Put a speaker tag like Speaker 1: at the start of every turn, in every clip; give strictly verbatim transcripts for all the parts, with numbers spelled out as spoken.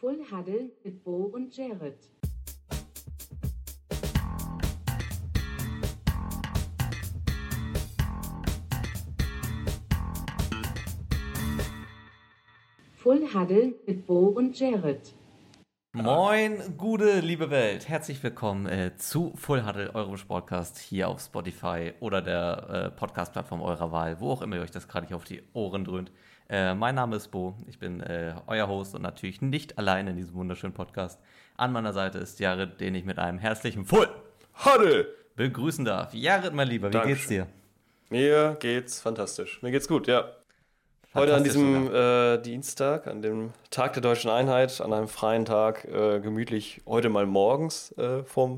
Speaker 1: Full Huddle mit Bo und Jared. Full Huddle mit Bo und Jared.
Speaker 2: Moin, gute liebe Welt. Herzlich willkommen äh, zu Full Huddle, eurem Sportcast hier auf Spotify oder der äh, Podcast-Plattform eurer Wahl, wo auch immer ihr euch das gerade hier auf die Ohren dröhnt. Äh, mein Name ist Bo, ich bin äh, euer Host und natürlich nicht alleine in diesem wunderschönen Podcast. An meiner Seite ist Jared, den ich mit einem herzlichen Full Huddle begrüßen darf. Jared, mein Lieber, wie
Speaker 3: Dankeschön.
Speaker 2: geht's dir?
Speaker 3: Mir geht's fantastisch. Mir geht's gut, ja. Heute an diesem äh, Dienstag, an dem Tag der Deutschen Einheit, an einem freien Tag, äh, gemütlich heute mal morgens äh, vom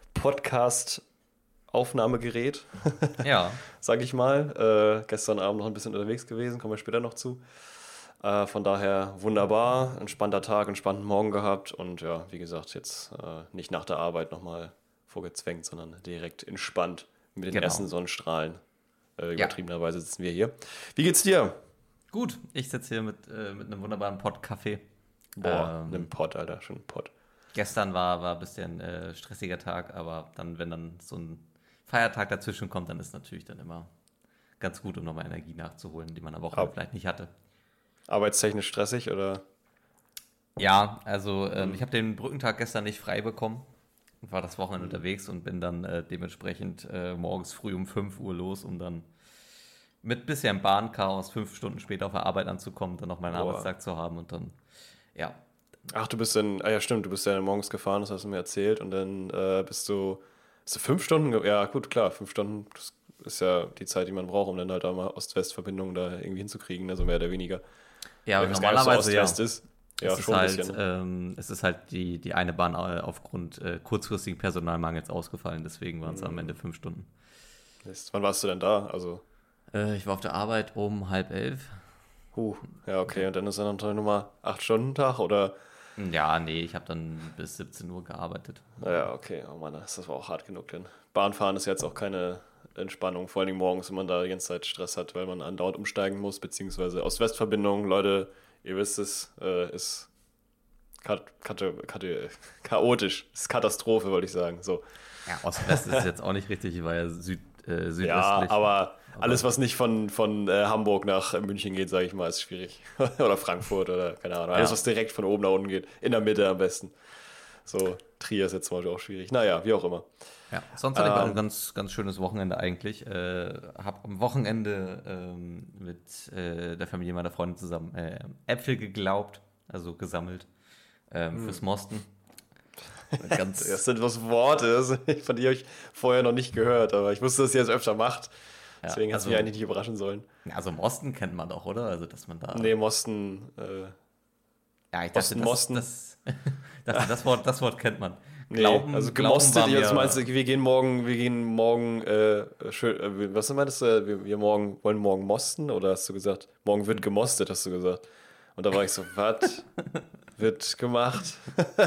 Speaker 3: Podcast-Aufnahmegerät,
Speaker 2: Ja.
Speaker 3: sag ich mal. Äh, gestern Abend noch ein bisschen unterwegs gewesen, kommen wir später noch zu. Äh, von daher wunderbar, entspannter Tag, entspannten Morgen gehabt und ja, wie gesagt, jetzt äh, nicht nach der Arbeit nochmal vorgezwängt, sondern direkt entspannt mit den
Speaker 2: Genau.
Speaker 3: ersten Sonnenstrahlen. Äh, übertriebenerweise sitzen wir hier. Wie geht's dir?
Speaker 2: Gut, ich sitze hier mit, äh, mit einem wunderbaren Pott Kaffee.
Speaker 3: Boah,
Speaker 2: Ähm,
Speaker 3: einem Pott, Alter, schon ein Pott.
Speaker 2: Gestern war, war ein bisschen äh, stressiger Tag, aber dann, wenn dann so ein Feiertag dazwischen kommt, dann ist natürlich dann immer ganz gut, um nochmal Energie nachzuholen, die man am Wochenende
Speaker 3: Ab.
Speaker 2: vielleicht nicht hatte.
Speaker 3: Arbeitstechnisch stressig oder?
Speaker 2: Ja, also ähm, ich habe den Brückentag gestern nicht frei bekommen und war das Wochenende unterwegs und bin dann äh, dementsprechend äh, morgens früh um fünf Uhr los, um dann mit bisschen Bahnchaos fünf Stunden später auf der Arbeit anzukommen, dann noch meinen
Speaker 3: Boah.
Speaker 2: Arbeitstag zu haben und dann, ja,
Speaker 3: Ach, du bist dann, ah ja stimmt, du bist ja morgens gefahren, das hast du mir erzählt und dann äh, bist du, bist du fünf Stunden, ge- ja gut, klar, fünf Stunden, das ist ja die Zeit, die man braucht, um dann halt auch mal Ost-West-Verbindungen da irgendwie hinzukriegen, also mehr oder weniger.
Speaker 2: ja,
Speaker 3: Ich weiß gar nicht, ob
Speaker 2: normalerweise
Speaker 3: so
Speaker 2: ja.
Speaker 3: Ost-West ist. Ja,
Speaker 2: es, ist
Speaker 3: schon ein
Speaker 2: halt,
Speaker 3: bisschen. Ne?
Speaker 2: ähm, es ist halt die, die eine Bahn äh, aufgrund äh, kurzfristigen Personalmangels ausgefallen, deswegen waren es
Speaker 3: Mhm.
Speaker 2: am Ende fünf Stunden.
Speaker 3: Mist. Wann warst du denn da? Also,
Speaker 2: Äh, ich war auf der Arbeit um halb elf.
Speaker 3: huh, ja okay, und dann ist dann noch mal acht Stunden Tag oder?
Speaker 2: Ja, nee, ich habe dann bis siebzehn Uhr gearbeitet.
Speaker 3: Ja, okay, oh Mann, das war auch hart genug denn. Bahnfahren ist jetzt auch keine Entspannung, vor allem morgens, wenn man da die ganze Zeit Stress hat, weil man andauernd umsteigen muss, beziehungsweise Ost-West-Verbindungen, Leute, ihr wisst es, äh, ist kat- kat- kat- chaotisch, ist Katastrophe, wollte ich sagen, so.
Speaker 2: Ja, Ost-West ist jetzt auch nicht richtig, ich war ja süd, äh, südwestlich.
Speaker 3: Ja, aber alles, was nicht von, von äh, Hamburg nach München geht, sage ich mal, ist schwierig. Oder Frankfurt oder keine Ahnung. Alles,
Speaker 2: Ja.
Speaker 3: was direkt von oben nach unten geht, in der Mitte am besten. So, Trier ist jetzt zum Beispiel auch schwierig. Naja, wie auch immer.
Speaker 2: Ja, sonst hatte ich
Speaker 3: Ähm.
Speaker 2: ein ganz, ganz schönes Wochenende eigentlich. Äh, habe am Wochenende ähm, mit äh, der Familie meiner Freundin zusammen äh, Äpfel geglaubt, also gesammelt ähm, fürs Mosten. Ganz,
Speaker 3: Das sind was Worte, das- von die habe ich vorher noch nicht gehört, aber ich wusste, dass ihr das öfter macht.
Speaker 2: ja,
Speaker 3: Deswegen hat es
Speaker 2: also,
Speaker 3: mich eigentlich nicht überraschen sollen.
Speaker 2: also Mosten kennt man doch, oder? Also dass man da.
Speaker 3: Nee, Mosten, äh,
Speaker 2: ja, ich dachte,
Speaker 3: Osten,
Speaker 2: das,
Speaker 3: Mosten.
Speaker 2: das, dachte das, Wort, das Wort kennt man.
Speaker 3: nee,
Speaker 2: Glauben,
Speaker 3: also
Speaker 2: Glauben
Speaker 3: gemostet,
Speaker 2: war
Speaker 3: ich also
Speaker 2: mir-
Speaker 3: meinst du, wir gehen morgen, wir gehen morgen, äh, schön, äh, was meinst du, äh, wir, wir morgen, wollen morgen mosten oder hast du gesagt, morgen wird gemostet, hast du gesagt. Und da war ich so, was wird gemacht?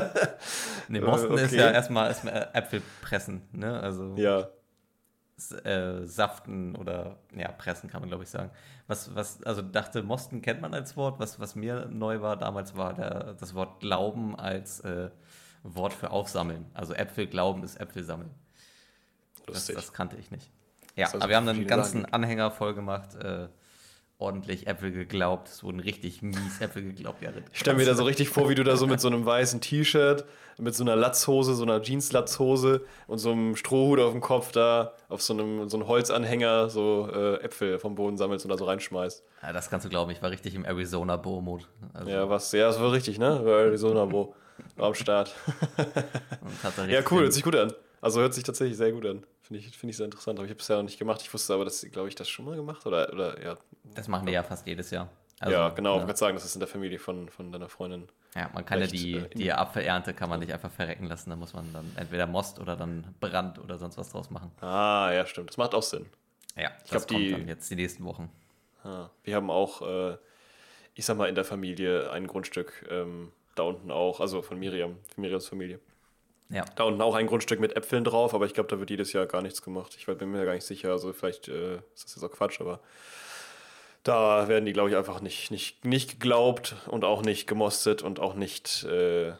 Speaker 2: Nee, Mosten
Speaker 3: Äh,
Speaker 2: ist
Speaker 3: okay.
Speaker 2: ja erstmal, erstmal äh, Äpfel pressen, ne? Also
Speaker 3: Ja,
Speaker 2: S- äh, Saften oder ja, pressen kann man glaube ich sagen. Was, was, also dachte, Mosten kennt man als Wort. Was, was mir neu war damals, war der, das Wort Glauben als äh, Wort für Aufsammeln. Also Äpfel glauben ist Äpfel sammeln. Das,
Speaker 3: lustig.
Speaker 2: das kannte ich nicht. Ja,
Speaker 3: Das hat
Speaker 2: aber wir haben einen
Speaker 3: verschiedene
Speaker 2: ganzen
Speaker 3: Sachen.
Speaker 2: Anhänger voll gemacht. Äh, ordentlich Äpfel geglaubt. Es wurden richtig mies Äpfel geglaubt. Ja,
Speaker 3: Ich stelle mir da so richtig vor, wie du da so mit so einem weißen T-Shirt, mit so einer Latzhose, so einer Jeans-Latzhose und so einem Strohhut auf dem Kopf da auf so einem, so einem Holzanhänger so äh, Äpfel vom Boden sammelst und da so reinschmeißt.
Speaker 2: Ja, das kannst du glauben. Ich war richtig im Arizona-Bo-Mode. Also,
Speaker 3: Ja, was, ja, das war richtig, ne? War Arizona, wo war am Start.
Speaker 2: und hatte
Speaker 3: Ja,
Speaker 2: richtig
Speaker 3: cool,
Speaker 2: den-
Speaker 3: hört sich gut an. Also hört sich tatsächlich sehr gut an. Finde ich, finde ich sehr interessant. Aber ich habe es ja noch nicht gemacht. Ich wusste aber, dass sie, glaube ich, das schon mal gemacht oder, oder ja.
Speaker 2: Das machen wir ja fast jedes Jahr. Also,
Speaker 3: ja, genau. Ich
Speaker 2: ne?
Speaker 3: wollte sagen, das ist in der Familie von, von deiner Freundin.
Speaker 2: Ja, man kann
Speaker 3: Recht,
Speaker 2: ja die,
Speaker 3: äh,
Speaker 2: die Apfelernte kann man nicht einfach verrecken lassen. Da muss man dann entweder Most oder dann Brand oder sonst was draus machen.
Speaker 3: Ah, ja, stimmt. Das macht auch Sinn.
Speaker 2: Ja,
Speaker 3: Ich
Speaker 2: das
Speaker 3: glaub, die-
Speaker 2: kommt dann jetzt die nächsten Wochen.
Speaker 3: Ah, wir haben auch, äh, ich sag mal, in der Familie ein Grundstück, ähm, da unten auch, also von Miriam, von Miriams Familie.
Speaker 2: Ja,
Speaker 3: Da unten auch ein Grundstück mit Äpfeln drauf, aber ich glaube, da wird jedes Jahr gar nichts gemacht. Ich bin mir gar nicht sicher, also vielleicht äh, ist das jetzt auch Quatsch, aber Da werden die, glaube ich, einfach nicht, nicht, nicht geglaubt und auch nicht gemostet und auch nicht äh,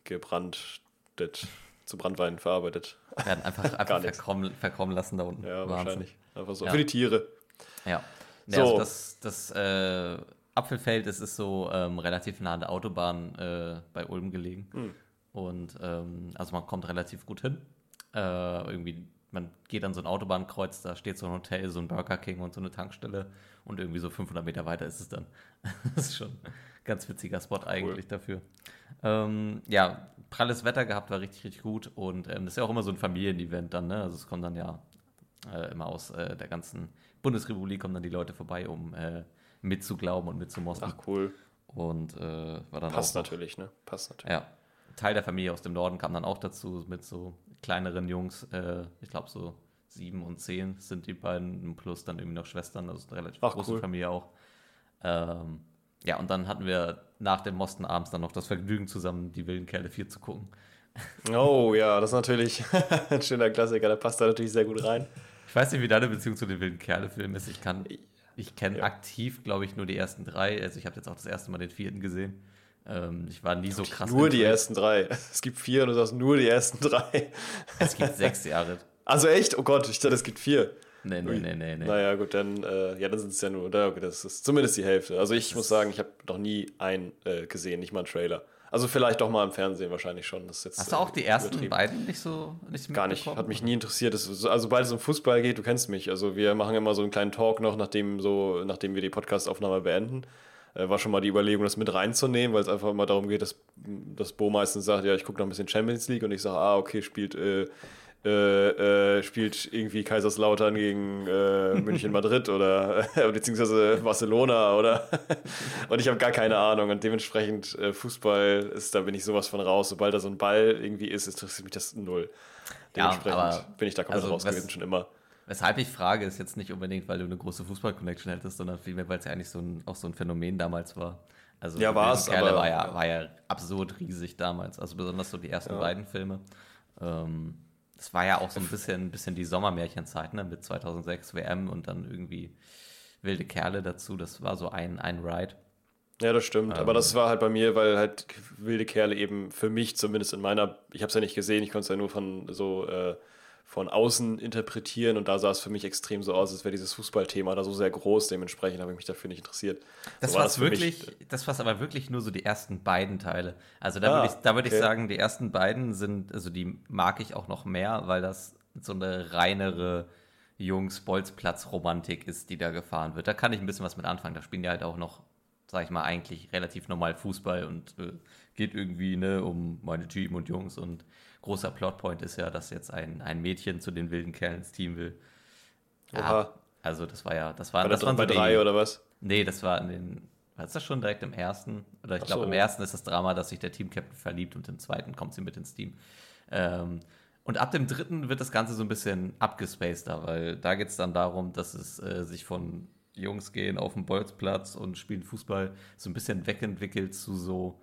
Speaker 3: gebrandet, zu Brandwein verarbeitet.
Speaker 2: Werden einfach, einfach verkommen, verkommen lassen da unten.
Speaker 3: Ja,
Speaker 2: Wahnsinn.
Speaker 3: wahrscheinlich. Einfach so.
Speaker 2: Ja.
Speaker 3: Für die Tiere.
Speaker 2: Ja. Nee,
Speaker 3: So.
Speaker 2: also das das äh, Apfelfeld, das ist so ähm, relativ nah an der Autobahn äh, bei Ulm gelegen.
Speaker 3: Hm.
Speaker 2: Und ähm, also man kommt relativ gut hin. Äh, irgendwie, man geht an so ein Autobahnkreuz, da steht so ein Hotel, so ein Burger King und so eine Tankstelle. Und irgendwie so fünfhundert Meter weiter ist es dann. Das ist schon ein ganz witziger Spot eigentlich
Speaker 3: Cool.
Speaker 2: dafür. Ähm, ja, pralles Wetter gehabt, war richtig, richtig gut. Und ähm, das ist ja auch immer so ein Familienevent dann, ne? Also es kommt dann ja äh, immer aus äh, der ganzen Bundesrepublik, kommen dann die Leute vorbei, um äh, mitzuglauben und mitzumosten.
Speaker 3: Ach, cool.
Speaker 2: Und äh, war dann
Speaker 3: Passt
Speaker 2: auch noch,
Speaker 3: natürlich, ne? Passt natürlich.
Speaker 2: ja, Teil der Familie aus dem Norden kam dann auch dazu mit so kleineren Jungs. Äh, ich glaube so sieben und zehn sind die beiden, plus dann irgendwie noch Schwestern, also eine relativ
Speaker 3: Ach,
Speaker 2: große
Speaker 3: cool.
Speaker 2: Familie auch. Ähm, ja, und dann hatten wir nach dem Mosten abends dann noch das Vergnügen zusammen, die wilden Kerle vier zu gucken.
Speaker 3: Oh ja, das ist natürlich ein schöner Klassiker. Der passt da natürlich sehr gut rein.
Speaker 2: Ich weiß nicht, wie deine Beziehung zu den wilden Kerle-Filmen ist. Ich kann, ich kenne
Speaker 3: Ja.
Speaker 2: aktiv, glaube ich, nur die ersten drei. Also ich habe jetzt auch das erste Mal den vierten gesehen. Ähm, ich war nie so krass.
Speaker 3: Nur die
Speaker 2: into it.
Speaker 3: ersten drei. Es gibt vier und du sagst nur die ersten drei.
Speaker 2: Es gibt sechs Jahre.
Speaker 3: Also echt? Oh Gott, ich dachte, es gibt vier.
Speaker 2: Nee, nee, nee, nee, nee.
Speaker 3: Naja, gut, dann, äh, ja, dann sind es ja nur, da, okay, das ist zumindest die Hälfte. Also ich muss sagen, ich habe noch nie einen äh, gesehen, nicht mal einen Trailer. Also vielleicht doch mal im Fernsehen wahrscheinlich schon. Das ist jetzt,
Speaker 2: Hast du auch die
Speaker 3: äh,
Speaker 2: ersten
Speaker 3: übertrieben.
Speaker 2: beiden nicht so nicht
Speaker 3: Gar nicht,
Speaker 2: mitbekommen?
Speaker 3: hat mich nie interessiert. Das ist, so- also sobald es um Fußball geht, du kennst mich. Also wir machen immer so einen kleinen Talk noch, nachdem, so, nachdem wir die Podcast-Aufnahme beenden. Äh, war schon mal die Überlegung, das mit reinzunehmen, weil es einfach immer darum geht, dass, dass Bo meistens sagt, ja, ich gucke noch ein bisschen Champions League und ich sage, ah, okay, spielt, äh, äh, äh, spielt irgendwie Kaiserslautern gegen äh, München Madrid oder äh, beziehungsweise Barcelona oder und ich habe gar keine Ahnung und dementsprechend äh, Fußball ist, da bin ich sowas von raus. Sobald da so ein Ball irgendwie ist, interessiert mich das null.
Speaker 2: Ja,
Speaker 3: Dementsprechend
Speaker 2: aber-
Speaker 3: bin ich da komplett
Speaker 2: also
Speaker 3: raus
Speaker 2: was-
Speaker 3: gewesen, schon immer.
Speaker 2: Weshalb ich frage, ist jetzt nicht unbedingt, weil du eine große Fußball-Connection hättest, sondern vielmehr, weil es ja eigentlich so ein, auch so ein Phänomen damals war. Also
Speaker 3: Ja,
Speaker 2: die
Speaker 3: war's,
Speaker 2: wilden Kerle
Speaker 3: aber-
Speaker 2: war ja,
Speaker 3: ja.
Speaker 2: war ja absurd riesig damals. Also besonders so die ersten
Speaker 3: Ja.
Speaker 2: beiden Filme. Ähm, das war ja auch so ein bisschen, ein bisschen die Sommermärchenzeit, ne? Mit zweitausendsechs W M und dann irgendwie wilde Kerle dazu. Das war so ein, ein Ride.
Speaker 3: Ja, das stimmt. Aber das war halt bei mir, weil halt wilde Kerle eben für mich zumindest in meiner, ich habe es ja nicht gesehen, ich konnte es ja nur von so äh, von außen interpretieren und da sah es für mich extrem so aus, als wäre dieses Fußballthema da so sehr groß. Dementsprechend habe ich mich dafür nicht interessiert.
Speaker 2: Das
Speaker 3: So war
Speaker 2: war
Speaker 3: für mich-
Speaker 2: wirklich, das war aber wirklich nur so die ersten beiden Teile. Also da
Speaker 3: Ah,
Speaker 2: würde ich, da würde ich
Speaker 3: okay.
Speaker 2: sagen, die ersten beiden sind, also die mag ich auch noch mehr, weil das so eine reinere Jungs-Bolzplatz-Romantik ist, die da gefahren wird. Da kann ich ein bisschen was mit anfangen. Da spielen die halt auch noch, sag ich mal, eigentlich relativ normal Fußball und äh, geht irgendwie ne, um meine Typen und Jungs. Und großer Plotpoint ist ja, dass jetzt ein, ein Mädchen zu den wilden Kerlen ins Team will.
Speaker 3: Oha.
Speaker 2: Also das war ja, das war
Speaker 3: Bei,
Speaker 2: das
Speaker 3: der,
Speaker 2: waren
Speaker 3: bei
Speaker 2: so die-
Speaker 3: drei oder was?
Speaker 2: Nee, das war in den. War das schon direkt im ersten? Oder ich
Speaker 3: Ach
Speaker 2: glaube,
Speaker 3: so.
Speaker 2: im ersten ist das Drama, dass sich der Teamcaptain verliebt und im zweiten kommt sie mit ins Team. Ähm, und ab dem dritten wird das Ganze so ein bisschen abgespaceder, weil da geht es dann darum, dass es äh, sich von Jungs gehen auf den Bolzplatz und spielen Fußball so ein bisschen wegentwickelt zu so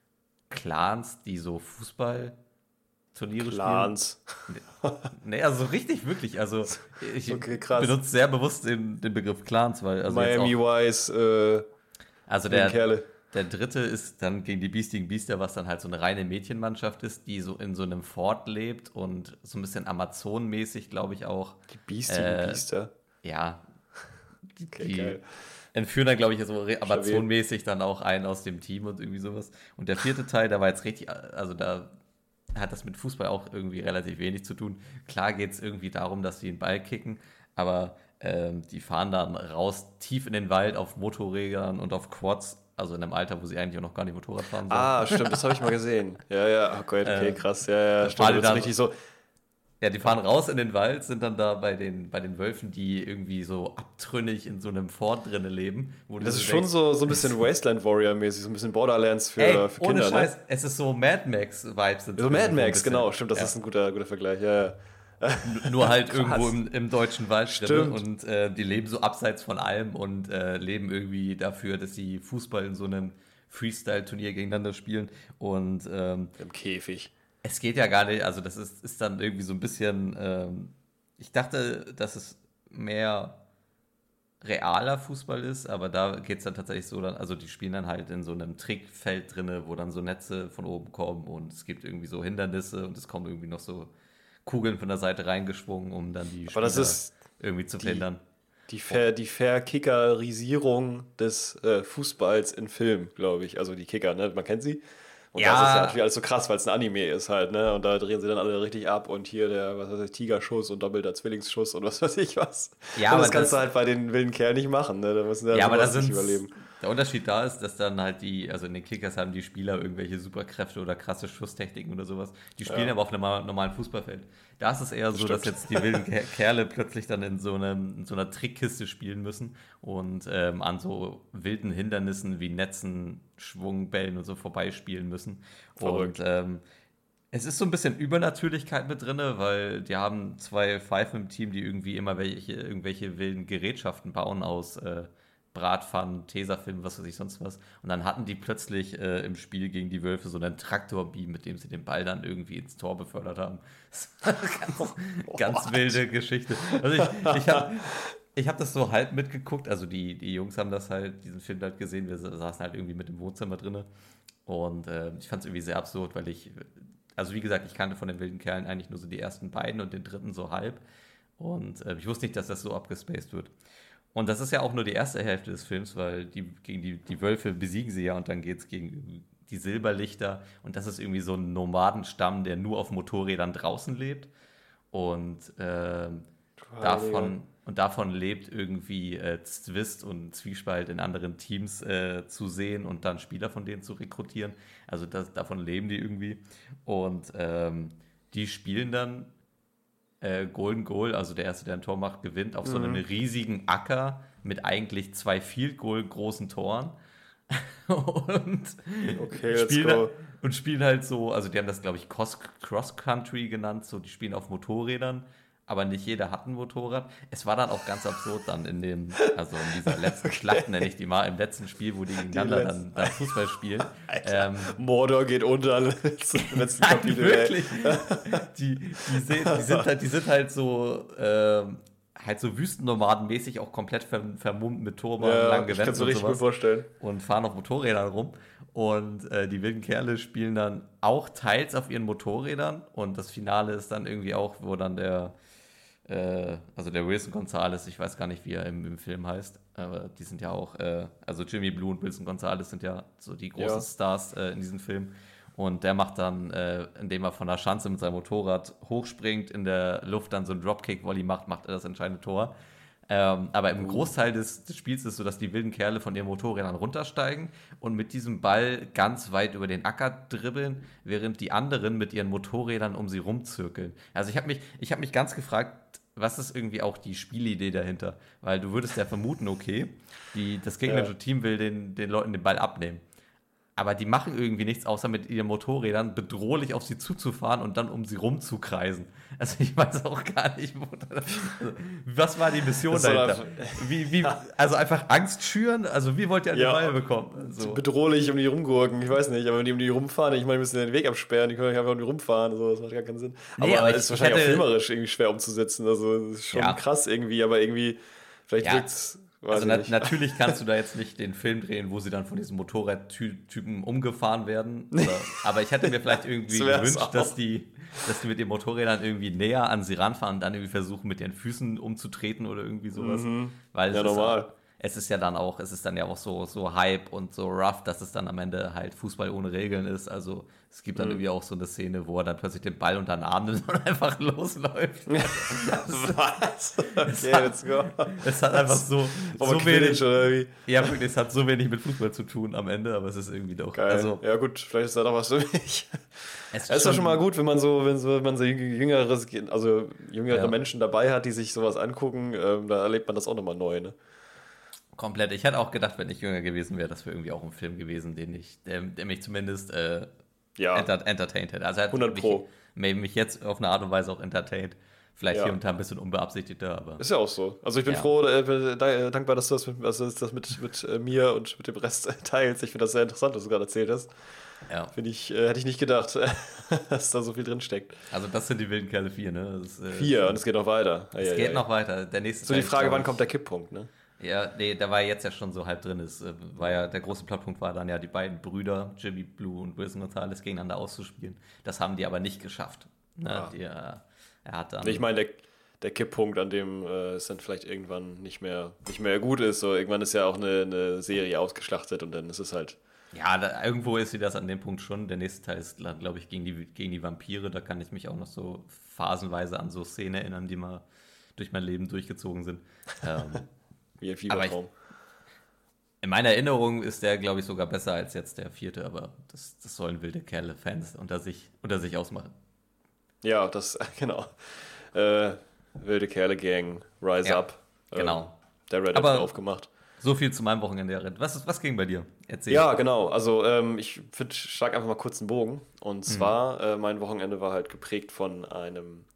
Speaker 2: Clans, die so Fußballturniere
Speaker 3: Clans.
Speaker 2: spielen. Nee, also so richtig, wirklich. Also ich
Speaker 3: Okay, krass.
Speaker 2: benutze sehr bewusst den, den Begriff Clans, weil also jetzt
Speaker 3: Miami
Speaker 2: auch,
Speaker 3: Vice, äh,
Speaker 2: also
Speaker 3: wilde
Speaker 2: der,
Speaker 3: Kerle.
Speaker 2: der dritte ist dann gegen die Biestigen Biester, was dann halt so eine reine Mädchenmannschaft ist, die so in so einem Fort lebt und so ein bisschen Amazonenmäßig, glaube ich auch.
Speaker 3: Die Biestigen
Speaker 2: Äh,
Speaker 3: Biester.
Speaker 2: Ja, die,
Speaker 3: Okay,
Speaker 2: die
Speaker 3: geil.
Speaker 2: entführen dann, glaube ich, so re- Amazonenmäßig dann auch einen aus dem Team und irgendwie sowas. Und der vierte Teil, da war jetzt richtig, also da hat das mit Fußball auch irgendwie relativ wenig zu tun. Klar geht es irgendwie darum, dass sie den Ball kicken, aber ähm, die fahren dann raus tief in den Wald auf Motorrädern und auf Quads, also in einem Alter, wo sie eigentlich auch noch gar nicht Motorrad fahren sollen.
Speaker 3: Ah, stimmt, das habe ich mal gesehen. Ja, ja, oh Gott, okay,
Speaker 2: Äh,
Speaker 3: krass. Ja, ja,
Speaker 2: fahren
Speaker 3: stimmt.
Speaker 2: die
Speaker 3: Das ist
Speaker 2: dann-
Speaker 3: richtig so.
Speaker 2: Ja, die fahren raus in den Wald, sind dann da bei den, bei den Wölfen, die irgendwie so abtrünnig in so einem Fort drinne leben. Wo du
Speaker 3: Das
Speaker 2: so
Speaker 3: ist schon
Speaker 2: denkst,
Speaker 3: so, so ein bisschen Wasteland Warrior-mäßig, so ein bisschen Borderlands für,
Speaker 2: ey,
Speaker 3: für
Speaker 2: ohne
Speaker 3: Kinder,
Speaker 2: Scheiß,
Speaker 3: ne?
Speaker 2: es ist so Mad Max-Vibes. sind
Speaker 3: So
Speaker 2: drin,
Speaker 3: Mad
Speaker 2: ein
Speaker 3: Max,
Speaker 2: bisschen.
Speaker 3: genau, stimmt, das
Speaker 2: Ja.
Speaker 3: ist ein guter, guter Vergleich, ja, ja.
Speaker 2: Nur halt
Speaker 3: Krass.
Speaker 2: irgendwo im, im deutschen Wald drin
Speaker 3: Stimmt.
Speaker 2: und äh, die leben so abseits von allem und äh, leben irgendwie dafür, dass sie Fußball in so einem Freestyle-Turnier gegeneinander spielen und ähm,
Speaker 3: Im Käfig.
Speaker 2: es geht ja gar nicht, also das ist, ist dann irgendwie so ein bisschen, ähm, ich dachte, dass es mehr realer Fußball ist, aber da geht es dann tatsächlich so, dann, also die spielen dann halt in so einem Trickfeld drinne, wo dann so Netze von oben kommen und es gibt irgendwie so Hindernisse und es kommen irgendwie noch so Kugeln von der Seite reingeschwungen, um dann die
Speaker 3: Aber
Speaker 2: Spieler
Speaker 3: das ist
Speaker 2: irgendwie zu
Speaker 3: die-
Speaker 2: verhindern.
Speaker 3: Die, Ver, die Verkickerisierung des äh, Fußballs in Film, glaube ich. Also die Kicker, ne? Man kennt sie. Und
Speaker 2: Ja.
Speaker 3: das ist ja natürlich alles so krass, weil es ein Anime ist halt, ne? Und da drehen sie dann alle richtig ab und hier der, was weiß ich, Tigerschuss und doppelter Zwillingsschuss und was weiß ich was.
Speaker 2: Ja,
Speaker 3: und
Speaker 2: aber
Speaker 3: das kannst
Speaker 2: das-
Speaker 3: du halt bei den wilden Kerlen nicht machen, ne? Da müssen sie
Speaker 2: Ja, aber da
Speaker 3: sowas nicht
Speaker 2: sind
Speaker 3: überleben.
Speaker 2: der Unterschied da ist, dass dann halt die, also in den Kickers haben die Spieler irgendwelche Superkräfte oder krasse Schusstechniken oder sowas. Die spielen
Speaker 3: Ja.
Speaker 2: aber auf einem normalen Fußballfeld. Da ist es eher so, dass
Speaker 3: stimmt.
Speaker 2: jetzt die wilden Ke- Kerle plötzlich dann in so, einem, in so einer Trickkiste spielen müssen und ähm, an so wilden Hindernissen wie Netzen, Schwungbällen und so vorbeispielen müssen.
Speaker 3: Verrückt.
Speaker 2: Und ähm, es ist so ein bisschen Übernatürlichkeit mit drin, weil die haben zwei Pfeifen im Team, die irgendwie immer welche, irgendwelche wilden Gerätschaften bauen aus äh, Bratpfannen, Tesafilm, was weiß ich sonst was. Und dann hatten die plötzlich äh, im Spiel gegen die Wölfe so einen Traktorbeam, mit dem sie den Ball dann irgendwie ins Tor befördert haben. Das war eine ganz, ganz wilde Geschichte. Also ich, ich habe ich hab das so halb mitgeguckt. Also die, die Jungs haben das halt, diesen Film halt gesehen. Wir saßen halt irgendwie mit im Wohnzimmer drin. Und äh, ich fand es irgendwie sehr absurd, weil ich, also wie gesagt, ich kannte von den wilden Kerlen eigentlich nur so die ersten beiden und den dritten so halb. Und äh, ich wusste nicht, dass das so abgespaced wird. Und das ist ja auch nur die erste Hälfte des Films, weil die gegen die, die Wölfe besiegen sie ja und dann geht es gegen die Silberlichter. Und das ist irgendwie so ein Nomadenstamm, der nur auf Motorrädern draußen lebt. Und ähm, davon, und davon lebt irgendwie äh, Zwist und Zwiespalt in anderen Teams äh, zu sehen und dann Spieler von denen zu rekrutieren. Also das, davon leben die irgendwie. Und ähm, die spielen dann äh, Golden Goal, also der Erste, der ein Tor macht, gewinnt auf so einem riesigen Acker mit eigentlich zwei Field Goal großen Toren. und,
Speaker 3: Okay, let's
Speaker 2: spielen,
Speaker 3: go.
Speaker 2: und spielen halt so, also die haben das, glaube ich, Cross, Cross Country genannt, so die spielen auf Motorrädern, aber nicht jeder hat ein Motorrad. Es war dann auch ganz absurd dann in dem, also in dieser letzten Schlacht, nenne ich die mal, im letzten Spiel, wo die gegeneinander dann, dann Fußball spielen. Ähm,
Speaker 3: Mordor geht unter im letzten letzten
Speaker 2: Nein,
Speaker 3: Kapitel. ey.
Speaker 2: wirklich. Die, die, se- die, sind halt, die sind halt so, ähm, halt so Wüstennomadenmäßig auch komplett ver vermummt mit Turban,
Speaker 3: Ja,
Speaker 2: langen
Speaker 3: ich kann es
Speaker 2: Gewändern
Speaker 3: mir
Speaker 2: und
Speaker 3: richtig gut
Speaker 2: sowas
Speaker 3: vorstellen.
Speaker 2: und fahren auf Motorrädern rum. Und äh, die wilden Kerle spielen dann auch teils auf ihren Motorrädern. Und das Finale ist dann irgendwie auch, wo dann der, äh, also der Wilson Gonzalez, ich weiß gar nicht, wie er im, im Film heißt, aber die sind ja auch, äh, also Jimmy Blue und Wilson Gonzalez sind ja so die großen
Speaker 3: Ja.
Speaker 2: Stars äh, in diesem Film. Und der macht dann, äh, indem er von der Schanze mit seinem Motorrad hochspringt, in der Luft dann so ein Dropkick-Volley macht, macht er das entscheidende Tor. Ähm, aber im Großteil des, des Spiels ist es so, dass die wilden Kerle von ihren Motorrädern runtersteigen und mit diesem Ball ganz weit über den Acker dribbeln, während die anderen mit ihren Motorrädern um sie rumzirkeln. Also ich habe mich, ich hab mich ganz gefragt, was ist irgendwie auch die Spielidee dahinter? Weil du würdest ja vermuten, okay, die, das gegnerische
Speaker 3: Ja.
Speaker 2: Team will den, den Leuten den Ball abnehmen. Aber die machen irgendwie nichts, außer mit ihren Motorrädern bedrohlich auf sie zuzufahren und dann um sie rumzukreisen. Also ich weiß auch gar nicht, wo das, was war die Mission
Speaker 3: Das soll
Speaker 2: dahinter? Wie, wie, also einfach Angst schüren? Also wie wollt ihr an den
Speaker 3: Ja.
Speaker 2: Ball bekommen? So.
Speaker 3: Bedrohlich um die rumgurken, ich weiß nicht, aber wenn die um die rumfahren, ich meine, die müssen den Weg absperren, die können nicht einfach um die rumfahren, so, das macht gar keinen Sinn.
Speaker 2: Nee,
Speaker 3: aber
Speaker 2: aber
Speaker 3: es
Speaker 2: ich-
Speaker 3: ist
Speaker 2: ich
Speaker 3: wahrscheinlich
Speaker 2: hätte-
Speaker 3: auch filmerisch irgendwie schwer umzusetzen, also das ist schon
Speaker 2: Ja.
Speaker 3: krass irgendwie, aber irgendwie, vielleicht
Speaker 2: Ja.
Speaker 3: wirkt's, weiß
Speaker 2: Also
Speaker 3: ich
Speaker 2: na
Speaker 3: nicht.
Speaker 2: natürlich kannst du da jetzt nicht den Film drehen, wo sie dann von diesem Motorradtypen umgefahren werden. Oder, aber ich hätte mir vielleicht irgendwie
Speaker 3: Das wär's
Speaker 2: gewünscht,
Speaker 3: auch.
Speaker 2: dass die, dass die mit den Motorrädern irgendwie näher an sie ranfahren und dann irgendwie versuchen, mit ihren Füßen umzutreten oder irgendwie sowas. Weil es
Speaker 3: Ja,
Speaker 2: ist
Speaker 3: normal.
Speaker 2: Auch, es ist ja dann auch, es ist dann ja auch so, so Hype und so rough, dass es dann am Ende halt Fußball ohne Regeln ist. Also es gibt dann irgendwie auch so eine Szene, wo er dann plötzlich den Ball unter den Arm nimmt und einfach losläuft.
Speaker 3: Was? Okay,
Speaker 2: hat-
Speaker 3: let's go.
Speaker 2: Es hat einfach so,
Speaker 3: Aber
Speaker 2: so wenig.
Speaker 3: Quidditch oder wie?
Speaker 2: Ja, wirklich, es hat so wenig mit Fußball zu tun am Ende, aber es ist irgendwie doch.
Speaker 3: Geil.
Speaker 2: Also,
Speaker 3: ja gut, vielleicht ist da doch was für mich.
Speaker 2: es
Speaker 3: Es ist doch schon mal gut, wenn man so, wenn, so, wenn man so jüngeres, also jüngere
Speaker 2: Ja.
Speaker 3: Menschen dabei hat, die sich sowas angucken, ähm, da erlebt man das auch nochmal neu, ne?
Speaker 2: komplett. Ich hätte auch gedacht, wenn ich jünger gewesen wäre, das wäre irgendwie auch ein Film gewesen, den ich, der, der mich zumindest äh,
Speaker 3: Ja.
Speaker 2: enter, entertained hätte. Also er hat
Speaker 3: hundert
Speaker 2: mich,
Speaker 3: Pro.
Speaker 2: mich, mich jetzt auf eine Art und Weise auch entertained. Vielleicht
Speaker 3: Ja.
Speaker 2: hier und da ein bisschen unbeabsichtigter, aber.
Speaker 3: Ist ja auch so. Also ich bin
Speaker 2: Ja.
Speaker 3: froh, äh, bin da- dankbar, dass du das mit, also das mit, mit äh, mir und mit dem Rest äh, teilst. Ich finde das sehr interessant, was du gerade erzählt hast.
Speaker 2: Ja.
Speaker 3: Finde ich, äh, hätte ich nicht gedacht, dass da so viel drin steckt.
Speaker 2: Also das sind die wilden Kerle vier, ne? Das ist, äh,
Speaker 3: Vier und es geht noch weiter.
Speaker 2: Es geht noch weiter. Der nächste
Speaker 3: So die
Speaker 2: Teil,
Speaker 3: Frage,
Speaker 2: glaub
Speaker 3: wann
Speaker 2: ich-
Speaker 3: kommt der Kipppunkt, ne?
Speaker 2: Ja, nee, da war er jetzt ja schon so halb drin. Es äh, war ja, der große Plotpunkt war dann ja, die beiden Brüder, Jimmy Blue und Wilson Gonzalez, gegeneinander auszuspielen. Das haben die aber nicht geschafft. Ne?
Speaker 3: Ah.
Speaker 2: Die, äh, er hat dann.
Speaker 3: Ich meine, der, der Kipppunkt, an dem äh, es dann vielleicht irgendwann nicht mehr, nicht mehr gut ist. So, irgendwann ist ja auch eine, eine Serie ausgeschlachtet und dann ist es halt.
Speaker 2: Ja, da, irgendwo ist sie das an dem Punkt schon. Der nächste Teil ist, glaube ich, gegen die, gegen die Vampire. Da kann ich mich auch noch so phasenweise an so Szenen erinnern, die mal durch mein Leben durchgezogen sind. Ähm,
Speaker 3: Wie ein Fiebertraum.
Speaker 2: In meiner Erinnerung ist der, glaube ich, sogar besser als jetzt der vierte, aber das, das sollen wilde Kerle-Fans unter sich, unter sich ausmachen.
Speaker 3: Ja, das, genau. Äh, wilde Kerle-Gang, Rise
Speaker 2: Ja,
Speaker 3: Up.
Speaker 2: genau.
Speaker 3: Ähm, der Reddit
Speaker 2: Aber-
Speaker 3: hat aufgemacht.
Speaker 2: So viel zu meinem Wochenende, Jared. Was, ist- was ging bei dir? Erzähl.
Speaker 3: Ja, genau. Also ähm, ich find, schlag einfach mal kurz einen Bogen. Und
Speaker 2: Mhm.
Speaker 3: zwar, äh, mein Wochenende war halt geprägt von einem,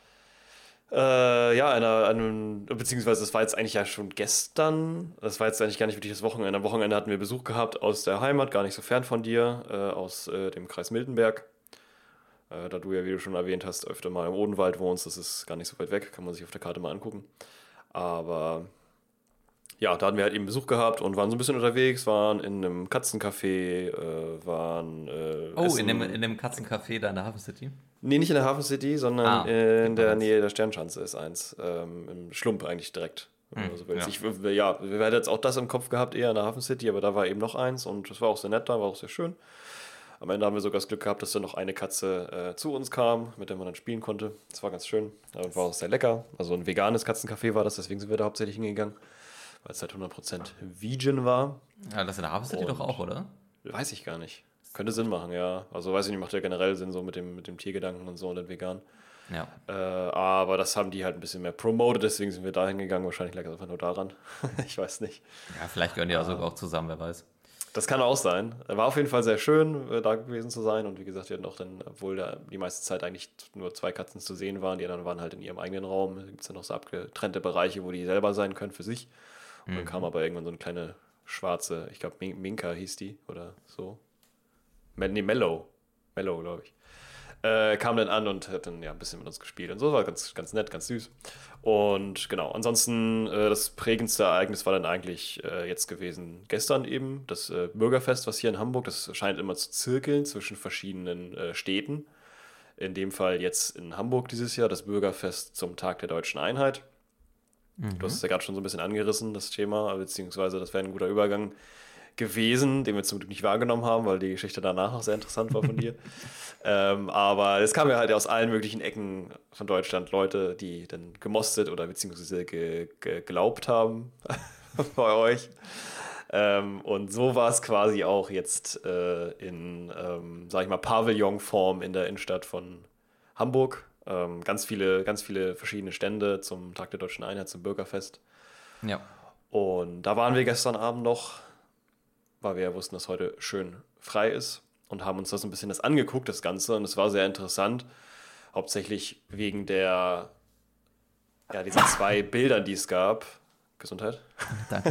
Speaker 3: äh, ja, einer, einem, beziehungsweise das war jetzt eigentlich ja schon gestern. Das war jetzt eigentlich gar nicht wirklich das Wochenende. Am Wochenende hatten wir Besuch gehabt aus der Heimat, gar nicht so fern von dir, äh, aus äh, dem Kreis Miltenberg. Äh, da du ja, wie du schon erwähnt hast, öfter mal im Odenwald wohnst, das ist gar nicht so weit weg, kann man sich auf der Karte mal angucken. Aber ja, da hatten wir halt eben Besuch gehabt und waren so ein bisschen unterwegs, waren in einem Katzencafé, äh, waren äh,
Speaker 2: Oh,
Speaker 3: essen.
Speaker 2: in dem, in dem Katzencafé da in der Hafen City?
Speaker 3: Nee, nicht in der Hafen City, sondern
Speaker 2: Ah,
Speaker 3: in der
Speaker 2: eins.
Speaker 3: Nähe der Sternschanze ist eins. Ähm, Im Schlump eigentlich direkt. Wenn
Speaker 2: Hm,
Speaker 3: man so willst.
Speaker 2: ja.
Speaker 3: Ich, ja, wir hätten jetzt auch das im Kopf gehabt, eher in der Hafen City, aber da war eben noch eins und das war auch sehr nett, da war auch sehr schön. Am Ende haben wir sogar das Glück gehabt, dass dann noch eine Katze äh, zu uns kam, mit der man dann spielen konnte. Das war ganz schön und war auch sehr lecker. Also ein veganes Katzencafé war das, deswegen sind wir da hauptsächlich hingegangen, weil es halt hundert Prozent vegan war.
Speaker 2: Ja, das in der Hafen City
Speaker 3: Und-
Speaker 2: doch auch, oder?
Speaker 3: Weiß ich gar nicht. Könnte Sinn machen, ja. Also weiß ich nicht, macht ja generell Sinn so mit dem, mit dem Tiergedanken und so und den vegan.
Speaker 2: Ja.
Speaker 3: Äh, aber das haben die halt ein bisschen mehr promoted, deswegen sind wir da hingegangen. Wahrscheinlich lag es einfach nur daran. Ich weiß nicht.
Speaker 2: Ja, vielleicht gehören die ja sogar auch zusammen, wer weiß.
Speaker 3: Das kann auch sein. War auf jeden Fall sehr schön, äh, da gewesen zu sein. Und wie gesagt, wir hatten auch dann, obwohl da die meiste Zeit eigentlich nur zwei Katzen zu sehen waren, die anderen waren halt in ihrem eigenen Raum. Da gibt es dann noch so abgetrennte Bereiche, wo die selber sein können für sich. Und dann kam aber irgendwann so eine kleine schwarze, ich glaube Minka hieß die oder so. Me- Nee, Mellow. Mellow, glaube ich. Äh, kam dann an und hat dann ja ein bisschen mit uns gespielt und so, war ganz, ganz nett, ganz süß. Und genau, ansonsten äh, das prägendste Ereignis war dann eigentlich äh, jetzt gewesen gestern eben, das äh, Bürgerfest, was hier in Hamburg, das scheint immer zu zirkeln zwischen verschiedenen äh, Städten. In dem Fall jetzt in Hamburg dieses Jahr, das Bürgerfest zum Tag der Deutschen Einheit. Du hast es ja gerade schon so ein bisschen angerissen, das Thema, beziehungsweise das wäre ein guter Übergang gewesen, den wir zum Glück nicht wahrgenommen haben, weil die Geschichte danach noch sehr interessant war von dir. ähm, aber es kamen ja halt aus allen möglichen Ecken von Deutschland Leute, die dann gemostet oder beziehungsweise ge geglaubt haben bei euch. Ähm, und so war es quasi auch jetzt äh, in, ähm, sag ich mal, Pavillonform in der Innenstadt von Hamburg. Ähm, ganz viele, ganz viele verschiedene Stände zum Tag der Deutschen Einheit, zum Bürgerfest.
Speaker 2: Ja.
Speaker 3: Und da waren wir gestern Abend noch, weil wir ja wussten, dass heute schön frei ist und haben uns das ein bisschen das angeguckt, das Ganze. Und es war sehr interessant, hauptsächlich wegen der, ja, diesen zwei Bildern, die es gab. Gesundheit?
Speaker 2: Danke.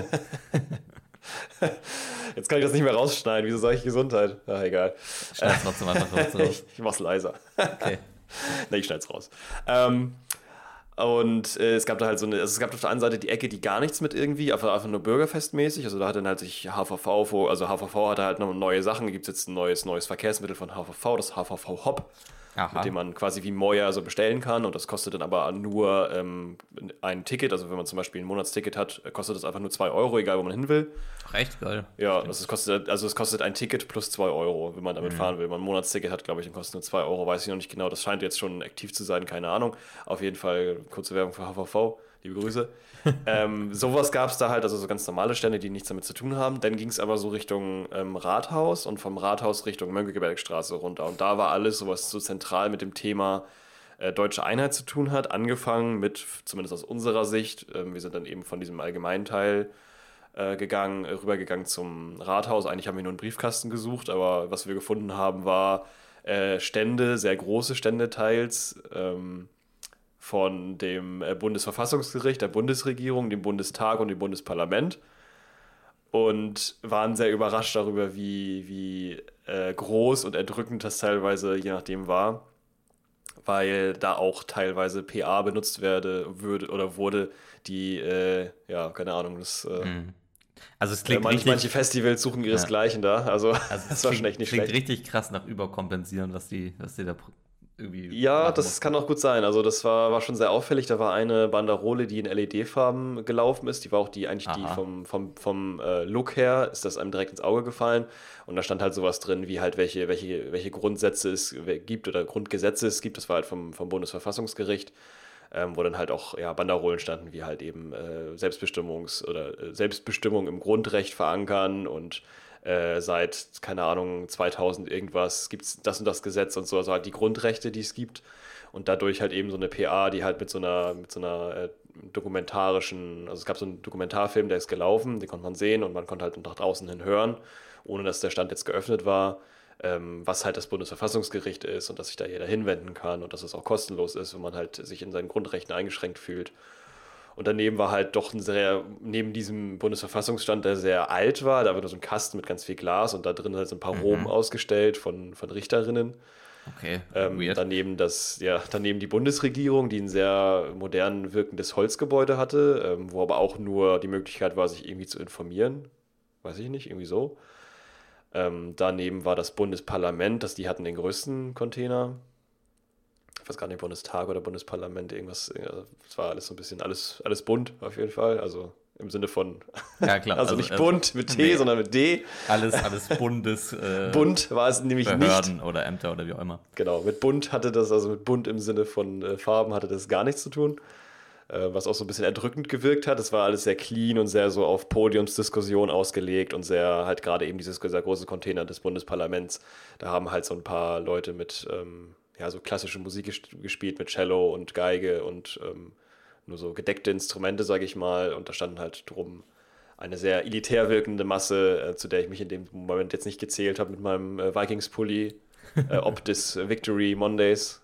Speaker 3: Jetzt kann ich das nicht mehr rausschneiden. Wieso sage ich Gesundheit? Ach, egal.
Speaker 2: Schneid's trotzdem einfach raus. So.
Speaker 3: Ich, ich mach's leiser.
Speaker 2: Okay.
Speaker 3: Ne, ich schneid's raus. Ähm, und äh, es gab da halt so eine, also es gab auf der einen Seite die Ecke, die gar nichts mit irgendwie, einfach, einfach nur bürgerfestmäßig. Also da hat dann halt sich H V V, vor- also H V V hatte halt noch neue Sachen. Da gibt es jetzt ein neues, neues Verkehrsmittel von H V V, das H V V Hop,
Speaker 2: Aha.
Speaker 3: mit dem man quasi wie Moja so bestellen kann. Und das kostet dann aber nur ähm, ein Ticket. Also wenn man zum Beispiel ein Monatsticket hat, kostet das einfach nur zwei Euro, egal wo man hin will.
Speaker 2: Ach, echt geil.
Speaker 3: Ja, also es kostet, also es kostet ein Ticket plus zwei Euro, wenn man damit fahren will. Wenn man ein Monatsticket hat, glaube ich, dann kostet nur zwei Euro, weiß ich noch nicht genau. Das scheint jetzt schon aktiv zu sein, keine Ahnung. Auf jeden Fall kurze Werbung für H V V, liebe Grüße. ähm, sowas gab es da halt, also so ganz normale Stände, die nichts damit zu tun haben. Dann ging es aber so Richtung ähm, Rathaus und vom Rathaus Richtung Mönckebergstraße runter. Und da war alles sowas so zentral mit dem Thema äh, Deutsche Einheit zu tun hat. Angefangen mit, zumindest aus unserer Sicht, ähm, wir sind dann eben von diesem allgemeinen Teil gegangen, rübergegangen zum Rathaus. Eigentlich haben wir nur einen Briefkasten gesucht, aber was wir gefunden haben, war äh, Stände, sehr große Stände teils, ähm, von dem äh, Bundesverfassungsgericht, der Bundesregierung, dem Bundestag und dem Bundesparlament und waren sehr überrascht darüber, wie, wie äh, groß und erdrückend das teilweise je nachdem war, weil da auch teilweise P A benutzt werde, würde oder wurde, die, äh, ja, keine Ahnung, das, äh,
Speaker 2: Mhm. Also es
Speaker 3: äh,
Speaker 2: klingt
Speaker 3: manch,
Speaker 2: richtig,
Speaker 3: manche Festivals suchen ihresgleichen da, also
Speaker 2: also
Speaker 3: das
Speaker 2: es
Speaker 3: war
Speaker 2: klingt,
Speaker 3: schon echt nicht
Speaker 2: klingt
Speaker 3: schlecht.
Speaker 2: richtig krass nach Überkompensieren, was die, was die da pr- irgendwie
Speaker 3: Ja,
Speaker 2: machen
Speaker 3: das
Speaker 2: mussten.
Speaker 3: kann auch gut sein. Also das war, war schon sehr auffällig. Da war eine Banderole, die in L E D-Farben gelaufen ist. Die war auch die eigentlich die
Speaker 2: Aha.
Speaker 3: vom, vom, vom äh, Look her, ist das einem direkt ins Auge gefallen. Und da stand halt sowas drin, wie halt welche, welche, welche Grundsätze es gibt oder Grundgesetze es gibt. Das war halt vom, vom Bundesverfassungsgericht, ähm, wo dann halt auch ja, Banderolen standen, wie halt eben äh, Selbstbestimmungs- oder äh, Selbstbestimmung im Grundrecht verankern und äh, seit, keine Ahnung, zweitausend irgendwas gibt es das und das Gesetz und so, also halt die Grundrechte, die es gibt und dadurch halt eben so eine P A, die halt mit so einer, mit so einer äh, dokumentarischen, also es gab so einen Dokumentarfilm, der ist gelaufen, den konnte man sehen und man konnte halt nach draußen hin hören, ohne dass der Stand jetzt geöffnet war, ähm, was halt das Bundesverfassungsgericht ist und dass sich da jeder hinwenden kann und dass es auch kostenlos ist, wenn man halt sich in seinen Grundrechten eingeschränkt fühlt. Und daneben war halt doch ein sehr, neben diesem Bundesverfassungsstand, der sehr alt war, da war nur so ein Kasten mit ganz viel Glas und da drin halt so ein paar Roben
Speaker 2: Mhm.
Speaker 3: ausgestellt von, von Richterinnen.
Speaker 2: Okay,
Speaker 3: Ähm,
Speaker 2: weird.
Speaker 3: daneben das, ja, daneben die Bundesregierung, die ein sehr modern wirkendes Holzgebäude hatte, ähm, wo aber auch nur die Möglichkeit war, sich irgendwie zu informieren. Weiß ich nicht, irgendwie so. Ähm, daneben war das Bundesparlament, das, die hatten den größten Container. Ich weiß gar nicht, Bundestag oder Bundesparlament, irgendwas. Es war alles so ein bisschen, alles, alles bunt auf jeden Fall. Also im Sinne von,
Speaker 2: Ja, klar.
Speaker 3: also
Speaker 2: Also,
Speaker 3: nicht
Speaker 2: äh,
Speaker 3: bunt mit T,
Speaker 2: nee,
Speaker 3: sondern mit D.
Speaker 2: alles, alles Bundes, äh,
Speaker 3: Bunt war es nämlich nicht.
Speaker 2: Behörden oder Ämter oder wie auch immer.
Speaker 3: Genau, mit bunt hatte das, also mit bunt im Sinne von äh, Farben hatte das gar nichts zu tun. Äh, was auch so ein bisschen erdrückend gewirkt hat. Es war alles sehr clean und sehr so auf Podiumsdiskussion ausgelegt und sehr halt gerade eben dieses sehr große Container des Bundesparlaments. Da haben halt so ein paar Leute mit ähm, ja, so klassische Musik ges- gespielt mit Cello und Geige und ähm, nur so gedeckte Instrumente, sage ich mal. Und da standen halt drum eine sehr elitär wirkende Masse, äh, zu der ich mich in dem Moment jetzt nicht gezählt habe mit meinem äh, Vikings-Pulli, äh, ob des Victory Mondays.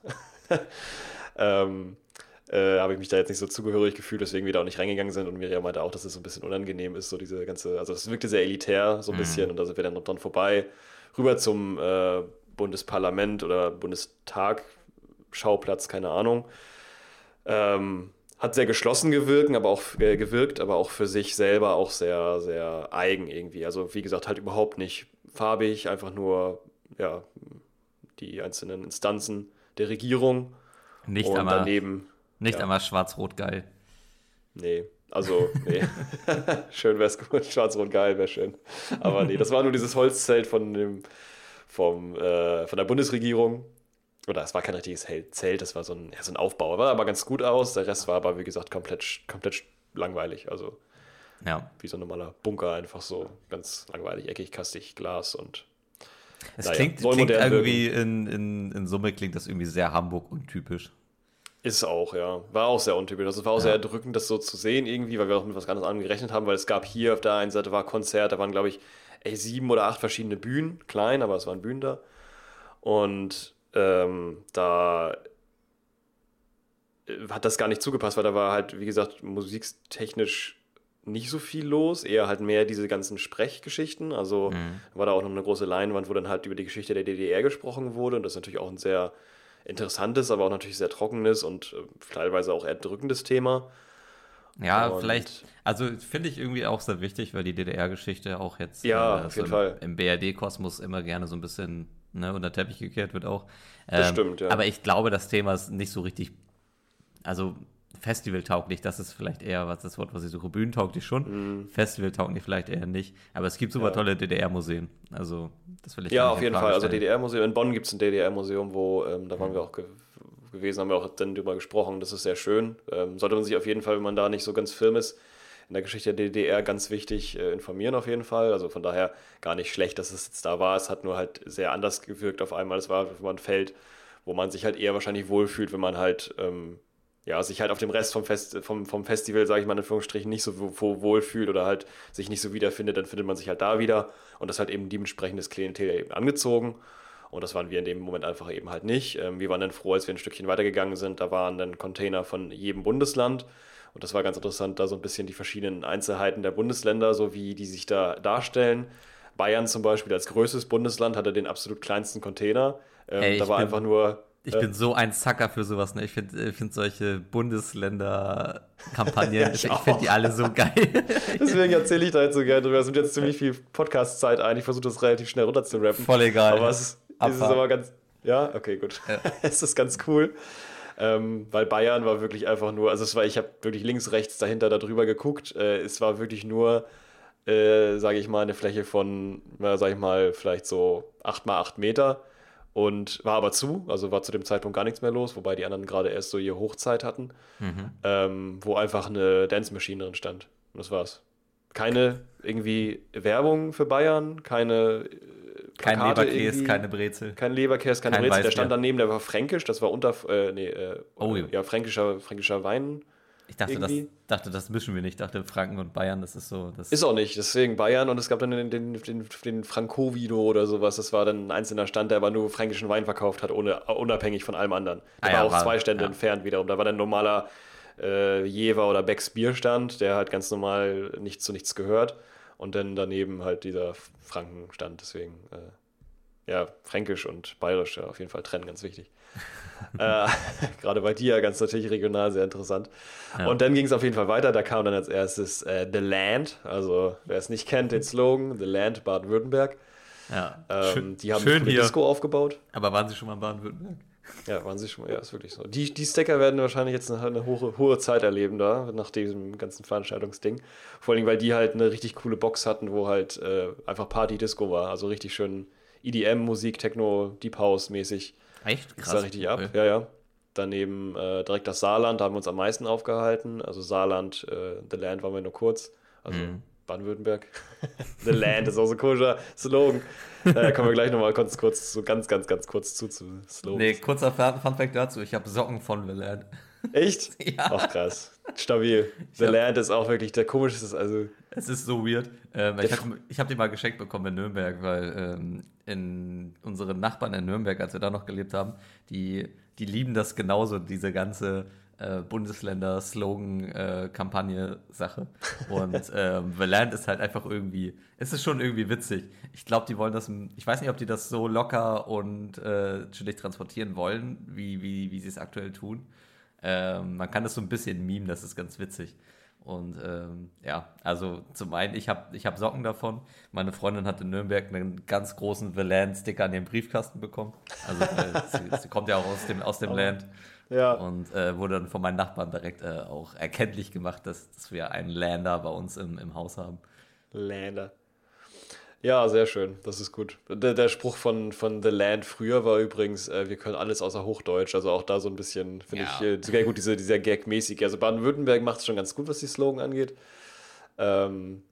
Speaker 3: ähm, äh, habe ich mich da jetzt nicht so zugehörig gefühlt, deswegen wir da auch nicht reingegangen sind und Miriam meinte auch, dass es so ein bisschen unangenehm ist, so diese ganze, also es wirkte sehr elitär so ein bisschen und da sind wir dann noch dran vorbei, rüber zum äh, Bundesparlament oder Bundestag, Schauplatz, keine Ahnung. Ähm, hat sehr geschlossen gewirkt, aber auch äh, gewirkt, aber auch für sich selber auch sehr, sehr eigen irgendwie. Also wie gesagt, halt überhaupt nicht farbig, einfach nur ja, die einzelnen Instanzen der Regierung
Speaker 2: Nicht
Speaker 3: und
Speaker 2: einmal,
Speaker 3: daneben,
Speaker 2: nicht
Speaker 3: ja,
Speaker 2: einmal schwarz-rot geil.
Speaker 3: nee, also, nee. Schön wär's gut, schwarz-rot geil wäre schön. Aber nee, das war nur dieses Holzzelt von dem, vom, äh, von der Bundesregierung. Oder es war kein richtiges Hel- Zelt, das war so ein, ja, so ein Aufbau. War aber ganz gut aus. Der Rest war aber, wie gesagt, komplett, komplett langweilig. Also
Speaker 2: Ja.
Speaker 3: wie so ein normaler Bunker, einfach so ganz langweilig, eckig, kastig, Glas und
Speaker 2: Es
Speaker 3: naja,
Speaker 2: klingt,
Speaker 3: soll
Speaker 2: klingt
Speaker 3: modern
Speaker 2: irgendwie in, in, in Summe klingt das irgendwie sehr Hamburg untypisch.
Speaker 3: ist auch, ja. War auch sehr untypisch. Also es war auch
Speaker 2: Ja.
Speaker 3: sehr erdrückend, das so zu sehen irgendwie, weil wir auch mit was ganz anderem gerechnet haben, weil es gab hier auf der einen Seite war Konzert, da waren, glaube ich, ey, sieben oder acht verschiedene Bühnen, klein, aber es waren Bühnen da. Und ähm, da äh, hat das gar nicht zugepasst, weil da war halt, wie gesagt, musiktechnisch nicht so viel los, eher halt mehr diese ganzen Sprechgeschichten. Also
Speaker 2: Mhm.
Speaker 3: war da auch noch eine große Leinwand, wo dann halt über die Geschichte der D D R gesprochen wurde. Und das ist natürlich auch ein sehr interessantes, aber auch natürlich sehr trockenes und äh, teilweise auch erdrückendes Thema.
Speaker 2: Ja,
Speaker 3: Und
Speaker 2: vielleicht, also finde ich irgendwie auch sehr wichtig, weil die D D R-Geschichte auch jetzt
Speaker 3: ja,
Speaker 2: äh,
Speaker 3: auf
Speaker 2: so
Speaker 3: jeden
Speaker 2: im,
Speaker 3: Fall.
Speaker 2: im B R D-Kosmos immer gerne so ein bisschen ne, unter den Teppich gekehrt wird auch.
Speaker 3: Das
Speaker 2: Ähm,
Speaker 3: stimmt, ja.
Speaker 2: aber ich glaube, das Thema ist nicht so richtig, also festivaltauglich, das ist vielleicht eher was das Wort, was ich suche. Bühnentauglich schon, festivaltauglich vielleicht eher nicht. Aber es gibt super
Speaker 3: Ja.
Speaker 2: tolle D D R-Museen. Also das will ich
Speaker 3: Ja,
Speaker 2: gar nicht
Speaker 3: auf
Speaker 2: in
Speaker 3: jeden
Speaker 2: Frage
Speaker 3: Fall. Also
Speaker 2: stellen.
Speaker 3: D D R-Museum. In Bonn gibt es ein D D R-Museum, wo, ähm, da waren wir auch ge gewesen, haben wir auch dann drüber gesprochen. Das ist sehr schön. Ähm, sollte man sich auf jeden Fall, wenn man da nicht so ganz firm ist, in der Geschichte der D D R ganz wichtig äh, informieren auf jeden Fall. Also von daher gar nicht schlecht, dass es jetzt da war. Es hat nur halt sehr anders gewirkt auf einmal. Es war ein Feld, wo man sich halt eher wahrscheinlich wohlfühlt, wenn man halt ähm, ja, sich halt auf dem Rest vom, Fest, vom, vom Festival, sage ich mal in Anführungsstrichen, nicht so wo- wohlfühlt oder halt sich nicht so wiederfindet, dann findet man sich halt da wieder und das hat eben dementsprechendes Klientel eben angezogen und das waren wir in dem Moment einfach eben halt nicht. Ähm, wir waren dann froh, als wir ein Stückchen weitergegangen sind, da waren dann Container von jedem Bundesland und das war ganz interessant, da so ein bisschen die verschiedenen Einzelheiten der Bundesländer, so wie die sich da darstellen. Bayern zum Beispiel als größtes Bundesland hatte den absolut kleinsten Container. Ähm,
Speaker 2: Ey,
Speaker 3: da
Speaker 2: ich
Speaker 3: war
Speaker 2: bin-
Speaker 3: einfach nur
Speaker 2: Ich bin so ein Sucker für sowas, ne? Ich finde ich find solche Bundesländer-Kampagnen,
Speaker 3: Ja,
Speaker 2: ich,
Speaker 3: ich
Speaker 2: ich finde die alle so geil.
Speaker 3: Deswegen erzähle ich da jetzt so gerne drüber. Es sind jetzt ziemlich viel Podcast-Zeit ein. Ich versuche das relativ schnell runterzurappen.
Speaker 2: Voll egal.
Speaker 3: Aber es ist, es ist aber ganz. Ja, okay, gut. Ja. Es ist ganz cool. Ähm, weil Bayern war wirklich einfach nur, also es war, ich habe wirklich links, rechts dahinter da drüber geguckt. Äh, es war wirklich nur, äh, sage ich mal, eine Fläche von, äh, sage ich mal, vielleicht so acht mal acht Meter. Und war aber zu, also war zu dem Zeitpunkt gar nichts mehr los, wobei die anderen gerade erst so ihre Hochzeit hatten, mhm. ähm, wo einfach eine Dance-Maschine drin stand. Und das war's. Keine irgendwie Werbung für Bayern, keine
Speaker 2: Kein Leberkäse, keine Brezel.
Speaker 3: Kein Leberkäse, keine Kein Brezel. Der stand daneben, der war fränkisch, das war unter, äh, nee, äh, oh, ja, fränkischer, fränkischer Wein.
Speaker 2: Ich dachte das, dachte, das mischen wir nicht. Ich dachte, Franken und Bayern, das ist so. Das
Speaker 3: ist auch nicht, deswegen Bayern und es gab dann den, den, den, den Francovido oder sowas. Das war dann ein einzelner Stand, der aber nur fränkischen Wein verkauft hat, ohne, unabhängig von allem anderen. Der ah, war ja, auch war, zwei Stände ja. entfernt wiederum. Da war dann ein normaler äh, Jever oder Becks Bierstand, der halt ganz normal nichts zu nichts gehört. Und dann daneben halt dieser Frankenstand. Deswegen, äh, ja, fränkisch und bayerisch ja, auf jeden Fall trennen, ganz wichtig. äh, gerade bei dir ganz natürlich regional sehr interessant. Ja. Und dann ging es auf jeden Fall weiter. Da kam dann als erstes äh, The Land. Also, wer es nicht kennt, den Slogan, The Land Baden-Württemberg.
Speaker 2: Ja.
Speaker 3: Ähm,
Speaker 2: schön,
Speaker 3: die haben
Speaker 2: schön
Speaker 3: eine Disco aufgebaut.
Speaker 2: Aber waren sie schon mal in Baden-Württemberg?
Speaker 3: Ja, waren sie schon mal. Ja, ist wirklich so. Die, die Stacker werden wahrscheinlich jetzt eine, eine hohe, hohe Zeit erleben da, nach diesem ganzen Veranstaltungsding. Vor allem, weil die halt eine richtig coole Box hatten, wo halt äh, einfach Party-Disco war. Also richtig schön E D M-Musik, Techno, Deep House-mäßig.
Speaker 2: Echt? Krass.
Speaker 3: Das sah richtig ab, ja, ja. Daneben äh, direkt das Saarland, da haben wir uns am meisten aufgehalten. Also Saarland, äh, The Land waren wir nur kurz. Also mhm. Baden-Württemberg. The Land ist auch so ein komischer Slogan. Da kommen wir gleich nochmal kurz, kurz, so ganz, ganz, ganz kurz zu, zu Slogans.
Speaker 2: Nee, kurzer Funfact dazu, ich habe Socken von The Land.
Speaker 3: Echt?
Speaker 2: Ja.
Speaker 3: Ach krass. Stabil. The Land ist auch wirklich der komischste, also...
Speaker 2: Es ist so weird. Ähm, ich habe ich hab die mal geschenkt bekommen in Nürnberg, weil ähm, in unsere Nachbarn in Nürnberg, als wir da noch gelebt haben, die, die lieben das genauso, diese ganze äh, Bundesländer-Slogan-Kampagne-Sache. Und ähm, The Land ist halt einfach irgendwie, es ist schon irgendwie witzig. Ich glaube, die wollen das, ich weiß nicht, ob die das so locker und äh, chillig transportieren wollen, wie, wie, wie sie es aktuell tun. Ähm, man kann das so ein bisschen memen, das ist ganz witzig. Und ähm, ja, also zum einen, ich habe ich hab Socken davon. Meine Freundin hat in Nürnberg einen ganz großen The Land-Sticker an ihren Briefkasten bekommen. Also äh, sie, sie kommt ja auch aus dem, aus dem oh. Land. Ja. Und äh, wurde dann von meinen Nachbarn direkt äh, auch erkenntlich gemacht, dass, dass wir einen Lander bei uns im, im Haus haben.
Speaker 3: Lander. Ja, sehr schön, das ist gut. Der, der Spruch von, von The Land früher war übrigens, äh, wir können alles außer Hochdeutsch, also auch da so ein bisschen, finde ja. ich, äh, sehr gut, diese, dieser Gag-mäßig. Also Baden-Württemberg macht es schon ganz gut, was die Slogan angeht. Ähm,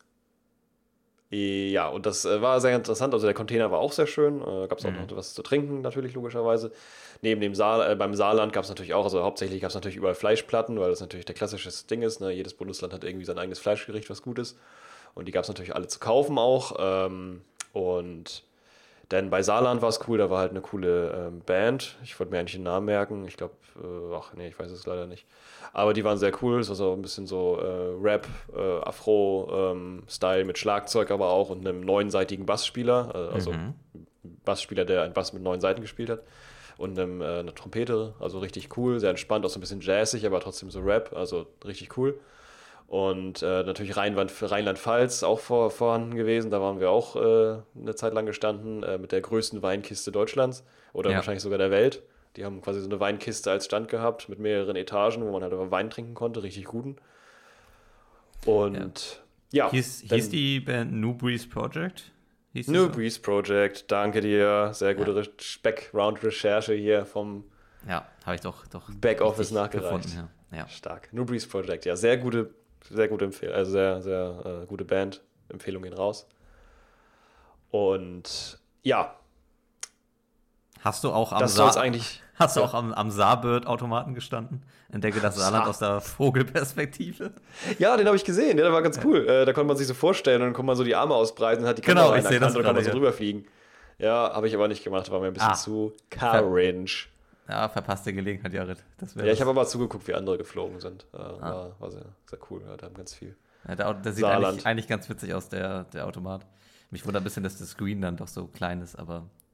Speaker 3: ja, und das äh, war sehr interessant, also der Container war auch sehr schön, äh, gab es auch mhm. noch was zu trinken, natürlich, logischerweise. Neben dem Saar, äh, beim Saarland gab es natürlich auch, also hauptsächlich gab es natürlich überall Fleischplatten, weil das natürlich der klassische Ding ist, ne? Jedes Bundesland hat irgendwie sein eigenes Fleischgericht, was gut ist. Und die gab es natürlich alle zu kaufen auch. Ähm, und dann bei Saarland war es cool, da war halt eine coole ähm, Band. Ich wollte mir eigentlich den Namen merken. Ich glaube, äh, ach nee, ich weiß es leider nicht. Aber die waren sehr cool. Es war so ein bisschen so äh, Rap, äh, Afro-Style ähm, mit Schlagzeug aber auch und einem neunseitigen Bassspieler. Äh, also mhm. Bassspieler, der einen Bass mit neun Seiten gespielt hat. Und einem, äh, eine Trompete. Also richtig cool, sehr entspannt, auch so ein bisschen jazzig, aber trotzdem so Rap. Also richtig cool. Und äh, natürlich Rheinland, Rheinland-Pfalz auch vor, vorhanden gewesen. Da waren wir auch äh, eine Zeit lang gestanden äh, mit der größten Weinkiste Deutschlands oder ja. wahrscheinlich sogar der Welt. Die haben quasi so eine Weinkiste als Stand gehabt mit mehreren Etagen, wo man halt Wein trinken konnte, richtig guten. Und ja. ja
Speaker 2: hieß, hieß die Band New Breeze Project?
Speaker 3: Hieß New so? Breeze Project, danke dir. Sehr gute ja. Background-Recherche hier vom
Speaker 2: ja, habe ich doch, doch
Speaker 3: Backoffice nachgereicht.
Speaker 2: Gefunden, ja. Ja.
Speaker 3: Stark. New Breeze Project, ja, sehr gute Sehr gute Empfehlung, also sehr, sehr äh, gute Band. Empfehlungen gehen raus. Und ja.
Speaker 2: Hast du auch am
Speaker 3: das Sa- eigentlich,
Speaker 2: hast du
Speaker 3: ja.
Speaker 2: auch am, am Saarbird-Automaten gestanden? Entdecke das Saarland Sa- aus der Vogelperspektive.
Speaker 3: Ja, den habe ich gesehen, der war ganz cool. Ja. Äh, da konnte man sich so vorstellen und dann konnte man so die Arme ausbreiten und hat die
Speaker 2: Kamera
Speaker 3: genau,
Speaker 2: in der Hand
Speaker 3: und dann konnte man so drüber fliegen. Ja, habe ich aber nicht gemacht, war mir ein bisschen ah. zu cringe.
Speaker 2: Ja, verpasste Gelegenheit, Jared. Das
Speaker 3: ja, ich habe aber zugeguckt, wie andere geflogen sind. Äh, ah. War, war sehr, sehr cool, ja, da haben ganz viel.
Speaker 2: Ja, der, der sieht eigentlich, eigentlich ganz witzig aus, der, der Automat. Mich wundert ein bisschen, dass das Screen dann doch so klein ist, aber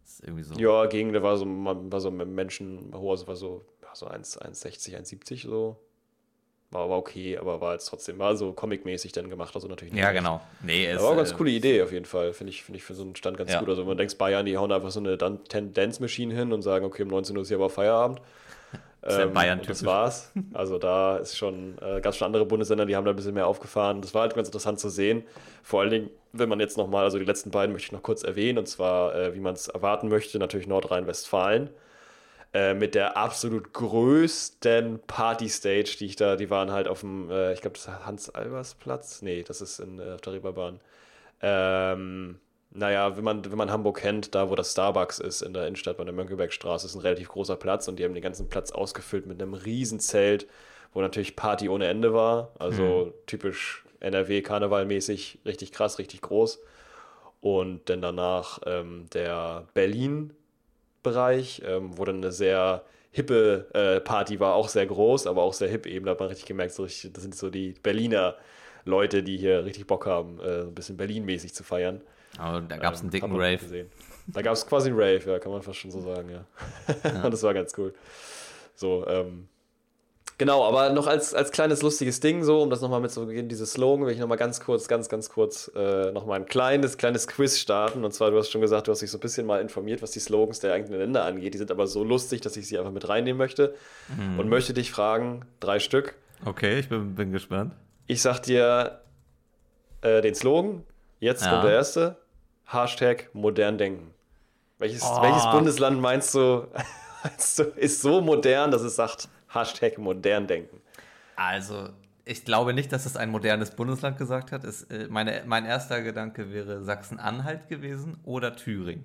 Speaker 2: Das ist irgendwie so.
Speaker 3: Ja, Gegend, da war so, man war so ein Menschen, hoher, war so, war so eins Komma sechzig, eins Komma siebzig so. War aber okay, aber war jetzt trotzdem, war so comic-mäßig dann gemacht, also natürlich nicht.
Speaker 2: Ja, genau. Nee, es,
Speaker 3: aber auch eine ganz
Speaker 2: äh,
Speaker 3: coole Idee auf jeden Fall, finde ich, finde ich für so einen Stand ganz
Speaker 2: Ja.
Speaker 3: gut. Also wenn man denkt, Bayern, die hauen einfach so eine Dan- Ten- Dance-Machine hin und sagen, okay, um neunzehn Uhr ist hier aber Feierabend.
Speaker 2: ist ja
Speaker 3: Ähm,
Speaker 2: Bayern-typisch.
Speaker 3: und das war's. Also da ist schon, äh, gab es schon andere Bundesländer, die haben da ein bisschen mehr aufgefahren. Das war halt ganz interessant zu sehen. Vor allen Dingen, wenn man jetzt nochmal, also die letzten beiden möchte ich noch kurz erwähnen, und zwar, äh, wie man es erwarten möchte, natürlich Nordrhein-Westfalen. Äh, mit der absolut größten Party-Stage, die ich da, die waren halt auf dem, äh, ich glaube, das ist Hans-Albers-Platz. Nee, das ist in, äh, auf der Reeperbahn. Ähm, naja, wenn man, wenn man Hamburg kennt, da wo das Starbucks ist, in der Innenstadt bei der Mönckebergstraße, ist ein relativ großer Platz und die haben den ganzen Platz ausgefüllt mit einem riesen Zelt, wo natürlich Party ohne Ende war. Also typisch N R W-Karnevalmäßig, richtig krass, richtig groß. Und dann danach ähm, der Berlin-Bereich, ähm, wo dann eine sehr hippe äh, Party war, auch sehr groß, aber auch sehr hip eben. Da hat man richtig gemerkt, so richtig, das sind so die Berliner Leute, die hier richtig Bock haben, äh, ein bisschen Berlin-mäßig zu feiern.
Speaker 2: Aber da gab es einen
Speaker 3: Ähm,
Speaker 2: dicken
Speaker 3: hat man
Speaker 2: Rave.
Speaker 3: gesehen. Da gab es quasi einen Rave, ja, kann man fast schon so sagen, ja.
Speaker 2: Ja.
Speaker 3: Und das war ganz cool. So, ähm, genau, aber noch als, als kleines lustiges Ding, so, um das nochmal mit zu beginnen, dieses Slogan, will ich nochmal ganz kurz, ganz, ganz kurz äh, nochmal ein kleines, kleines Quiz starten. Und zwar, du hast schon gesagt, du hast dich so ein bisschen mal informiert, was die Slogans der eigenen Länder angeht. Die sind aber so lustig, dass ich sie einfach mit reinnehmen möchte.
Speaker 2: Mhm.
Speaker 3: Und möchte dich fragen, drei Stück.
Speaker 2: Okay, ich bin, bin gespannt.
Speaker 3: Ich sag dir äh, den Slogan. Jetzt
Speaker 2: Ja.
Speaker 3: kommt der erste. Hashtag modern denken. Welches,
Speaker 2: Oh.
Speaker 3: welches Bundesland meinst du, meinst du, ist so modern, dass es sagt, Hashtag modern denken?
Speaker 2: Also, ich glaube nicht, dass es ein modernes Bundesland gesagt hat. Es, äh, meine, mein erster Gedanke wäre Sachsen-Anhalt gewesen oder Thüringen.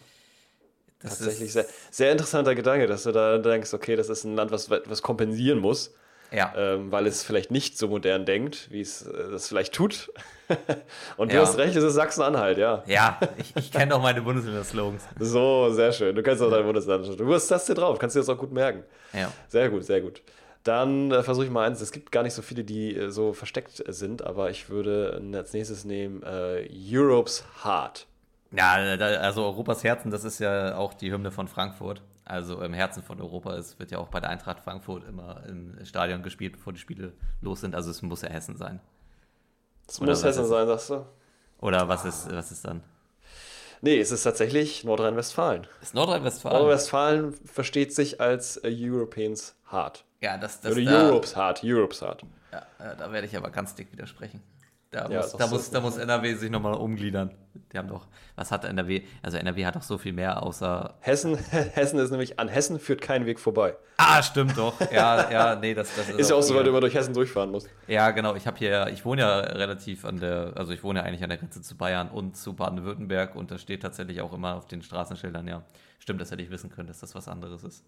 Speaker 2: Das
Speaker 3: Tatsächlich
Speaker 2: ist,
Speaker 3: sehr, sehr interessanter Gedanke, dass du da denkst, okay, das ist ein Land, was, was kompensieren muss,
Speaker 2: Ja,
Speaker 3: ähm, weil es vielleicht nicht so modern denkt, wie es äh, das vielleicht tut. Und du
Speaker 2: Ja.
Speaker 3: hast recht, es ist Sachsen-Anhalt, ja.
Speaker 2: ja ich, ich kenne doch meine Bundesländer-Slogans.
Speaker 3: So, sehr schön. Du kennst auch dein Bundesland. Du hast das hier drauf, kannst dir das auch gut merken.
Speaker 2: Ja.
Speaker 3: Sehr gut, sehr gut. Dann äh, versuche ich mal eins. Es gibt gar nicht so viele, die äh, so versteckt sind, aber ich würde äh, als nächstes nehmen äh, Europe's Heart.
Speaker 2: Ja, da, also Europas Herzen, das ist ja auch die Hymne von Frankfurt. Also im Herzen von Europa. Es wird ja auch bei der Eintracht Frankfurt immer im Stadion gespielt, bevor die Spiele los sind. Also es muss ja Hessen sein.
Speaker 3: Es
Speaker 2: Oder
Speaker 3: muss
Speaker 2: was
Speaker 3: Hessen
Speaker 2: ist-
Speaker 3: sein, sagst du?
Speaker 2: Oder was ist, was ist dann?
Speaker 3: Nee, es ist tatsächlich Nordrhein-Westfalen.
Speaker 2: Ist Nordrhein-Westfalen?
Speaker 3: Nordrhein-Westfalen versteht sich als äh, Europeans Heart.
Speaker 2: Ja, das, das
Speaker 3: Oder
Speaker 2: da,
Speaker 3: Europe's Heart, Europe's Heart.
Speaker 2: ja, ja, da werde ich aber ganz dick widersprechen. Da,
Speaker 3: Ja,
Speaker 2: muss,
Speaker 3: doch
Speaker 2: da,
Speaker 3: so.
Speaker 2: muss, da muss N R W sich nochmal umgliedern. Die haben doch, was hat N R W? Also N R W hat doch so viel mehr außer.
Speaker 3: Hessen, Hessen ist nämlich, an Hessen führt kein Weg vorbei.
Speaker 2: Ah, stimmt doch. Ja, ja, nee, das, das ist.
Speaker 3: Ist ja auch so, weil
Speaker 2: eher-
Speaker 3: du immer durch Hessen durchfahren musst.
Speaker 2: Ja, genau. Ich habe hier, ich wohne ja relativ an der, also ich wohne ja eigentlich an der Grenze zu Bayern und zu Baden-Württemberg und da steht tatsächlich auch immer auf den Straßenschildern, ja. Stimmt, das hätte ich wissen können, dass das was anderes ist.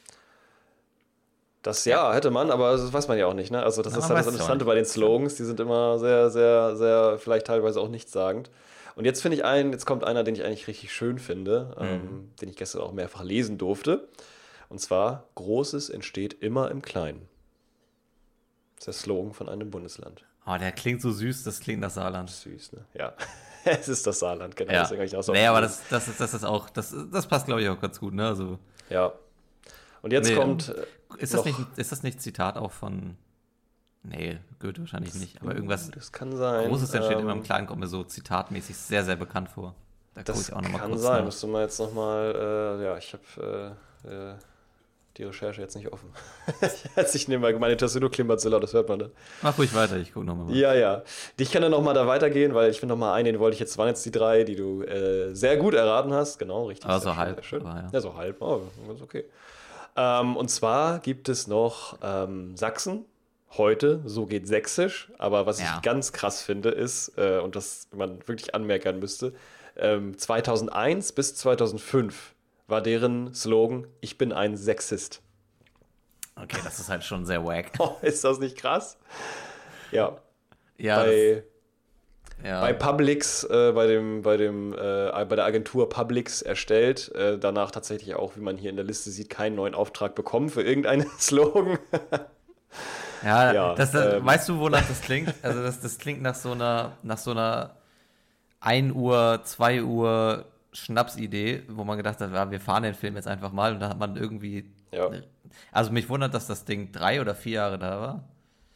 Speaker 3: Das ja, hätte man, aber das weiß man ja auch nicht. Ne? Also das
Speaker 2: Na,
Speaker 3: ist
Speaker 2: man
Speaker 3: halt das
Speaker 2: weiß es auch
Speaker 3: Interessante
Speaker 2: nicht.
Speaker 3: bei den Slogans, die sind immer sehr, sehr, sehr, vielleicht teilweise auch nichtssagend. Und jetzt finde ich einen, jetzt kommt einer, den ich eigentlich richtig schön finde,
Speaker 2: Mhm.
Speaker 3: ähm, den ich gestern auch mehrfach lesen durfte. Und zwar, Großes entsteht immer im Kleinen. Das ist der Slogan von einem Bundesland.
Speaker 2: Oh, der klingt so süß, das klingt nach Saarland.
Speaker 3: Süß, ne? Ja. Es ist das Saarland, genau.
Speaker 2: Ja.
Speaker 3: Deswegen habe ich auch so
Speaker 2: Nee, aber
Speaker 3: aufgeschrieben.
Speaker 2: das, das, ist, das ist auch, das, das passt, glaube ich, auch ganz gut, ne? Also,
Speaker 3: Ja. Und jetzt
Speaker 2: Nee,
Speaker 3: kommt. äh,
Speaker 2: ist das,
Speaker 3: noch-
Speaker 2: nicht, ist das nicht Zitat auch von. Nee, Goethe wahrscheinlich nicht, aber irgendwas
Speaker 3: Das kann sein.
Speaker 2: Großes entsteht
Speaker 3: ähm,
Speaker 2: immer im Kleinen, kommt mir so zitatmäßig sehr, sehr bekannt vor. Da gucke
Speaker 3: Das
Speaker 2: ich auch nochmal
Speaker 3: kann
Speaker 2: kurz
Speaker 3: sein.
Speaker 2: nach.
Speaker 3: Müsste man jetzt nochmal, äh, ja, ich habe äh, äh, die Recherche jetzt nicht offen. Jetzt ich nehme mal meine Tastatur klimpert so laut, das hört man dann.
Speaker 2: Mach ruhig weiter, ich gucke nochmal.
Speaker 3: Ja, ja. Ich kann dann nochmal da weitergehen, weil ich finde nochmal einen, den wollte ich jetzt, waren jetzt die drei, die du äh, sehr gut erraten hast. Genau, richtig.
Speaker 2: Aber
Speaker 3: sehr
Speaker 2: so
Speaker 3: schön,
Speaker 2: halb,
Speaker 3: sehr schön.
Speaker 2: aber ja.
Speaker 3: Ja, so halb, oh, ist okay. Ähm, und zwar gibt es noch ähm, Sachsen. Heute, so geht Sächsisch, aber was
Speaker 2: Ja.
Speaker 3: ich ganz krass finde ist, äh, und das man wirklich anmerken müsste, ähm, zweitausendeins bis zweitausendfünf war deren Slogan, ich bin ein Sexist.
Speaker 2: Okay, das ist halt schon sehr wack.
Speaker 3: Oh, ist das nicht krass? Ja,
Speaker 2: Ja,
Speaker 3: bei,
Speaker 2: das, ja.
Speaker 3: bei Publix, äh, bei, dem, bei, dem, äh, bei der Agentur Publix erstellt, äh, danach tatsächlich auch, wie man hier in der Liste sieht, keinen neuen Auftrag bekommen für irgendeinen Slogan.
Speaker 2: Ja,
Speaker 3: Ja,
Speaker 2: das, das,
Speaker 3: ähm.
Speaker 2: weißt du, wonach das klingt? Also das, das klingt nach so einer, nach so einer ein Uhr, zwei Uhr Schnapsidee, wo man gedacht hat, ja, wir fahren den Film jetzt einfach mal und da hat man irgendwie,
Speaker 3: Ja.
Speaker 2: also mich wundert, dass das Ding drei oder vier Jahre da war,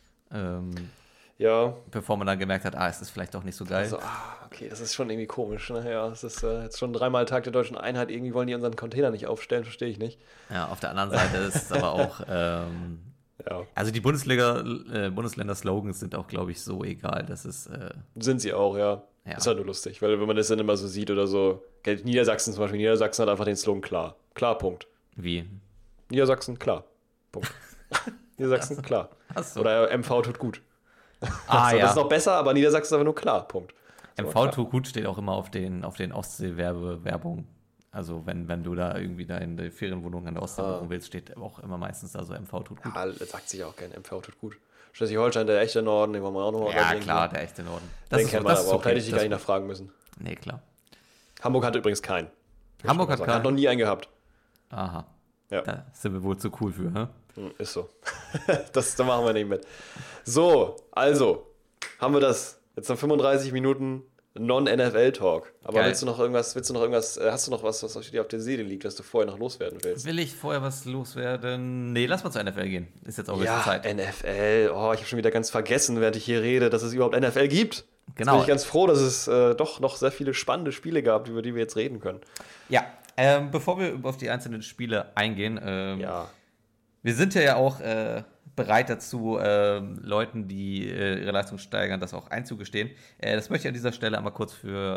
Speaker 2: ähm,
Speaker 3: Ja,
Speaker 2: bevor man dann gemerkt hat, ah, es ist vielleicht doch nicht so geil.
Speaker 3: also, ah, okay, das ist schon irgendwie komisch. Ne? Ja, es ist äh, jetzt schon dreimal Tag der deutschen Einheit. Irgendwie wollen die unseren Container nicht aufstellen, verstehe ich nicht.
Speaker 2: Ja, auf der anderen Seite ist es aber auch, ähm,
Speaker 3: Ja,
Speaker 2: also die Bundesliga, äh, Bundesländer-Slogans sind auch, glaube ich, so egal, dass es, äh,
Speaker 3: sind sie auch, ja.
Speaker 2: Ja.
Speaker 3: Ist halt nur lustig, weil wenn man das dann immer so sieht oder so, gell, Niedersachsen zum Beispiel, Niedersachsen hat einfach den Slogan klar. Klar, Punkt.
Speaker 2: wie,
Speaker 3: Niedersachsen, klar. Punkt. Niedersachsen, klar.
Speaker 2: ach so.
Speaker 3: Oder M V tut gut.
Speaker 2: Ah,
Speaker 3: so,
Speaker 2: ja.
Speaker 3: Das ist noch besser, aber Niedersachsen ist einfach nur klar. Punkt. So,
Speaker 2: M V
Speaker 3: klar.
Speaker 2: tut gut steht auch immer auf den, auf den Ostsee-Werbung. Also wenn, wenn du da irgendwie da in der Ferienwohnung an der Ostsee
Speaker 3: Ah.
Speaker 2: buchen willst, steht auch immer meistens da so M V tut gut.
Speaker 3: Ja, das sagt sich auch gerne. M V tut gut. Schleswig-Holstein, der echte Norden, den wollen wir auch nochmal
Speaker 2: Ja,
Speaker 3: reinbringen.
Speaker 2: klar, der echte Norden.
Speaker 3: Den kennt man
Speaker 2: das
Speaker 3: aber auch.
Speaker 2: okay.
Speaker 3: Hätte ich dich gar
Speaker 2: Das-
Speaker 3: nicht nachfragen müssen.
Speaker 2: Nee, klar.
Speaker 3: Hamburg hatte übrigens keinen.
Speaker 2: Hamburg hat
Speaker 3: Hat
Speaker 2: keinen.
Speaker 3: noch nie einen gehabt.
Speaker 2: Aha.
Speaker 3: Ja.
Speaker 2: Da sind wir wohl zu cool für, hä?
Speaker 3: Hm, Ist so. das, da machen wir nicht mit. So, also, haben wir das. Jetzt noch fünfunddreißig Minuten Non-N F L-Talk. Aber
Speaker 2: Geil.
Speaker 3: willst du noch irgendwas, willst du noch irgendwas, äh, hast du noch was, was dir auf der Seele liegt, was du vorher noch loswerden willst?
Speaker 2: Will ich vorher was loswerden? Nee, lass mal zur N F L gehen. Ist jetzt auch
Speaker 3: Ja,
Speaker 2: höchste Zeit.
Speaker 3: N F L. Oh, ich habe schon wieder ganz vergessen, während ich hier rede, dass es überhaupt N F L gibt.
Speaker 2: Genau.
Speaker 3: Jetzt bin ich ganz froh, dass es äh, doch noch sehr viele spannende Spiele gab, über die wir jetzt reden können.
Speaker 2: Ja, ähm, bevor wir auf die einzelnen Spiele eingehen, ähm,
Speaker 3: Ja.
Speaker 2: wir sind ja auch äh, bereit dazu, ähm, Leuten, die äh, ihre Leistung steigern, das auch einzugestehen. Äh, das möchte ich an dieser Stelle einmal kurz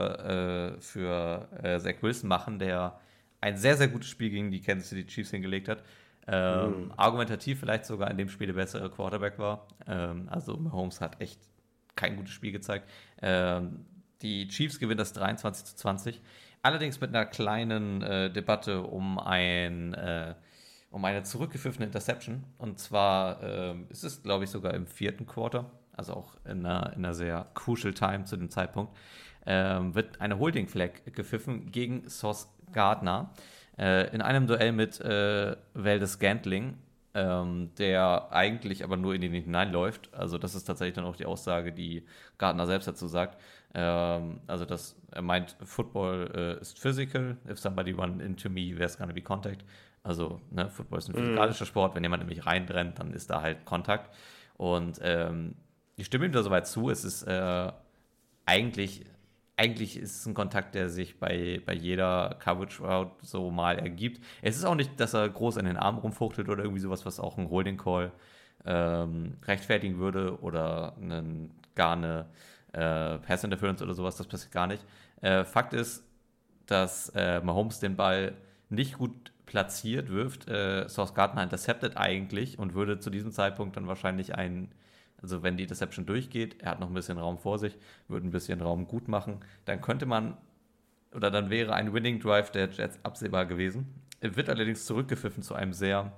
Speaker 2: für, äh, für äh, Zach Wilson machen, der ein sehr, sehr gutes Spiel gegen die Kansas City Chiefs hingelegt hat. Ähm, Argumentativ vielleicht sogar in dem Spiel der bessere Quarterback war. Ähm, also Mahomes hat echt kein gutes Spiel gezeigt. Ähm, die Chiefs gewinnen das dreiundzwanzig zu zwanzig. Allerdings mit einer kleinen äh, Debatte um ein äh, um eine zurückgepfiffene Interception. Und zwar ähm, ist es, glaube ich, sogar im vierten Quarter, also auch in einer, in einer sehr crucial time zu dem Zeitpunkt, ähm, wird eine Holding Flag gepfiffen gegen Sauce Gardner äh, in einem Duell mit äh, Valdez Scantling, ähm, der eigentlich aber nur in ihn hineinläuft. Also das ist tatsächlich dann auch die Aussage, die Gardner selbst dazu sagt. Ähm, also das, er meint, Football äh, ist physical. If somebody run into me, there's gonna be contact. Also ne, Football ist ein physikalischer Sport. Wenn jemand nämlich reinrennt, dann ist da halt Kontakt. Und ähm, ich stimme ihm da soweit zu. Es ist äh, eigentlich, eigentlich ist es ein Kontakt, der sich bei, bei jeder Coverage Route so mal ergibt. Es ist auch nicht, dass er groß an den Arm rumfuchtelt oder irgendwie sowas, was auch ein Holding Call ähm, rechtfertigen würde oder einen, gar eine äh, Pass Interference oder sowas. Das passiert gar nicht. Äh, Fakt ist, dass äh, Mahomes den Ball nicht gut platziert wirft. Äh, Sauce Gardner interceptet eigentlich und würde zu diesem Zeitpunkt dann wahrscheinlich einen, also wenn die Interception durchgeht, er hat noch ein bisschen Raum vor sich, würde ein bisschen Raum gut machen, dann könnte man, oder dann wäre ein Winning Drive der Jets absehbar gewesen. Er wird allerdings zurückgepfiffen zu einem sehr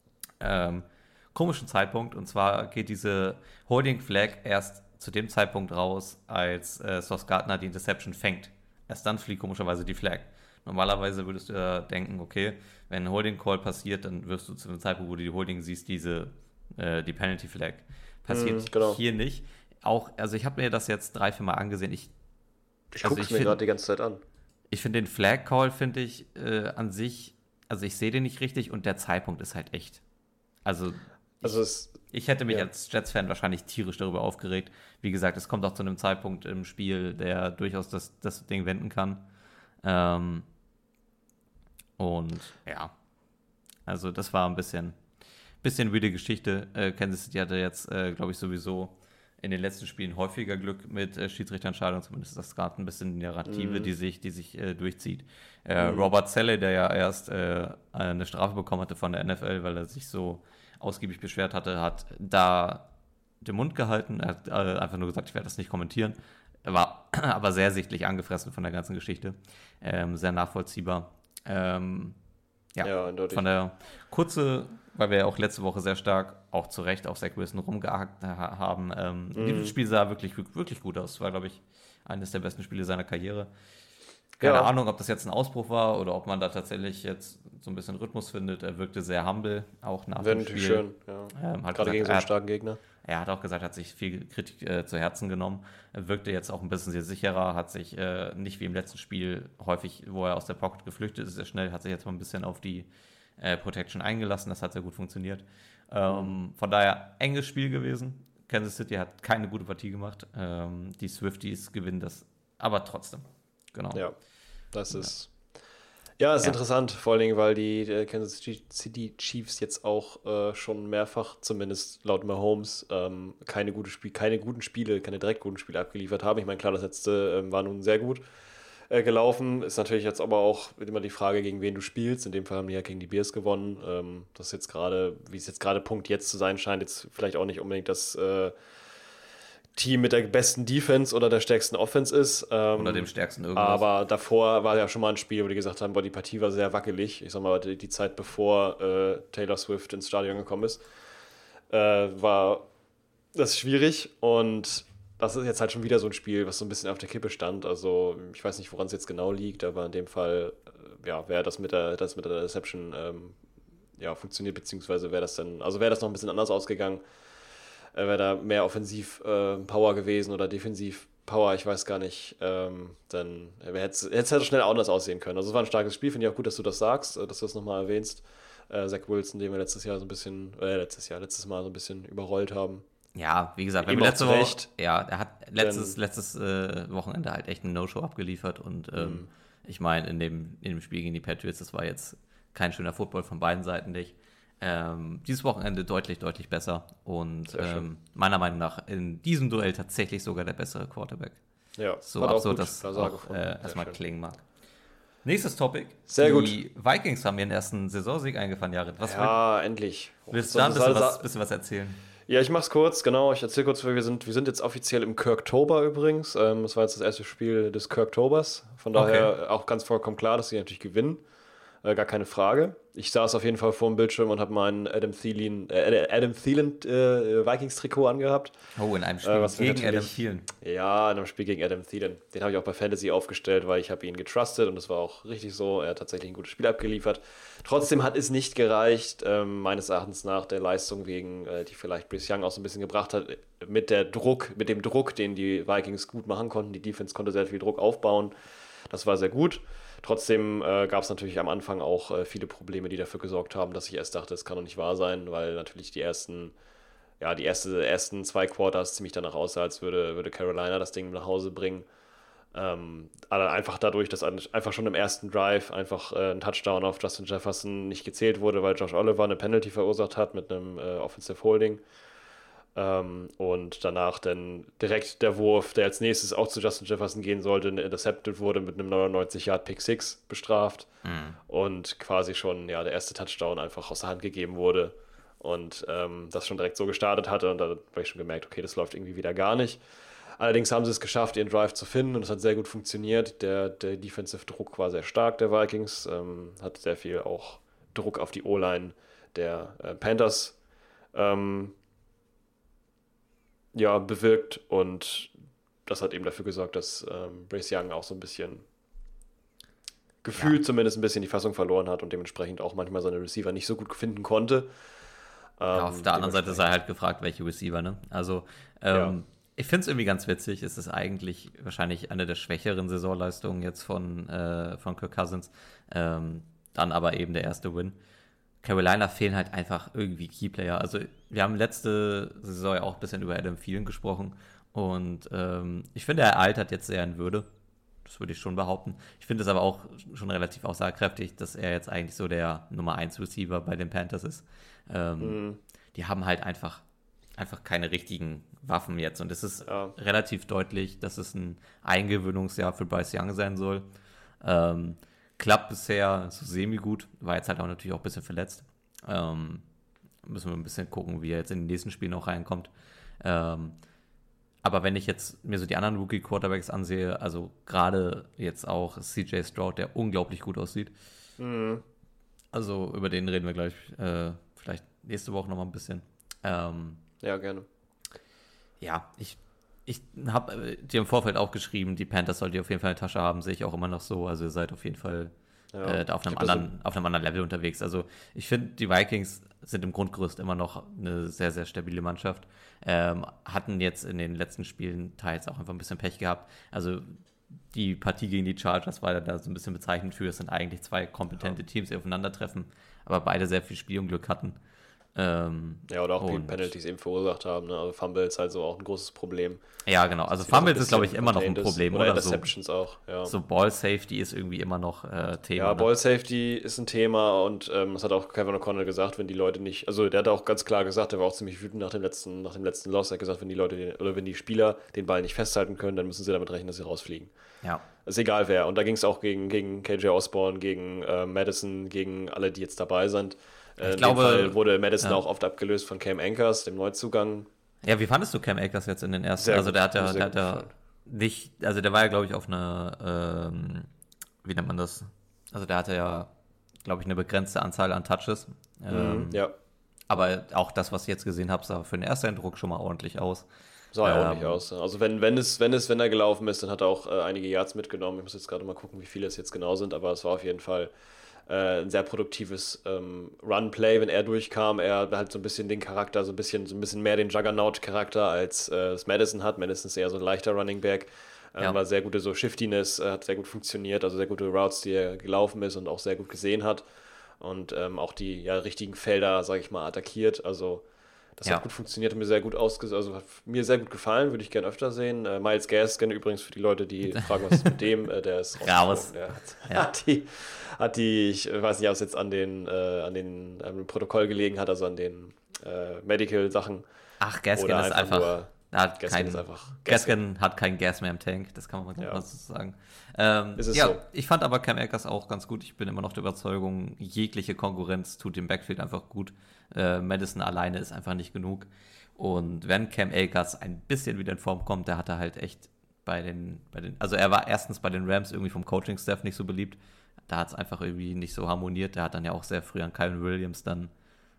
Speaker 2: ähm, komischen Zeitpunkt, und zwar geht diese Holding Flag erst zu dem Zeitpunkt raus, als äh, Sauce Gardner die Interception fängt. Erst dann fliegt komischerweise die Flag. Normalerweise würdest du ja denken, okay, wenn ein Holding Call passiert, dann wirst du zu dem Zeitpunkt, wo du die Holding siehst, diese äh, die Penalty Flag. Passiert
Speaker 3: Mhm, genau.
Speaker 2: hier nicht. Auch, also ich habe mir das jetzt drei, vier Mal angesehen. Ich,
Speaker 3: Ich
Speaker 2: Also
Speaker 3: gucke es
Speaker 2: ich
Speaker 3: mir
Speaker 2: find-
Speaker 3: gerade die ganze Zeit an.
Speaker 2: ich finde den Flag Call, finde ich, äh, an sich, also ich sehe den nicht richtig und der Zeitpunkt ist halt echt. Also
Speaker 3: Also es,
Speaker 2: ich hätte mich
Speaker 3: Ja.
Speaker 2: als Jets-Fan wahrscheinlich tierisch darüber aufgeregt. Wie gesagt, es kommt auch zu einem Zeitpunkt im Spiel, der durchaus das, das Ding wenden kann. Ähm, und ja, also das war ein bisschen, bisschen wilde Geschichte. Äh, Kansas City hatte jetzt, äh, glaube ich, sowieso in den letzten Spielen häufiger Glück mit äh, Schiedsrichterentscheidungen. Zumindest ist das gerade ein bisschen die Narrative,
Speaker 3: Mhm.
Speaker 2: die sich, die sich äh, durchzieht. Äh,
Speaker 3: Mhm.
Speaker 2: Robert Saleh, der ja erst äh, eine Strafe bekommen hatte von der N F L, weil er sich so ausgiebig beschwert hatte, hat da den Mund gehalten. Er hat äh, einfach nur gesagt, ich werde das nicht kommentieren. Er war aber sehr sichtlich angefressen von der ganzen Geschichte. Ähm, sehr nachvollziehbar. Ähm, ja,
Speaker 3: Ja, eindeutig.
Speaker 2: von der kurze, weil wir ja auch letzte Woche sehr stark, auch zu Recht auf Zach Wilson rumgehackt ha- haben. Ähm,
Speaker 3: Mhm.
Speaker 2: Dieses Spiel sah wirklich, wirklich gut aus. War, glaube ich, eines der besten Spiele seiner Karriere. Keine
Speaker 3: Ja.
Speaker 2: Ahnung, ob das jetzt ein Ausbruch war oder ob man da tatsächlich jetzt so ein bisschen Rhythmus findet. Er wirkte sehr humble, auch nach
Speaker 3: Wäre
Speaker 2: dem
Speaker 3: natürlich
Speaker 2: Spiel.
Speaker 3: schön, ja.
Speaker 2: Ähm, hat
Speaker 3: Gerade
Speaker 2: gesagt,
Speaker 3: gegen so
Speaker 2: er
Speaker 3: einen
Speaker 2: hat,
Speaker 3: starken Gegner.
Speaker 2: er hat auch gesagt, hat sich viel Kritik äh, zu Herzen genommen. Er wirkte jetzt auch ein bisschen sehr sicherer, hat sich äh, nicht wie im letzten Spiel häufig, wo er aus der Pocket geflüchtet ist, sehr schnell, hat sich jetzt mal ein bisschen auf die äh, Protection eingelassen. Das hat sehr gut funktioniert. Ähm, von daher enges Spiel gewesen. Kansas City hat keine gute Partie gemacht. Ähm, die Swifties gewinnen das, aber trotzdem. Genau.
Speaker 3: Ja, das ist. Ja, ist
Speaker 2: Ja.
Speaker 3: interessant, vor allen Dingen, weil die äh, Kansas City Chiefs jetzt auch äh, schon mehrfach, zumindest laut Mahomes, ähm, keine, gute Spiel, keine guten Spiele, keine direkt guten Spiele abgeliefert haben. Ich meine, klar, das letzte ähm, war nun sehr gut äh, gelaufen. Ist natürlich jetzt aber auch immer die Frage, gegen wen du spielst. In dem Fall haben die ja gegen die Bears gewonnen. Ähm, das ist jetzt gerade, wie es jetzt gerade Punkt jetzt zu sein scheint, jetzt vielleicht auch nicht unbedingt das äh, Team mit der besten Defense oder der stärksten Offense ist. Ähm,
Speaker 2: Oder dem stärksten irgendwas.
Speaker 3: aber davor war ja schon mal ein Spiel, wo die gesagt haben, boah, die Partie war sehr wackelig. Ich sag mal, die, die Zeit bevor äh, Taylor Swift ins Stadion gekommen ist, äh, war das schwierig. Und das ist jetzt halt schon wieder so ein Spiel, was so ein bisschen auf der Kippe stand. Also ich weiß nicht, woran es jetzt genau liegt, aber in dem Fall, äh, ja, wäre das mit der, das mit der Deception ähm, ja, funktioniert, beziehungsweise wäre das dann, also wäre das noch ein bisschen anders ausgegangen. Wäre da mehr offensiv äh, Power gewesen oder defensiv Power, ich weiß gar nicht, ähm, dann hätte es halt schnell anders aussehen können. Also es war ein starkes Spiel, finde ich auch gut, dass du das sagst, äh, dass du das nochmal erwähnst. Äh, Zach Wilson, den wir letztes Jahr so ein bisschen, äh, letztes Jahr, letztes Mal so ein bisschen überrollt haben.
Speaker 2: Ja, wie gesagt, wenn
Speaker 3: Ihm
Speaker 2: wir
Speaker 3: auch
Speaker 2: letzte
Speaker 3: zu
Speaker 2: Woche,
Speaker 3: Recht.
Speaker 2: ja, er hat letztes, letztes äh, Wochenende halt echt ein No-Show abgeliefert und ähm,
Speaker 3: Mhm.
Speaker 2: ich meine, in dem, in dem Spiel gegen die Patriots, das war jetzt kein schöner Football von beiden Seiten nicht. Ähm, dieses Wochenende deutlich, deutlich besser und
Speaker 3: Sehr schön.
Speaker 2: ähm, meiner Meinung nach in diesem Duell tatsächlich sogar der bessere Quarterback.
Speaker 3: Ja,
Speaker 2: So
Speaker 3: hat auch
Speaker 2: absurd
Speaker 3: gut
Speaker 2: das
Speaker 3: Versage
Speaker 2: auch
Speaker 3: gefunden.
Speaker 2: äh,
Speaker 3: Sehr
Speaker 2: erstmal
Speaker 3: schön.
Speaker 2: klingen mag. Nächstes Topic.
Speaker 3: Sehr
Speaker 2: die Vikings haben ihren ersten Saisonsieg eingefahren, Jared. Was
Speaker 3: Ja, endlich.
Speaker 2: willst du
Speaker 3: So,
Speaker 2: da ein
Speaker 3: das
Speaker 2: bisschen
Speaker 3: alles-
Speaker 2: was, bisschen was erzählen?
Speaker 3: Ja, ich mach's kurz, genau. Ich erzähle kurz, wir sind, wir sind jetzt offiziell im Kirktober übrigens. Ähm, das war jetzt das erste Spiel des Kirktobers. Von daher auch ganz vollkommen klar, dass sie natürlich gewinnen. Äh, gar keine Frage. Ich saß auf jeden Fall vor dem Bildschirm und habe mein Adam Thielen, äh, Adam Thielen äh, Vikings-Trikot angehabt.
Speaker 2: Oh, in einem Spiel
Speaker 3: Äh, was wir
Speaker 2: gegen Adam
Speaker 3: natürlich-
Speaker 2: Thielen.
Speaker 3: Ja, in einem Spiel gegen Adam Thielen. Den habe ich auch bei Fantasy aufgestellt, weil ich habe ihn getrustet und das war auch richtig so. Er hat tatsächlich ein gutes Spiel abgeliefert. Trotzdem hat es nicht gereicht, ähm, meines Erachtens nach der Leistung wegen, äh, die vielleicht Bryce Young auch so ein bisschen gebracht hat, mit der Druck, mit dem Druck, den die Vikings gut machen konnten. Die Defense konnte sehr viel Druck aufbauen. Das war sehr gut. Trotzdem äh, gab es natürlich am Anfang auch äh, viele Probleme, die dafür gesorgt haben, dass ich erst dachte, es kann doch nicht wahr sein, weil natürlich die ersten ja, die erste, ersten zwei Quarters ziemlich danach aussah, als würde, würde Carolina das Ding nach Hause bringen. Ähm, aber einfach dadurch, dass einfach schon im ersten Drive einfach äh, ein Touchdown auf Justin Jefferson nicht gezählt wurde, weil Josh Oliver eine Penalty verursacht hat mit einem äh, Offensive Holding. Ähm, und danach dann direkt der Wurf, der als nächstes auch zu Justin Jefferson gehen sollte, intercepted wurde mit einem neunundneunzig Yard Pick Six bestraft.
Speaker 2: Mhm.
Speaker 3: Und quasi schon ja, der erste Touchdown einfach aus der Hand gegeben wurde. Und ähm, das schon direkt so gestartet hatte. Und da habe ich schon gemerkt, okay, das läuft irgendwie wieder gar nicht. Allerdings haben sie es geschafft, ihren Drive zu finden und es hat sehr gut funktioniert. Der, der Defensive Druck war sehr stark der Vikings, ähm, hat sehr viel auch Druck auf die O-Line der äh, Panthers ähm, ja, bewirkt und das hat eben dafür gesorgt, dass ähm, Bryce Young auch so ein bisschen gefühlt
Speaker 2: Ja.
Speaker 3: zumindest ein bisschen die Fassung verloren hat und dementsprechend auch manchmal seine Receiver nicht so gut finden konnte.
Speaker 2: Ja,
Speaker 3: Ähm,
Speaker 2: auf der anderen Seite sei halt gefragt, welche Receiver, ne? Also, ähm,
Speaker 3: Ja.
Speaker 2: ich finde es irgendwie ganz witzig. Es ist eigentlich wahrscheinlich eine der schwächeren Saisonleistungen jetzt von, äh, von Kirk Cousins. Ähm, dann aber eben der erste Win. Carolina fehlen halt einfach irgendwie Keyplayer. Also, wir haben letzte Saison ja auch ein bisschen über Adam Thielen gesprochen. Und ähm, ich finde, er altert jetzt sehr in Würde. Das würde ich schon behaupten. Ich finde es aber auch schon relativ aussagekräftig, dass er jetzt eigentlich so der Nummer eins Receiver bei den Panthers ist. Ähm,
Speaker 3: Mhm.
Speaker 2: Die haben halt einfach, einfach keine richtigen Waffen jetzt. Und es ist
Speaker 3: Ja.
Speaker 2: relativ deutlich, dass es ein Eingewöhnungsjahr für Bryce Young sein soll. Ähm, klappt bisher so semi-gut. War jetzt halt auch natürlich auch ein bisschen verletzt. Ähm, müssen wir ein bisschen gucken, wie er jetzt in den nächsten Spielen auch reinkommt. Ähm, aber wenn ich jetzt mir so die anderen Rookie-Quarterbacks ansehe, also gerade jetzt auch C J Stroud, der unglaublich gut aussieht.
Speaker 3: Mhm.
Speaker 2: Also über den reden wir gleich äh, vielleicht nächste Woche nochmal ein bisschen. Ähm,
Speaker 3: Ja, gerne.
Speaker 2: ja, ich, ich habe dir im Vorfeld auch geschrieben, die Panthers sollt ihr auf jeden Fall eine Tasche haben, sehe ich auch immer noch so. Also ihr seid auf jeden Fall ja, äh, da auf einem, anderen, auf einem anderen Level unterwegs. Also ich finde, die Vikings sind im Grundgerüst immer noch eine sehr, sehr stabile Mannschaft. Ähm, hatten jetzt in den letzten Spielen teils auch einfach ein bisschen Pech gehabt. Also die Partie gegen die Chargers war da so ein bisschen bezeichnend für. Es sind eigentlich zwei kompetente ja. Teams, die aufeinandertreffen, aber beide sehr viel Spielunglück hatten. Ähm,
Speaker 3: ja, oder auch die Penalties eben verursacht haben. Ne? Also Fumble ist halt so auch ein großes Problem.
Speaker 2: Ja, genau. Also Fumbles ist, glaube ich, immer noch ein Problem.
Speaker 3: Oder,
Speaker 2: oder
Speaker 3: Interceptions
Speaker 2: so,
Speaker 3: auch. Ja.
Speaker 2: So Ball-Safety ist irgendwie immer noch äh, Thema.
Speaker 3: Ja,
Speaker 2: ne?
Speaker 3: Ball-Safety ist ein Thema und ähm, das hat auch Kevin O'Connell gesagt, wenn die Leute nicht, also der hat auch ganz klar gesagt, der war auch ziemlich wütend nach dem letzten, nach dem letzten Loss, er hat gesagt, wenn die Leute, den, oder wenn die Spieler den Ball nicht festhalten können, dann müssen sie damit rechnen, dass sie rausfliegen.
Speaker 2: Ja.
Speaker 3: Ist egal wer. Und da ging es auch gegen, gegen K J Osborne, gegen äh, Madison, gegen alle, die jetzt dabei sind. Äh,
Speaker 2: ich
Speaker 3: in
Speaker 2: glaube,
Speaker 3: dem Fall wurde Madison
Speaker 2: ja.
Speaker 3: auch oft abgelöst von Cam Akers, dem Neuzugang.
Speaker 2: Ja, wie fandest du Cam Akers jetzt in den ersten?
Speaker 3: Sehr
Speaker 2: also
Speaker 3: gut,
Speaker 2: der hat ja,
Speaker 3: sehr
Speaker 2: der hat
Speaker 3: gut
Speaker 2: ja
Speaker 3: gefallen.
Speaker 2: nicht, also der war ja, glaube ich, auf einer, ähm, wie nennt man das? Also der hatte ja, glaube ich, eine begrenzte Anzahl an Touches. Ähm,
Speaker 3: Mhm, ja.
Speaker 2: Aber auch das, was ich jetzt gesehen habe, sah für den ersten Eindruck schon mal ordentlich aus.
Speaker 3: Sah ja
Speaker 2: Ähm,
Speaker 3: ordentlich aus. ja. Also wenn, wenn es, wenn es, wenn er gelaufen ist, dann hat er auch äh, einige Yards mitgenommen. Ich muss jetzt gerade mal gucken, wie viele es jetzt genau sind, aber es war auf jeden Fall äh, ein sehr produktives ähm, Run-Play, wenn er durchkam. Er hat halt so ein bisschen den Charakter, so ein bisschen, so ein bisschen mehr den Juggernaut-Charakter, als äh, es Madison hat. Madison ist eher so ein leichter Running Back. Ähm,
Speaker 2: Ja.
Speaker 3: War sehr gute so Shiftiness, äh, hat sehr gut funktioniert, also sehr gute Routes, die er gelaufen ist und auch sehr gut gesehen hat. Und ähm, auch die ja, richtigen Felder, sage ich mal, attackiert. Also das
Speaker 2: Ja.
Speaker 3: hat gut funktioniert, hat mir sehr gut ausges also hat mir sehr gut gefallen, würde ich gerne öfter sehen. Äh, Myles Gaskin übrigens für die Leute, die fragen, was ist mit dem, äh, der ist
Speaker 2: Raus.
Speaker 3: Der hat,
Speaker 2: Ja.
Speaker 3: hat die, hat die, ich weiß nicht, ob es jetzt an den, äh, an den ähm, Protokoll gelegen hat, also an den äh, Medical-Sachen.
Speaker 2: Ach, Gaskin
Speaker 3: Oder
Speaker 2: ist
Speaker 3: einfach
Speaker 2: einfach,
Speaker 3: nur-
Speaker 2: hat
Speaker 3: Gaskin
Speaker 2: kein,
Speaker 3: ist einfach
Speaker 2: Gaskin hat kein Gas mehr im Tank, das kann man
Speaker 3: Ja.
Speaker 2: mal so sagen. Ähm,
Speaker 3: Ist es
Speaker 2: ja,
Speaker 3: so.
Speaker 2: ich fand aber Cam Akers auch ganz gut. Ich bin immer noch der Überzeugung, jegliche Konkurrenz tut dem Backfield einfach gut. Äh, Madison alleine ist einfach nicht genug. Und wenn Cam Akers ein bisschen wieder in Form kommt, der hat er halt echt bei den, bei den, also er war erstens bei den Rams irgendwie vom Coaching-Staff nicht so beliebt. Da hat es einfach irgendwie nicht so harmoniert. Der hat dann ja auch sehr früh an Kyron Williams dann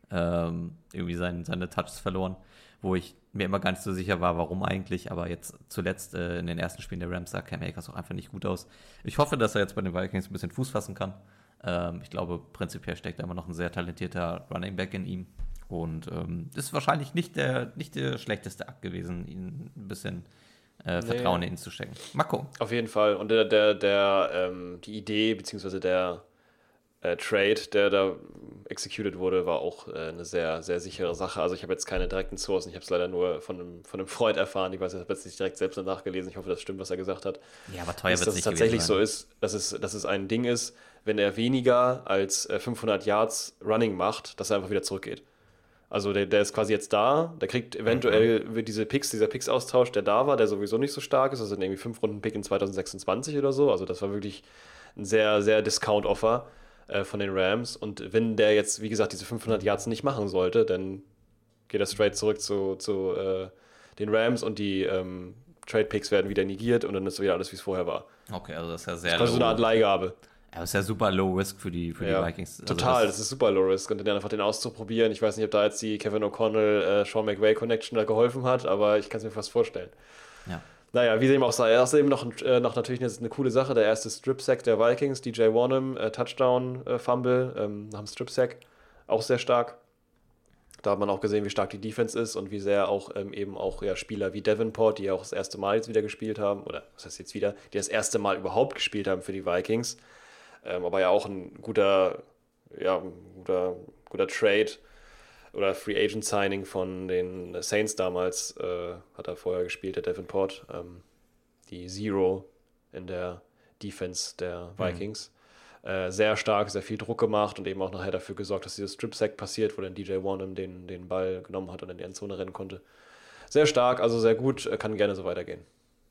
Speaker 2: ähm, irgendwie sein, seine Touches verloren, wo ich mir immer gar nicht so sicher war, warum eigentlich, aber jetzt zuletzt äh, in den ersten Spielen der Rams sah Cam Akers auch einfach nicht gut aus. Ich hoffe, dass er jetzt bei den Vikings ein bisschen Fuß fassen kann. Ähm, ich glaube, prinzipiell steckt da immer noch ein sehr talentierter Running Back in ihm und ähm, ist wahrscheinlich nicht der, nicht der schlechteste Akt gewesen, ihn ein bisschen äh, Vertrauen
Speaker 3: Nee.
Speaker 2: in ihn zu stecken. Mal gucken.
Speaker 3: Auf jeden Fall. Und der, der, der, ähm, die Idee, beziehungsweise der äh, Trade, der da executed wurde, war auch äh, eine sehr, sehr sichere Sache. Also ich habe jetzt keine direkten Sourcen, ich habe es leider nur von einem, von einem Freund erfahren. Ich weiß, ich habe jetzt nicht direkt selbst danach gelesen. Ich hoffe, das stimmt, was er gesagt hat.
Speaker 2: Ja, aber teuer
Speaker 3: Ist,
Speaker 2: wird
Speaker 3: dass
Speaker 2: es
Speaker 3: es
Speaker 2: nicht
Speaker 3: tatsächlich
Speaker 2: gewesen
Speaker 3: so
Speaker 2: sein.
Speaker 3: ist, dass es, dass es ein Ding ist, wenn er weniger als äh, fünfhundert Yards Running macht, dass er einfach wieder zurückgeht. Also der, der ist quasi jetzt da, der kriegt eventuell wird diese Picks, dieser Picks-Austausch, der da war, der sowieso nicht so stark ist, das sind irgendwie fünf Runden Pick in zwanzig sechsundzwanzig oder so, also das war wirklich ein sehr, sehr Discount-Offer äh, von den Rams und wenn der jetzt, wie gesagt, diese fünfhundert Yards nicht machen sollte, dann geht er straight zurück zu, zu äh, den Rams und die ähm, Trade-Picks werden wieder negiert und dann ist wieder alles, wie es vorher war.
Speaker 2: Okay, also das ist ja sehr
Speaker 3: Also so eine Art
Speaker 2: low.
Speaker 3: Leihgabe.
Speaker 2: Ja, das ist ja super low risk für die, für
Speaker 3: Ja,
Speaker 2: die Vikings. Also
Speaker 3: total,
Speaker 2: das,
Speaker 3: das ist super low risk und dann einfach den auszuprobieren. Ich weiß nicht, ob da jetzt die Kevin O'Connell, äh, Sean McVay Connection da geholfen hat, aber ich kann es mir fast vorstellen.
Speaker 2: ja.
Speaker 3: Naja, wie dem auch sei, außerdem noch, äh, noch natürlich eine, eine coole Sache, der erste Strip-Sack der Vikings, D J Warnham, äh, Touchdown-Fumble äh, ähm, nach dem Strip-Sack, auch sehr stark. Da hat man auch gesehen, wie stark die Defense ist und wie sehr auch ähm, eben auch ja, Spieler wie Davenport, die ja auch das erste Mal jetzt wieder gespielt haben, oder was heißt jetzt wieder, die das erste Mal überhaupt gespielt haben für die Vikings, ähm, aber ja auch ein guter, ja, ein guter, guter Trade oder Free Agent Signing von den Saints damals, äh, hat er vorher gespielt, der Davenport, ähm, die Zero in der Defense der Vikings. Mhm. Äh, sehr stark, sehr viel Druck gemacht und eben auch nachher dafür gesorgt, dass dieses Strip-Sack passiert, wo dann D J Warnham den, den Ball genommen hat und in die Endzone rennen konnte. Sehr stark, also sehr gut, kann gerne so weitergehen.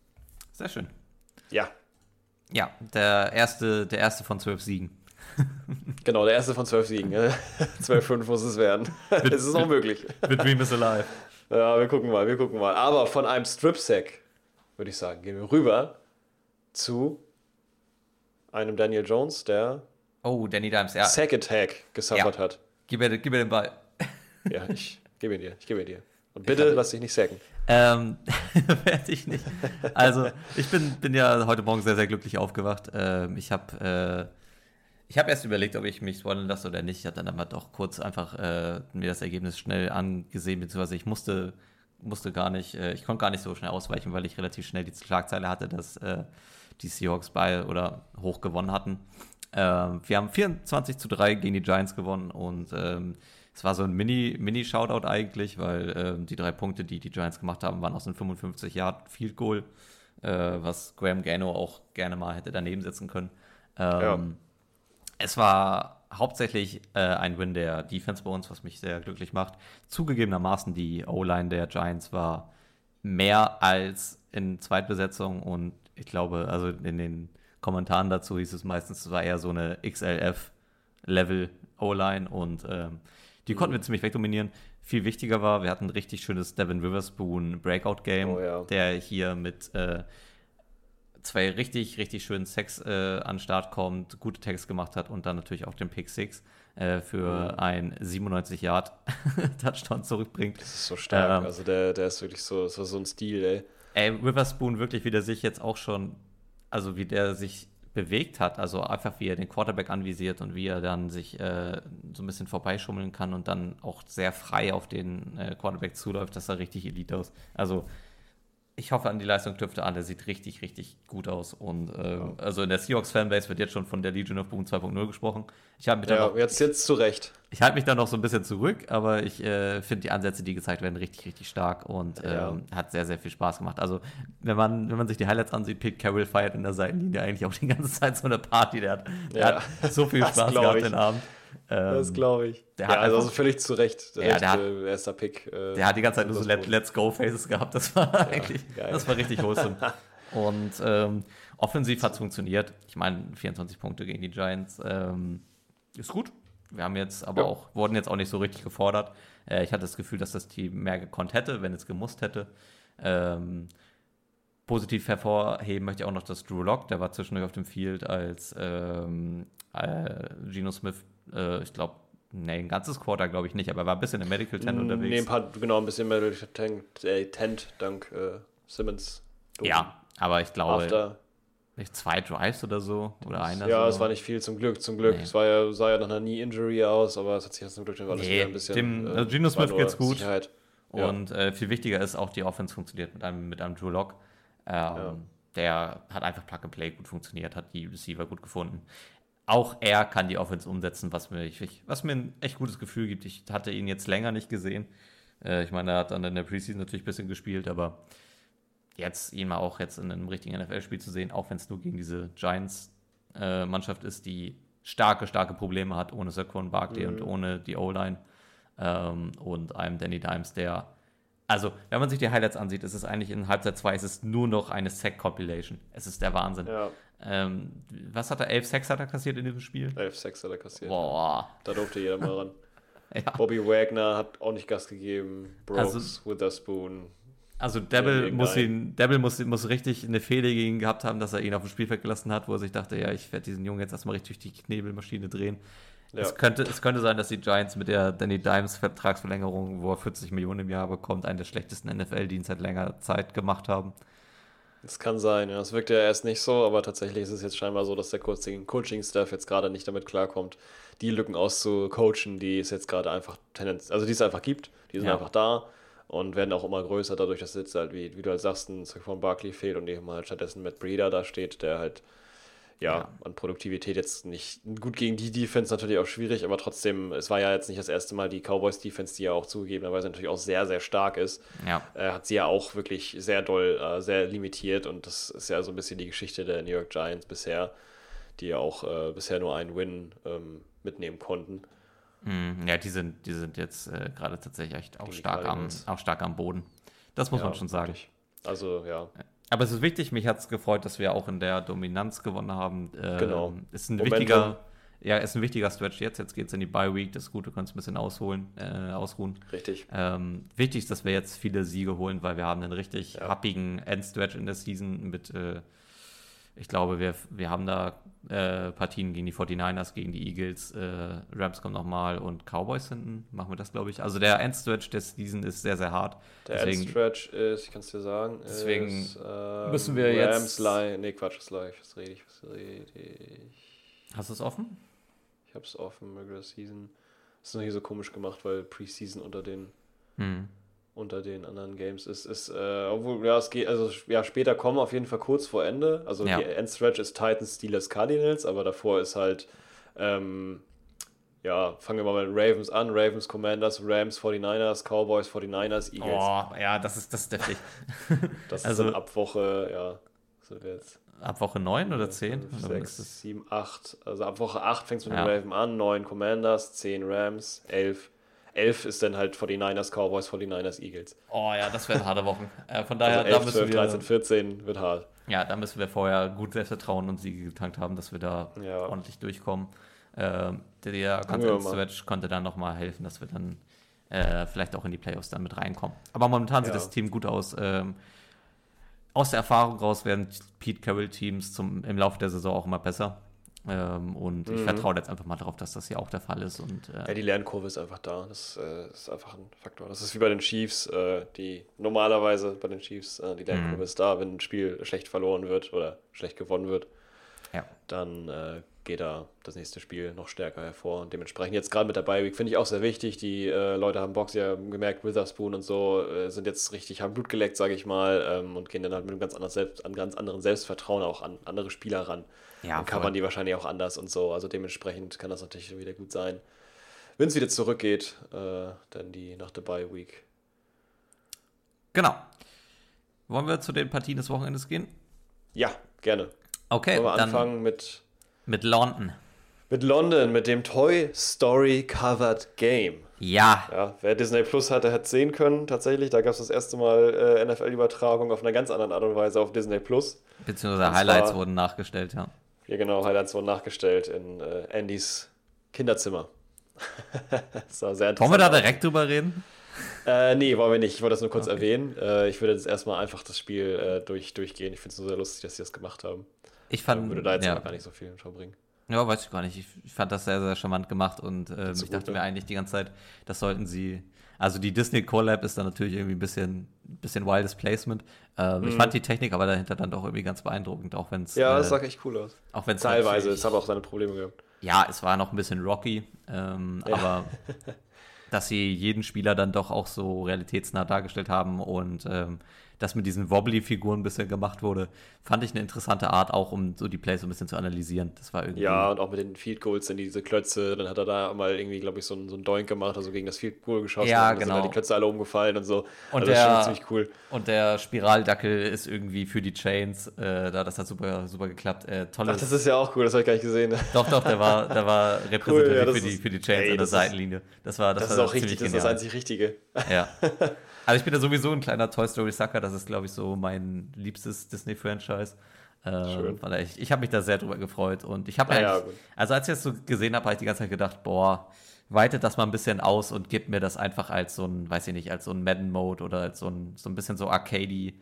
Speaker 2: Sehr schön.
Speaker 3: Ja.
Speaker 2: Ja, der erste, der erste von zwölf Siegen.
Speaker 3: Genau, der erste von zwölf Siegen. zwölf fünf muss es werden. Es ist noch möglich.
Speaker 2: The Dream is alive.
Speaker 3: Ja, wir gucken mal, wir gucken mal. Aber von einem Strip-Sack, würde ich sagen, gehen wir rüber zu einem Daniel Jones, der
Speaker 2: Oh, Danny Dimes, ja.
Speaker 3: Sack-Attack gesuffert
Speaker 2: Ja.
Speaker 3: hat.
Speaker 2: Gib mir, gib mir den Ball.
Speaker 3: Ja, ich gebe ihn dir, ich gebe ihn dir. Und bitte hatte, lass dich nicht sacken.
Speaker 2: Ähm, werde ich nicht. Also, ich bin, bin ja heute Morgen sehr, sehr glücklich aufgewacht. Ähm, ich habe äh, ich hab erst überlegt, ob ich mich spoilern lasse oder nicht. Ich habe dann aber doch kurz einfach äh, mir das Ergebnis schnell angesehen, beziehungsweise ich musste, musste gar nicht, äh, ich konnte gar nicht so schnell ausweichen, weil ich relativ schnell die Schlagzeile hatte, dass äh, die Seahawks bei oder hoch gewonnen hatten. Ähm, wir haben vierundzwanzig zu drei gegen die Giants gewonnen und ähm, es war so ein Mini, Mini-Shoutout eigentlich, weil ähm, die drei Punkte, die die Giants gemacht haben, waren aus einem fünfundfünfzig Yard Field Goal, äh, was Graham Gano auch gerne mal hätte daneben setzen können. Ähm, ja. Es war hauptsächlich äh, ein Win der Defense bei uns, was mich sehr glücklich macht. Zugegebenermaßen, die O-Line der Giants war mehr als in Zweitbesetzung und ich glaube, also in den Kommentaren dazu hieß es meistens, es war eher so eine X L F-Level O-Line und ähm, die konnten wir ziemlich wegdominieren. Viel wichtiger war, wir hatten ein richtig schönes Devin Witherspoon Breakout-Game, oh, ja. der hier mit äh, zwei richtig, richtig schönen Sacks äh, an den Start kommt, gute Tags gemacht hat und dann natürlich auch den Pick Six äh, für mhm. ein siebenundneunzig Yard Touchdown zurückbringt.
Speaker 3: Das ist so stark, ähm, also der, der ist wirklich so, so, so ein Stil, ey.
Speaker 2: Ey, Witherspoon wirklich, wie der sich jetzt auch schon, also wie der sich bewegt hat, also einfach wie er den Quarterback anvisiert und wie er dann sich äh, so ein bisschen vorbeischummeln kann und dann auch sehr frei auf den äh, Quarterback zuläuft, das sah richtig elite aus. Also ich hoffe an die Leistung knüpft an, der sieht richtig, richtig gut aus und äh, ja. also in der Seahawks-Fanbase wird jetzt schon von der Legion of Boom zwei Punkt null gesprochen. Ich habe mich
Speaker 3: ja,
Speaker 2: da noch,
Speaker 3: jetzt, jetzt zu Recht.
Speaker 2: Ich halte mich da noch so ein bisschen zurück, aber ich äh, finde die Ansätze, die gezeigt werden, richtig, richtig stark und äh, ja. hat sehr, sehr viel Spaß gemacht. Also wenn man, wenn man sich die Highlights ansieht, Pete Carroll feiert in der Seitenlinie eigentlich auch die ganze Zeit so eine Party. Der hat, der
Speaker 3: ja.
Speaker 2: hat so viel Spaß gehabt
Speaker 3: ich.
Speaker 2: den Abend.
Speaker 3: Ähm, das glaube ich.
Speaker 2: Der
Speaker 3: ja,
Speaker 2: hat
Speaker 3: also
Speaker 2: einfach,
Speaker 3: völlig zu Recht. Der,
Speaker 2: ja, der hat,
Speaker 3: erster Pick. Äh,
Speaker 2: der hat die ganze Zeit nur so Let, Let's Go Faces gehabt. Das war ja, eigentlich, geil. Das war richtig wholesome. Und ähm, offensiv hat es funktioniert. Ich meine, vierundzwanzig Punkte gegen die Giants ähm, ist gut. Wir haben jetzt aber ja. auch, wurden jetzt auch nicht so richtig gefordert. Äh, ich hatte das Gefühl, dass das Team mehr gekonnt hätte, wenn es gemusst hätte. Ähm, positiv hervorheben möchte ich auch noch das Drew Lock, der war zwischendurch auf dem Field als ähm, äh, Geno Smith, äh, ich glaube, nee, ein ganzes Quarter glaube ich nicht, aber er war ein bisschen im Medical Tent unterwegs.
Speaker 3: Nee, ein paar, genau, ein bisschen im Medical Tent, äh, Tent dank äh, Simmons.
Speaker 2: Ja, aber ich glaube,
Speaker 3: After.
Speaker 2: nicht zwei Drives oder so, oder einer.
Speaker 3: Ja,
Speaker 2: so.
Speaker 3: Es war nicht viel, zum Glück, zum Glück. Nee. Es war ja, sah ja nach einer Knee-Injury aus, aber es hat sich jetzt zum Glück alles nee, wieder ein bisschen...
Speaker 2: Dem, äh, also Geno Smith geht's gut.
Speaker 3: Sicherheit.
Speaker 2: Und ja. äh, viel wichtiger ist auch, die Offense funktioniert mit einem, mit einem Drew Lock. Ähm, ja. Der hat einfach Plug-and-Play gut funktioniert, hat die Receiver gut gefunden. Auch er kann die Offense umsetzen, was mir, ich, was mir ein echt gutes Gefühl gibt. Ich hatte ihn jetzt länger nicht gesehen. Äh, ich meine, er hat dann in der Preseason natürlich ein bisschen gespielt, aber jetzt ihn mal auch jetzt in einem richtigen N F L-Spiel zu sehen, auch wenn es nur gegen diese Giants-Mannschaft äh, ist, die starke, starke Probleme hat, ohne Saquon Barkley mhm. und ohne die O-Line ähm, und einem Danny Dimes, der also, wenn man sich die Highlights ansieht, ist es eigentlich in Halbzeit zwei, ist es nur noch eine Sack-Compilation. Es ist der Wahnsinn. Ja. Ähm, was hat er? Elf Sacks hat er kassiert in diesem Spiel?
Speaker 3: Elf Sacks hat er kassiert.
Speaker 2: Boah.
Speaker 3: Da durfte jeder mal ran. ja. Bobby Wagner hat auch nicht Gas gegeben. Brooks, also, Witherspoon.
Speaker 2: Also, Devil muss, ihn, Devil muss, muss richtig eine Fehde gegen ihn gehabt haben, dass er ihn auf dem Spielfeld gelassen hat, wo er sich dachte, ja, ich werde diesen Jungen jetzt erstmal richtig durch die Knebelmaschine drehen. Ja. Es, könnte, es könnte sein, dass die Giants mit der Danny Dimes Vertragsverlängerung, wo er vierzig Millionen im Jahr bekommt, einen der schlechtesten N F L, die ihn seit längerer Zeit gemacht haben.
Speaker 3: Das kann sein, ja. Es wirkt ja erst nicht so, aber tatsächlich ist es jetzt scheinbar so, dass der Coaching-Staff jetzt gerade nicht damit klarkommt, die Lücken auszucoachen, die es jetzt gerade einfach tendenz, also die es einfach gibt. Die sind ja. einfach da und werden auch immer größer, dadurch, dass jetzt halt, wie, wie du halt sagst, ein Saquon Barkley fehlt und eben halt stattdessen Matt Breida da steht, der halt Ja, ja, an Produktivität jetzt nicht gut gegen die Defense natürlich auch schwierig, aber trotzdem, es war ja jetzt nicht das erste Mal die Cowboys-Defense, die ja auch zugegebenerweise natürlich auch sehr, sehr stark ist.
Speaker 2: Ja.
Speaker 3: Äh, hat sie ja auch wirklich sehr doll, äh, sehr limitiert und das ist ja so ein bisschen die Geschichte der New York Giants bisher, die ja auch äh, bisher nur einen Win ähm, mitnehmen konnten.
Speaker 2: Mm, ja, die sind, die sind jetzt äh, gerade tatsächlich echt auch stark, am, auch stark am Boden. Das muss ja, man schon sagen.
Speaker 3: Wirklich. Also, ja.
Speaker 2: Aber es ist wichtig, mich hat es gefreut, dass wir auch in der Dominanz gewonnen haben. Äh,
Speaker 3: genau.
Speaker 2: Ist ein wichtiger, ja, ist ein wichtiger Stretch jetzt. Jetzt geht es in die Bye-Week. Das ist gut, du kannst ein bisschen ausholen, äh, ausruhen.
Speaker 3: Richtig.
Speaker 2: Ähm, wichtig ist, dass wir jetzt viele Siege holen, weil wir haben einen richtig ja. happigen Endstretch in der Season mit, äh, Ich glaube, wir, wir haben da äh, Partien gegen die forty-niners, gegen die Eagles, äh, Rams kommen nochmal und Cowboys hinten. Machen wir das, glaube ich. Also der Endstretch der Season ist sehr, sehr hart.
Speaker 3: Der
Speaker 2: deswegen,
Speaker 3: Endstretch ist, ich kann es dir sagen,
Speaker 2: deswegen
Speaker 3: ist, ähm,
Speaker 2: müssen wir
Speaker 3: Rams,
Speaker 2: jetzt...
Speaker 3: Lions, nee, Quatsch, ist live. Was rede ich, was rede ich?
Speaker 2: Hast du es offen?
Speaker 3: Ich habe es offen, Regular Season. Das ist noch hier so komisch gemacht, weil Preseason unter den...
Speaker 2: Hm.
Speaker 3: unter den anderen Games ist, ist äh, obwohl, ja, es geht, also ja, später kommen auf jeden Fall kurz vor Ende. Also
Speaker 2: Ja.
Speaker 3: die Endstretch ist Titans, Steelers, Cardinals, aber davor ist halt, ähm, ja, fangen wir mal mit Ravens an, Ravens, Commanders, Rams, forty-niners, Cowboys, forty-niners, Eagles.
Speaker 2: Oh, ja, das ist, das ist deftig.
Speaker 3: Das
Speaker 2: also,
Speaker 3: ist dann ab Woche, ja, sind wir jetzt
Speaker 2: ab Woche neun oder zehn?
Speaker 3: sechs, sieben, acht, also ab Woche acht fängt es mit
Speaker 2: Ja.
Speaker 3: den Ravens an, neun Commanders, zehn Rams, elf elf ist dann halt forty-niners, Cowboys, forty-niners, Eagles.
Speaker 2: Oh ja, das wären harte Wochen. Äh, von daher,
Speaker 3: Also
Speaker 2: da
Speaker 3: elf,
Speaker 2: müssen
Speaker 3: zwölf,
Speaker 2: wir,
Speaker 3: dreizehn, vierzehn wird hart.
Speaker 2: ja, da müssen wir vorher gut Selbstvertrauen und Siege getankt haben, dass wir da
Speaker 3: Ja.
Speaker 2: ordentlich durchkommen. Ähm, der
Speaker 3: Gucken wir mal.
Speaker 2: Content-Switch konnte dann nochmal helfen, dass wir dann äh, vielleicht auch in die Playoffs dann mit reinkommen. Aber momentan sieht
Speaker 3: Ja.
Speaker 2: das Team gut aus. Ähm, aus der Erfahrung raus werden Pete Carroll-Teams zum, im Laufe der Saison auch immer besser. Ähm, und ich
Speaker 3: Mhm.
Speaker 2: vertraue jetzt einfach mal darauf, dass das hier auch der Fall ist. Und, äh,
Speaker 3: Ja, die Lernkurve ist einfach da. Das äh, ist einfach ein Faktor. Das ist wie bei den Chiefs, äh, die normalerweise bei den Chiefs, äh, die Lernkurve
Speaker 2: Mhm.
Speaker 3: ist da. Wenn ein Spiel schlecht verloren wird oder schlecht gewonnen wird,
Speaker 2: ja.
Speaker 3: dann äh, geht da das nächste Spiel noch stärker hervor. Und dementsprechend jetzt gerade mit der Bye Week finde ich auch sehr wichtig. Die äh, Leute haben Bock, sie haben gemerkt, Witherspoon und so äh, sind jetzt richtig, haben Blut geleckt, sage ich mal, ähm, und gehen dann halt mit einem ganz anderen, Selbst, an ganz anderen Selbstvertrauen auch an andere Spieler ran.
Speaker 2: Ja,
Speaker 3: Dann covern die wahrscheinlich auch anders und so. Also dementsprechend kann das natürlich wieder gut sein. Wenn es wieder zurückgeht, äh, dann die nach der Bye Week.
Speaker 2: Genau. Wollen wir zu den Partien des Wochenendes gehen?
Speaker 3: Ja, gerne.
Speaker 2: Okay,
Speaker 3: Wollen wir
Speaker 2: dann
Speaker 3: anfangen mit,
Speaker 2: mit London.
Speaker 3: mit London, mit dem Toy Story Covered Game.
Speaker 2: Ja,
Speaker 3: Ja, wer Disney Plus hatte, hätte es sehen können. Tatsächlich, da gab es das erste Mal äh, N F L-Übertragung auf eine ganz andere Art und Weise auf Disney Plus.
Speaker 2: beziehungsweise
Speaker 3: Und
Speaker 2: Highlights
Speaker 3: zwar-
Speaker 2: wurden nachgestellt, ja.
Speaker 3: Hier genau, Highlights wurden nachgestellt in äh, Andys Kinderzimmer. Das war sehr interessant.
Speaker 2: Wollen wir da
Speaker 3: aus.
Speaker 2: direkt drüber reden?
Speaker 3: Äh, nee, wollen wir nicht. Ich wollte das nur kurz
Speaker 2: Okay.
Speaker 3: erwähnen. Äh, ich würde jetzt erstmal einfach das Spiel äh, durch, durchgehen. Ich finde es nur sehr lustig, dass sie das gemacht haben.
Speaker 2: Ich
Speaker 3: Ich
Speaker 2: fand,
Speaker 3: würde da jetzt
Speaker 2: ja,
Speaker 3: aber gar nicht so viel verbringen.
Speaker 2: ja, weiß ich gar nicht. Ich, ich fand das sehr, sehr charmant gemacht und ähm,
Speaker 3: so
Speaker 2: ich
Speaker 3: gut,
Speaker 2: dachte
Speaker 3: ne?
Speaker 2: mir eigentlich die ganze Zeit, das sollten sie, also die Disney Collab ist dann natürlich irgendwie ein bisschen, bisschen wildes Placement. Ähm, Ich fand die Technik aber dahinter dann doch irgendwie ganz beeindruckend, auch wenn es,
Speaker 3: Ja,
Speaker 2: äh,
Speaker 3: das sah echt cool aus.
Speaker 2: auch wenn es
Speaker 3: Teilweise, es haben auch seine Probleme gehabt.
Speaker 2: ja, es war noch ein bisschen rocky, ähm,
Speaker 3: Ja.
Speaker 2: aber dass sie jeden Spieler dann doch auch so realitätsnah dargestellt haben und ähm, das mit diesen Wobbly-Figuren ein bisschen gemacht wurde, fand ich eine interessante Art, auch um so die Plays so ein bisschen zu analysieren. Das war irgendwie...
Speaker 3: Ja, und auch mit den Field Goals in diese Klötze. Dann hat er da mal irgendwie, glaube ich, so einen, so einen Doink gemacht, also gegen das Field Goal geschossen.
Speaker 2: Ja,
Speaker 3: und dann
Speaker 2: genau.
Speaker 3: sind da die Klötze alle umgefallen und so.
Speaker 2: Und
Speaker 3: also
Speaker 2: der-
Speaker 3: das ist schon ziemlich cool.
Speaker 2: Und der Spiraldackel ist irgendwie für die Chains, äh, da das hat super, super geklappt. Äh, tolles,
Speaker 3: Ach, das ist ja auch cool, das habe ich gar nicht gesehen.
Speaker 2: doch, doch, der war, der war repräsentativ
Speaker 3: ja, das
Speaker 2: für, die,
Speaker 3: ist-
Speaker 2: für die Chains
Speaker 3: ey,
Speaker 2: an der
Speaker 3: das ist-
Speaker 2: Seitenlinie. Das war, das
Speaker 3: Das ist
Speaker 2: war
Speaker 3: auch richtig, das
Speaker 2: ziemlich
Speaker 3: ist das
Speaker 2: genial.
Speaker 3: einzig Richtige.
Speaker 2: Ja. Also ich bin ja sowieso ein kleiner Toy Story Sucker, das ist, glaube ich, so mein liebstes Disney-Franchise. Ähm,
Speaker 3: Schön.
Speaker 2: weil ich ich habe mich da sehr drüber gefreut und ich habe
Speaker 3: Ah, ja,
Speaker 2: eigentlich,
Speaker 3: gut.
Speaker 2: also als ich das so gesehen habe, habe ich die ganze Zeit gedacht, boah, weitet das mal ein bisschen aus und gibt mir das einfach als so ein, weiß ich nicht, als so ein Madden-Mode oder als so ein, so ein bisschen so Arcadey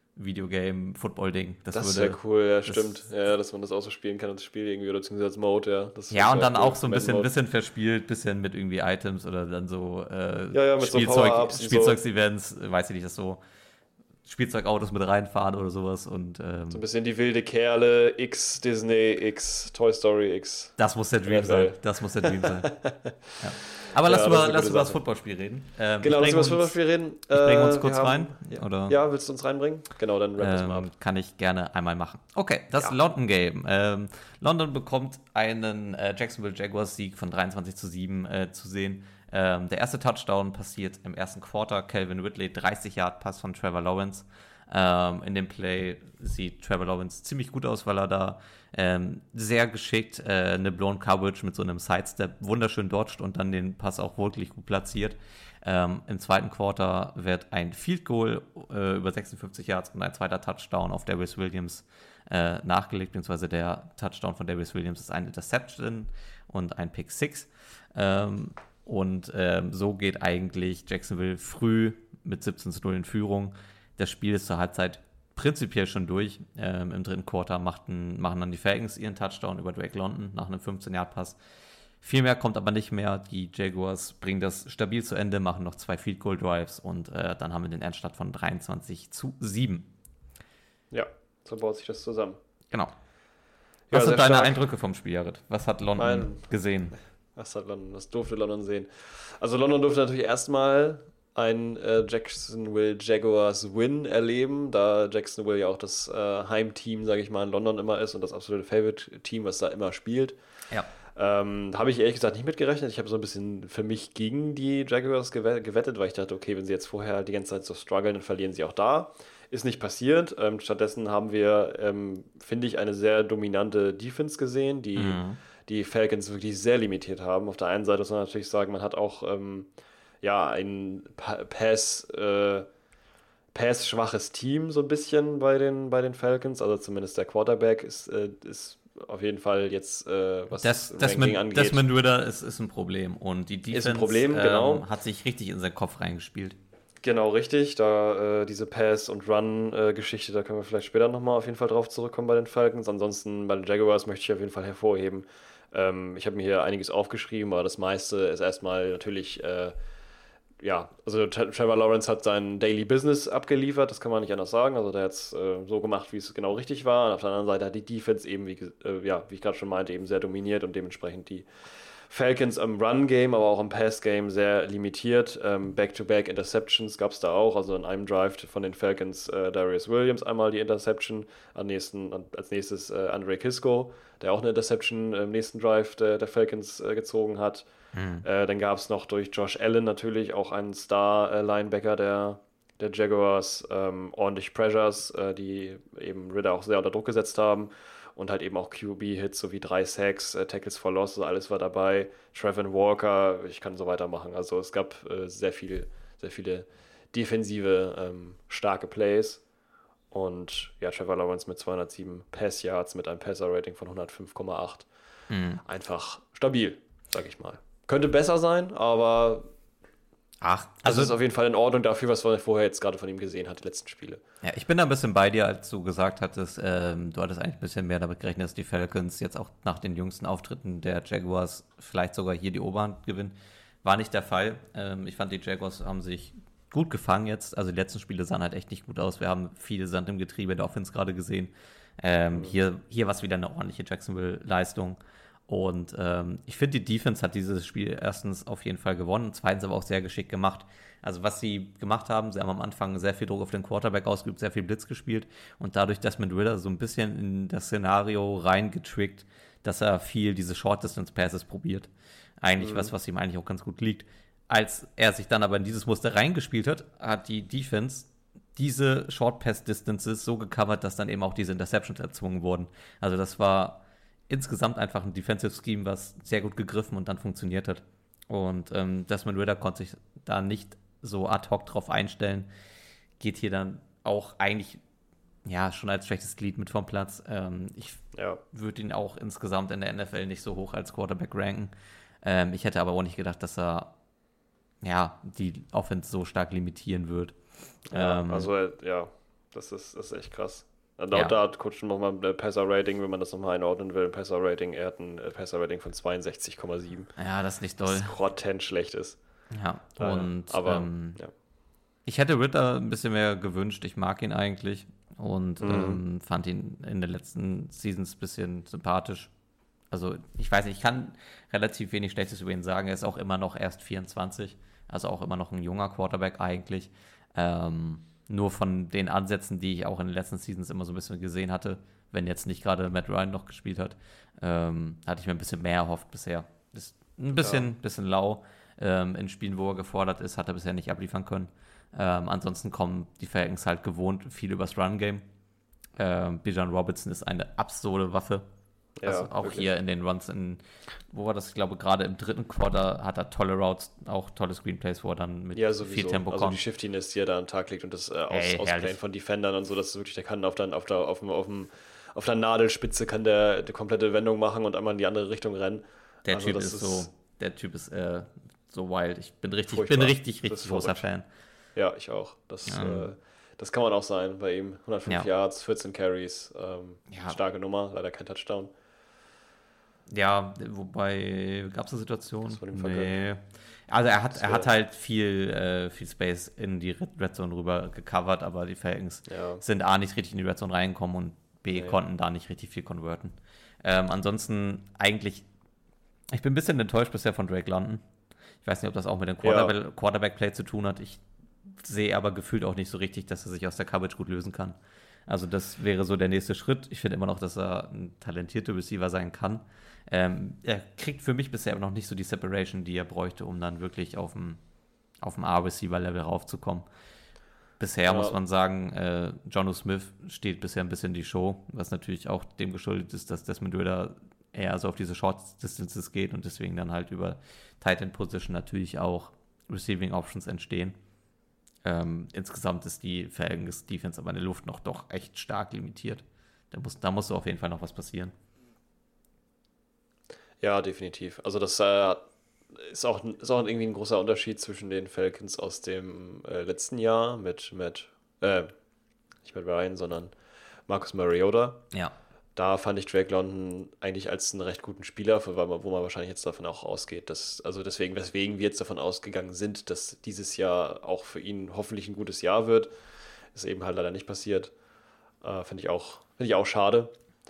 Speaker 2: Videogame-Football-Ding.
Speaker 3: Das
Speaker 2: würde-
Speaker 3: wäre cool, ja,
Speaker 2: das-
Speaker 3: stimmt. Ja, dass man das auch so spielen kann, das Spiel irgendwie, oder beziehungsweise als Mode, ja. Das,
Speaker 2: Ja,
Speaker 3: das
Speaker 2: und
Speaker 3: wär
Speaker 2: dann
Speaker 3: cool.
Speaker 2: auch so ein
Speaker 3: Madden
Speaker 2: bisschen,
Speaker 3: Mode.
Speaker 2: bisschen verspielt, bisschen mit irgendwie Items oder dann so, äh,
Speaker 3: Ja, ja, mit so
Speaker 2: Spielzeug,
Speaker 3: Power-Ups und so.
Speaker 2: Spielzeugs-Events, äh, weiß ich nicht, dass so Spielzeugautos mit reinfahren oder sowas und ähm,
Speaker 3: So ein bisschen die wilde Kerle, X Disney, X Toy Story, X.
Speaker 2: das muss der Dream
Speaker 3: N F L.
Speaker 2: sein. Das muss der Dream sein. Ja. Aber lass
Speaker 3: Ja,
Speaker 2: über,
Speaker 3: das ist eine
Speaker 2: lass
Speaker 3: gute
Speaker 2: über das
Speaker 3: Sache.
Speaker 2: Footballspiel reden. Ähm,
Speaker 3: Genau,
Speaker 2: ich
Speaker 3: lass
Speaker 2: bring
Speaker 3: uns über das
Speaker 2: uns,
Speaker 3: Fußballspiel reden.
Speaker 2: ich bring uns
Speaker 3: Äh,
Speaker 2: kurz
Speaker 3: wir haben-
Speaker 2: rein.
Speaker 3: Ja.
Speaker 2: Oder?
Speaker 3: ja, willst du uns reinbringen? Genau, dann wrap das mal
Speaker 2: Ähm,
Speaker 3: ab.
Speaker 2: kann ich gerne einmal machen. Okay, das
Speaker 3: Ja.
Speaker 2: London Game. Ähm, London bekommt einen äh, Jacksonville Jaguars Sieg von dreiundzwanzig zu sieben äh, zu sehen. Ähm, der erste Touchdown passiert im ersten Quarter. Calvin Ridley, dreißig Yard Pass von Trevor Lawrence. Ähm, in dem Play sieht Trevor Lawrence ziemlich gut aus, weil er da ähm, sehr geschickt äh, eine Blown Coverage mit so einem Sidestep wunderschön dodgt und dann den Pass auch wirklich gut platziert. Ähm, Im zweiten Quarter wird ein Field Goal äh, über sechsundfünfzig Yards und ein zweiter Touchdown auf Darius Williams äh, nachgelegt, beziehungsweise der Touchdown von Darius Williams ist ein Interception und ein Pick Six. Ähm, und ähm, so geht eigentlich Jacksonville früh mit siebzehn zu null in Führung. Das Spiel ist zur Halbzeit prinzipiell schon durch. Ähm, Im dritten Quarter machten, machen dann die Falcons ihren Touchdown über Drake London nach einem fünfzehn-Yard-Pass. Viel mehr kommt aber nicht mehr. Die Jaguars bringen das stabil zu Ende, machen noch zwei Field Goal Drives und äh, dann haben wir den Endstand von dreiundzwanzig zu sieben.
Speaker 3: Ja, so baut sich das zusammen.
Speaker 2: Genau. Was
Speaker 3: Ja,
Speaker 2: sind deine
Speaker 3: stark.
Speaker 2: Eindrücke vom Spiel, Jared? Was hat London
Speaker 3: Mein-
Speaker 2: gesehen?
Speaker 3: Was hat London, was durfte London sehen? Also London durfte natürlich erstmal ein äh, Jacksonville Jaguars Win erleben, da Jacksonville ja auch das äh, Heimteam, sage ich mal, in London immer ist und das absolute Favorite-Team, was da immer spielt.
Speaker 2: Ja.
Speaker 3: Ähm, da habe ich ehrlich gesagt nicht mitgerechnet. Ich habe so ein bisschen für mich gegen die Jaguars gewe- gewettet, weil ich dachte, okay, wenn sie jetzt vorher die ganze Zeit so strugglen, dann verlieren sie auch da. Ist nicht passiert. Ähm, stattdessen haben wir, ähm, finde ich, eine sehr dominante Defense gesehen, die
Speaker 2: Mhm.
Speaker 3: die Falcons wirklich sehr limitiert haben. Auf der einen Seite muss man natürlich sagen, man hat auch ähm, ja, ein Pa- Pass, äh, Pass-schwaches Team so ein bisschen bei den, bei den Falcons. Also zumindest der Quarterback ist, äh, ist auf jeden Fall jetzt, äh, was
Speaker 2: Das,
Speaker 3: das
Speaker 2: Desmond,
Speaker 3: Ranking angeht.
Speaker 2: Desmond Ridder ist, ist ein Problem und die Defense
Speaker 3: ein Problem, genau.
Speaker 2: ähm, hat sich richtig in seinen Kopf reingespielt.
Speaker 3: Genau, richtig. Da äh, diese Pass- und Run-Geschichte, da können wir vielleicht später nochmal auf jeden Fall drauf zurückkommen bei den Falcons. Ansonsten bei den Jaguars möchte ich auf jeden Fall hervorheben. Ähm, ich habe mir hier einiges aufgeschrieben, aber das meiste ist erstmal natürlich, äh, ja, also Tra- Trevor Lawrence hat sein Daily Business abgeliefert, das kann man nicht anders sagen. Also der hat es äh, so gemacht, wie es genau richtig war. Und auf der anderen Seite hat die Defense eben, wie, ge- äh, ja, wie ich gerade schon meinte, eben sehr dominiert und dementsprechend die Falcons im Run-Game, aber auch im Pass-Game sehr limitiert. Ähm, Back-to-Back-Interceptions gab es da auch. Also in einem Drive von den Falcons äh, Darius Williams einmal die Interception, am nächsten, als nächstes äh, Andre Kisco, der auch eine Interception im nächsten Drive der, der Falcons äh, gezogen hat. Äh, dann gab es noch durch Josh Allen natürlich auch einen Star-Linebacker der, der Jaguars, ähm, ordentlich Pressures, äh, die eben Ridder auch sehr unter Druck gesetzt haben. Und halt eben auch Q B-Hits sowie drei Sacks, äh, Tackles for Loss, also alles war dabei. Trevin Walker, ich kann so weitermachen. Also es gab äh, sehr viel, sehr viele defensive, ähm, starke Plays. Und ja, Trevor Lawrence mit zweihundertsieben Pass-Yards mit einem Passer-Rating von hundertfünf Komma acht. Einfach stabil, sag ich mal. Könnte besser sein, aber
Speaker 2: Ach,
Speaker 3: also
Speaker 2: also
Speaker 3: ist auf jeden Fall in Ordnung dafür, was man vorher jetzt gerade von ihm gesehen hat, die letzten Spiele.
Speaker 2: ja, ich bin da ein bisschen bei dir, als du gesagt hattest, ähm, du hattest eigentlich ein bisschen mehr damit gerechnet, dass die Falcons jetzt auch nach den jüngsten Auftritten der Jaguars vielleicht sogar hier die Oberhand gewinnen. War nicht der Fall. Ähm, ich fand, die Jaguars haben sich gut gefangen jetzt. Also die letzten Spiele sahen halt echt nicht gut aus. Wir haben viel Sand im Getriebe der Offense gerade gesehen. Ähm, hier hier war es wieder eine ordentliche Jacksonville-Leistung. Und ähm, ich finde, die Defense hat dieses Spiel erstens auf jeden Fall gewonnen, zweitens aber auch sehr geschickt gemacht. Also was sie gemacht haben, sie haben am Anfang sehr viel Druck auf den Quarterback ausgeübt, sehr viel Blitz gespielt und dadurch Desmond Ridder so ein bisschen in das Szenario reingetrickt, dass er viel diese Short-Distance-Passes probiert. Eigentlich was, was ihm eigentlich auch ganz gut liegt. Als er sich dann aber in dieses Muster reingespielt hat, hat die Defense diese Short-Pass-Distances so gecovert, dass dann eben auch diese Interceptions erzwungen wurden. Also das war insgesamt einfach ein Defensive Scheme, was sehr gut gegriffen und dann funktioniert hat. Und ähm, Desmond Ridder konnte sich da nicht so ad hoc drauf einstellen. Geht hier dann auch eigentlich ja schon als schlechtes Glied mit vom Platz. Ähm, ich
Speaker 3: Ja.
Speaker 2: würde ihn auch insgesamt in der N F L nicht so hoch als Quarterback ranken. Ähm, ich hätte aber auch nicht gedacht, dass er ja die Offense so stark limitieren wird.
Speaker 3: Ja,
Speaker 2: Ähm,
Speaker 3: also äh, ja, das ist, das ist echt krass. Laut
Speaker 2: Ja.
Speaker 3: da hat Coach nochmal ein Passer-Rating, wenn man das nochmal einordnen will, ein Passer-Rating, er hat ein äh, Passer-Rating von zweiundsechzig Komma sieben,
Speaker 2: ja, das ist nicht doll.
Speaker 3: was grottent schlecht ist.
Speaker 2: Ja,
Speaker 3: Leider.
Speaker 2: und
Speaker 3: aber
Speaker 2: ähm,
Speaker 3: ja.
Speaker 2: ich hätte Ritter ein bisschen mehr gewünscht. Ich mag ihn eigentlich und
Speaker 3: Mhm.
Speaker 2: ähm, fand ihn in den letzten Seasons ein bisschen sympathisch. Also ich weiß nicht, ich kann relativ wenig Schlechtes über ihn sagen. Er ist auch immer noch erst vierundzwanzig, also auch immer noch ein junger Quarterback eigentlich. Ähm, nur von den Ansätzen, die ich auch in den letzten Seasons immer so ein bisschen gesehen hatte, wenn jetzt nicht gerade Matt Ryan noch gespielt hat, ähm, hatte ich mir ein bisschen mehr erhofft bisher. Ist ein bisschen,
Speaker 3: Ja.
Speaker 2: bisschen lau. Ähm, in Spielen, wo er gefordert ist, hat er bisher nicht abliefern können. Ähm, ansonsten kommen die Falcons halt gewohnt viel übers Run-Game. Ähm, Bijan Robinson ist eine absurde Waffe.
Speaker 3: Ja,
Speaker 2: also auch
Speaker 3: wirklich.
Speaker 2: hier in den Runs, in, wo war das? Ich glaube, gerade im dritten Quarter hat er tolle Routes, auch tolle Screenplays, wo er dann mit
Speaker 3: Ja,
Speaker 2: viel
Speaker 3: sowieso.
Speaker 2: Tempo
Speaker 3: Also die
Speaker 2: kommt.
Speaker 3: Shiftiness, die er da an den Tag legt und das äh, Aus
Speaker 2: Ey,
Speaker 3: Ausplayen
Speaker 2: herrlich.
Speaker 3: von Defendern und so, das ist wirklich, der kann auf der, auf der, auf dem, auf dem, auf der Nadelspitze kann der die komplette Wendung machen und einmal in die andere Richtung rennen.
Speaker 2: Der
Speaker 3: Also
Speaker 2: Typ
Speaker 3: das
Speaker 2: ist so, der Typ ist äh, so wild. Ich bin richtig,
Speaker 3: Furchtbar.
Speaker 2: bin richtig,
Speaker 3: Das
Speaker 2: richtig
Speaker 3: ist
Speaker 2: großer
Speaker 3: verrückt.
Speaker 2: Fan.
Speaker 3: Ja, ich auch. Das,
Speaker 2: Ja.
Speaker 3: äh, das kann man auch sein bei ihm. hundertfünf
Speaker 2: Ja.
Speaker 3: Yards, vierzehn Carries, ähm,
Speaker 2: Ja.
Speaker 3: starke Nummer, leider kein Touchdown.
Speaker 2: Ja, wobei, gab es eine Situation?
Speaker 3: Das wurde ihm
Speaker 2: Nee.
Speaker 3: vergönnt.
Speaker 2: Also er hat,
Speaker 3: Das
Speaker 2: er hat
Speaker 3: wär-
Speaker 2: halt viel, äh, viel Space in die Red, Red Zone rüber gecovert, aber die Falcons
Speaker 3: Ja.
Speaker 2: sind A, nicht richtig in die Red Zone reingekommen und B,
Speaker 3: Nee.
Speaker 2: konnten da nicht richtig viel konverten. Ähm, ansonsten eigentlich, ich bin ein bisschen enttäuscht bisher von Drake London. Ich weiß nicht, ob das auch mit dem Quarterback, Quarterback-Play zu tun hat. Ich sehe aber gefühlt auch nicht so richtig, dass er sich aus der Coverage gut lösen kann. Also das wäre so der nächste Schritt. Ich finde immer noch, dass er ein talentierter Receiver sein kann. Ähm, er kriegt für mich bisher aber noch nicht so die Separation, die er bräuchte, um dann wirklich auf dem, auf dem A-Receiver-Level raufzukommen. Bisher
Speaker 3: Ja.
Speaker 2: muss man sagen, äh, Jonnu Smith steht bisher ein bisschen die Show, was natürlich auch dem geschuldet ist, dass Desmond Ridder eher so auf diese Short Distances geht und deswegen dann halt über Tight End Position natürlich auch Receiving Options entstehen. Ähm, insgesamt ist die Falcons Defense aber in der Luft noch doch echt stark limitiert. Da muss, da muss auf jeden Fall noch was passieren.
Speaker 3: Ja, definitiv. Also das äh, ist auch, ist auch irgendwie ein großer Unterschied zwischen den Falcons aus dem äh, letzten Jahr mit Matt, äh, nicht mit Ryan, sondern Marcus Mariota.
Speaker 2: Ja.
Speaker 3: Da fand ich Drake London eigentlich als einen recht guten Spieler, für- weil man, wo man wahrscheinlich jetzt davon auch ausgeht, dass, also deswegen, weswegen wir jetzt davon ausgegangen sind, dass dieses Jahr auch für ihn hoffentlich ein gutes Jahr wird, ist eben halt leider nicht passiert. Äh, finde ich auch, finde ich auch schade.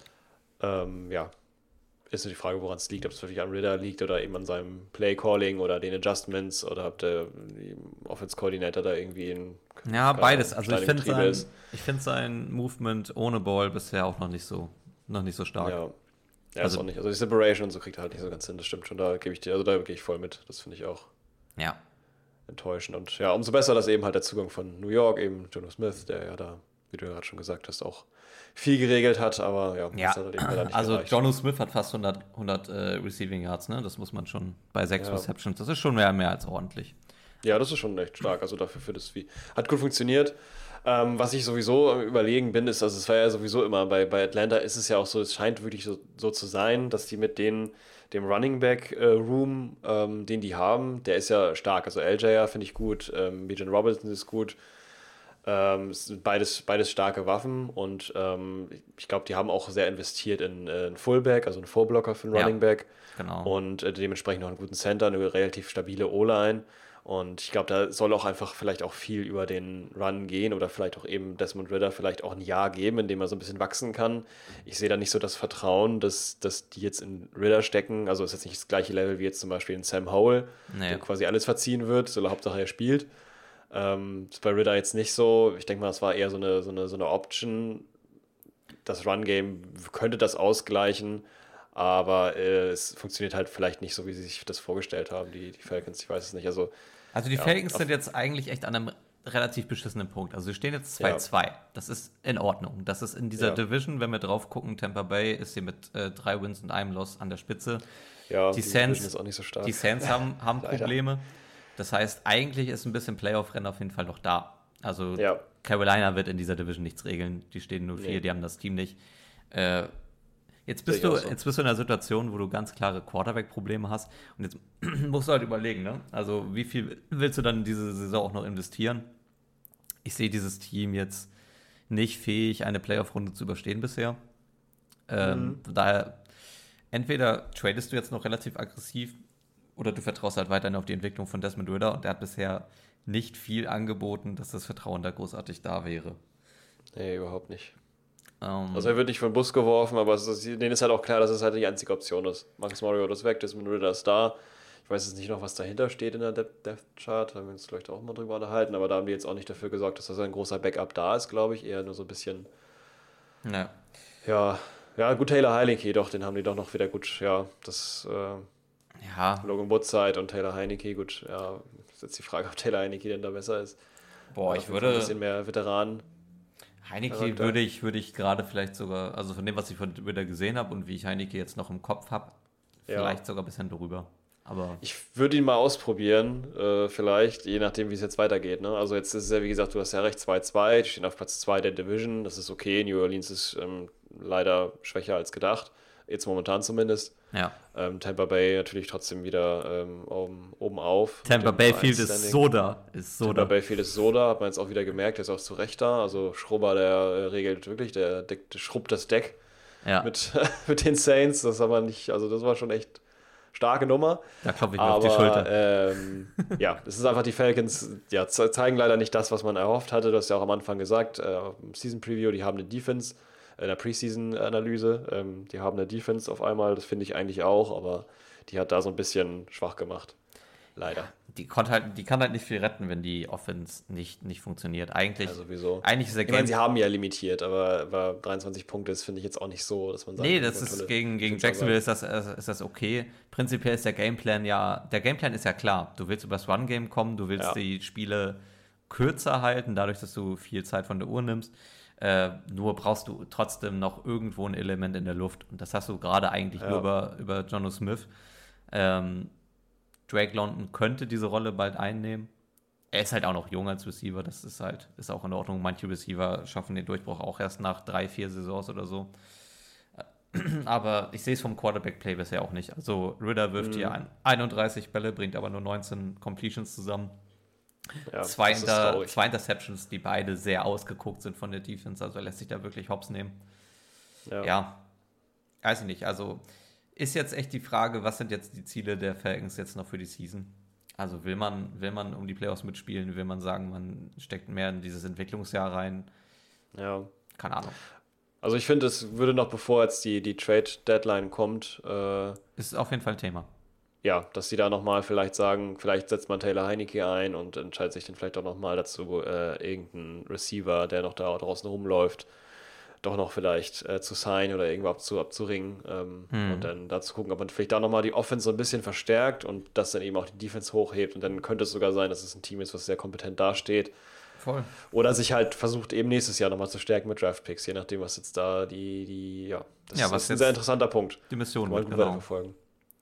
Speaker 3: Ähm, ja, ist nur die Frage, woran es liegt, ob es wirklich an Ridder liegt oder eben an seinem Play-Calling oder den Adjustments oder ob der Offense-Coordinator da irgendwie ein
Speaker 2: Ja,
Speaker 3: keine
Speaker 2: beides.
Speaker 3: Ahnung,
Speaker 2: Also ich
Speaker 3: Stein im
Speaker 2: finde
Speaker 3: Getriebe
Speaker 2: sein,
Speaker 3: ist.
Speaker 2: ich find sein Movement ohne Ball bisher auch noch nicht so, noch nicht so stark.
Speaker 3: Ja, ja
Speaker 2: Also-
Speaker 3: ist auch nicht. Also die Separation und so kriegt er halt nicht so ganz hin, das stimmt schon, da gebe ich dir, also da gehe ich voll mit. Das finde ich auch
Speaker 2: Ja.
Speaker 3: enttäuschend. Und ja, umso besser, dass eben halt der Zugang von New York, eben Jonnu Smith, der ja da, wie du ja gerade schon gesagt hast, auch viel geregelt hat, aber ja,
Speaker 2: Ja,
Speaker 3: das hat halt eben leider nicht
Speaker 2: also
Speaker 3: gereicht.
Speaker 2: Jonnu Smith hat fast hundert, hundert äh, Receiving Yards, ne? Das muss man schon bei sechs
Speaker 3: Ja.
Speaker 2: Receptions. Das ist schon mehr, mehr als ordentlich.
Speaker 3: Ja, das ist schon echt stark. Also dafür für das wie. Hat gut funktioniert. Ähm, was ich sowieso am Überlegen bin, ist, also es war ja sowieso immer, bei, bei Atlanta ist es ja auch so, es scheint wirklich so, so zu sein, dass die mit denen, dem Running Back äh, Room, ähm, den die haben, der ist ja stark. Also L J ja finde ich gut, ähm, Bijan Robinson ist gut. Ähm, es sind beides, beides starke Waffen und ähm, ich glaube, die haben auch sehr investiert in, äh, einen Fullback, also einen Vorblocker für einen
Speaker 2: Ja.
Speaker 3: Running Back.
Speaker 2: Genau.
Speaker 3: Und äh, dementsprechend noch einen guten Center, eine relativ stabile O-Line. Und ich glaube, da soll auch einfach vielleicht auch viel über den Run gehen oder vielleicht auch eben Desmond Ridder vielleicht auch ein Jahr geben, in dem er so ein bisschen wachsen kann. Ich sehe da nicht so das Vertrauen, dass, dass die jetzt in Ridder stecken. Also ist jetzt nicht das gleiche Level wie jetzt zum Beispiel in Sam Howell,
Speaker 2: Nee.
Speaker 3: dem quasi alles verziehen wird, so Hauptsache er spielt. Ähm, ist bei Ridder jetzt nicht so. Ich denke mal, es war eher so eine, so eine, so eine Option. Das Run-Game könnte das ausgleichen. Aber äh, es funktioniert halt vielleicht nicht so, wie sie sich das vorgestellt haben, die, die Falcons. Ich weiß es nicht. Also,
Speaker 2: Also die
Speaker 3: ja,
Speaker 2: Falcons
Speaker 3: auf-
Speaker 2: sind jetzt eigentlich echt an einem relativ beschissenen Punkt. Also sie stehen jetzt zwei zwei. Das ist in Ordnung. Das ist in dieser
Speaker 3: Ja.
Speaker 2: Division, wenn wir drauf gucken, Tampa Bay ist hier mit äh, drei Wins und einem Loss an der Spitze.
Speaker 3: ja,
Speaker 2: Die
Speaker 3: Division
Speaker 2: Saints-
Speaker 3: ist auch nicht so stark.
Speaker 2: Die Saints haben, haben
Speaker 3: Leider.
Speaker 2: Probleme. Das heißt, eigentlich ist ein bisschen Playoff-Rennen auf jeden Fall noch da. Also
Speaker 3: Ja.
Speaker 2: Carolina wird in dieser Division nichts regeln. Die stehen null vier,
Speaker 3: Nee.
Speaker 2: die haben das Team nicht. Äh, jetzt, bist
Speaker 3: Sehe ich
Speaker 2: du,
Speaker 3: auch so.
Speaker 2: jetzt bist du in einer Situation, wo du ganz klare Quarterback-Probleme hast. Und jetzt musst du halt überlegen, ne? Also wie viel willst du dann in diese Saison auch noch investieren? Ich sehe dieses Team jetzt nicht fähig, eine Playoff-Runde zu überstehen bisher. Ähm, von daher, entweder tradest du jetzt noch relativ aggressiv oder du vertraust halt weiterhin auf die Entwicklung von Desmond Ridder und der hat bisher nicht viel angeboten, dass das Vertrauen da großartig da wäre.
Speaker 3: Nee, überhaupt nicht.
Speaker 2: Ähm,
Speaker 3: Also er wird nicht vom Bus geworfen, aber es ist, denen ist halt auch klar, dass es halt die einzige Option ist. Marcus Mariota ist weg, Desmond Ridder ist da. Ich weiß jetzt nicht noch, was dahinter steht in der Depth Depth Chart, da haben wir uns vielleicht auch mal drüber unterhalten, aber da haben die jetzt auch nicht dafür gesorgt, dass da so ein großer Backup da ist, glaube ich. Eher nur so ein bisschen,
Speaker 2: ja.
Speaker 3: ja, ja, gut, Taylor Heineke, doch, den haben die doch noch wieder gut, ja, das, äh,
Speaker 2: Ja,
Speaker 3: Logan Woodside und Taylor Heineke, gut, ja, ist jetzt die Frage, ob Taylor Heineke denn da besser ist.
Speaker 2: boah,
Speaker 3: Ja,
Speaker 2: ich
Speaker 3: auf jeden Fall
Speaker 2: würde
Speaker 3: ein bisschen mehr Veteranen.
Speaker 2: Heineke
Speaker 3: Charakter.
Speaker 2: würde ich, würde ich gerade vielleicht sogar, also von dem, was ich von Ridder gesehen habe und wie ich Heineke jetzt noch im Kopf habe,
Speaker 3: Ja.
Speaker 2: vielleicht sogar ein bisschen drüber. Aber
Speaker 3: Ich würde ihn mal ausprobieren, äh, vielleicht, je nachdem, wie es jetzt weitergeht. Ne? Also jetzt ist es ja, wie gesagt, du hast ja recht, zwei zwei, die stehen auf Platz zwei der Division, das ist okay, New Orleans ist ähm, leider schwächer als gedacht. Jetzt momentan zumindest.
Speaker 2: Ja.
Speaker 3: Ähm, Tampa Bay natürlich trotzdem wieder ähm, oben, oben auf.
Speaker 2: Tampa Bayfield ist so da. Ist so
Speaker 3: Tampa
Speaker 2: da.
Speaker 3: Bayfield ist so da, hat man jetzt auch wieder gemerkt, der ist auch zu Recht da. Also Schrubber, der äh, regelt wirklich, der, der, der schrubbt das Deck
Speaker 2: Ja.
Speaker 3: mit, mit den Saints. Das aber nicht, also das war schon echt starke Nummer.
Speaker 2: Da klopfe ich mir
Speaker 3: aber,
Speaker 2: auf die Schulter.
Speaker 3: Ähm, ja, es ist einfach, die Falcons ja, ze- zeigen leider nicht das, was man erhofft hatte. Du hast ja auch am Anfang gesagt, äh, im Season Preview, die haben eine Defense, äh, in der Preseason-Analyse, ähm, die haben eine Defense auf einmal, das finde ich eigentlich auch, aber die hat da so ein bisschen schwach gemacht. Leider.
Speaker 2: Die, konnte halt, die kann halt nicht viel retten, wenn die Offense nicht, nicht funktioniert. Eigentlich,
Speaker 3: Ja, sowieso.
Speaker 2: eigentlich ist der
Speaker 3: Ich meine,
Speaker 2: Game...
Speaker 3: sie haben ja limitiert, aber, aber dreiundzwanzig Punkte ist, finde ich, jetzt auch nicht so, dass man sagt,
Speaker 2: Nee,
Speaker 3: oh
Speaker 2: das
Speaker 3: Gott,
Speaker 2: ist
Speaker 3: tolle
Speaker 2: gegen, gegen
Speaker 3: Defense,
Speaker 2: Jacksonville ist das, äh, ist das okay. Prinzipiell ist der Gameplan ja, der Gameplan ist ja klar. Du willst übers Run-Game kommen, du willst
Speaker 3: Ja.
Speaker 2: die Spiele kürzer halten, dadurch, dass du viel Zeit von der Uhr nimmst. Äh, nur brauchst du trotzdem noch irgendwo ein Element in der Luft. Und das hast du gerade eigentlich
Speaker 3: Ja.
Speaker 2: nur über, über Jonnu Smith. Ähm, Drake London könnte diese Rolle bald einnehmen. Er ist halt auch noch jung als Receiver, das ist halt, ist auch in Ordnung. Manche Receiver schaffen den Durchbruch auch erst nach drei, vier Saisons oder so. Aber ich sehe es vom Quarterback-Play bisher auch nicht. Also Ridder wirft
Speaker 3: Mhm.
Speaker 2: hier ein, einunddreißig Bälle, bringt aber nur neunzehn Completions zusammen.
Speaker 3: Ja,
Speaker 2: zwei,
Speaker 3: das ist
Speaker 2: Inter,
Speaker 3: traurig.
Speaker 2: zwei Interceptions, die beide sehr ausgeguckt sind von der Defense. Also er lässt sich da wirklich hops nehmen.
Speaker 3: Ja.
Speaker 2: Ja, weiß ich nicht. Also ist jetzt echt die Frage, was sind jetzt die Ziele der Falcons jetzt noch für die Season? Also will man, will man um die Playoffs mitspielen? Will man sagen, man steckt mehr in dieses Entwicklungsjahr rein?
Speaker 3: ja.
Speaker 2: Keine Ahnung.
Speaker 3: Also ich finde, es würde noch, bevor jetzt die, die Trade-Deadline kommt, äh,
Speaker 2: Ist auf jeden Fall ein Thema.
Speaker 3: ja, dass sie da nochmal vielleicht sagen, vielleicht setzt man Taylor Heineke ein und entscheidet sich dann vielleicht auch nochmal dazu, äh, irgendeinen Receiver, der noch da draußen rumläuft, doch noch vielleicht äh, zu signen oder irgendwo abzu, abzuringen ähm,
Speaker 2: Hm.
Speaker 3: und dann dazu gucken, ob man vielleicht da nochmal die Offense so ein bisschen verstärkt und das dann eben auch die Defense hochhebt und dann könnte es sogar sein, dass es ein Team ist, was sehr kompetent dasteht
Speaker 2: Voll.
Speaker 3: oder sich halt versucht eben nächstes Jahr nochmal zu stärken mit Draftpicks, je nachdem, was jetzt da die, die ja, das
Speaker 2: Ja,
Speaker 3: ist,
Speaker 2: was
Speaker 3: ist ein
Speaker 2: jetzt
Speaker 3: sehr interessanter Punkt.
Speaker 2: Die Mission
Speaker 3: Kann man
Speaker 2: wird,
Speaker 3: gut
Speaker 2: genau.
Speaker 3: weiterverfolgen.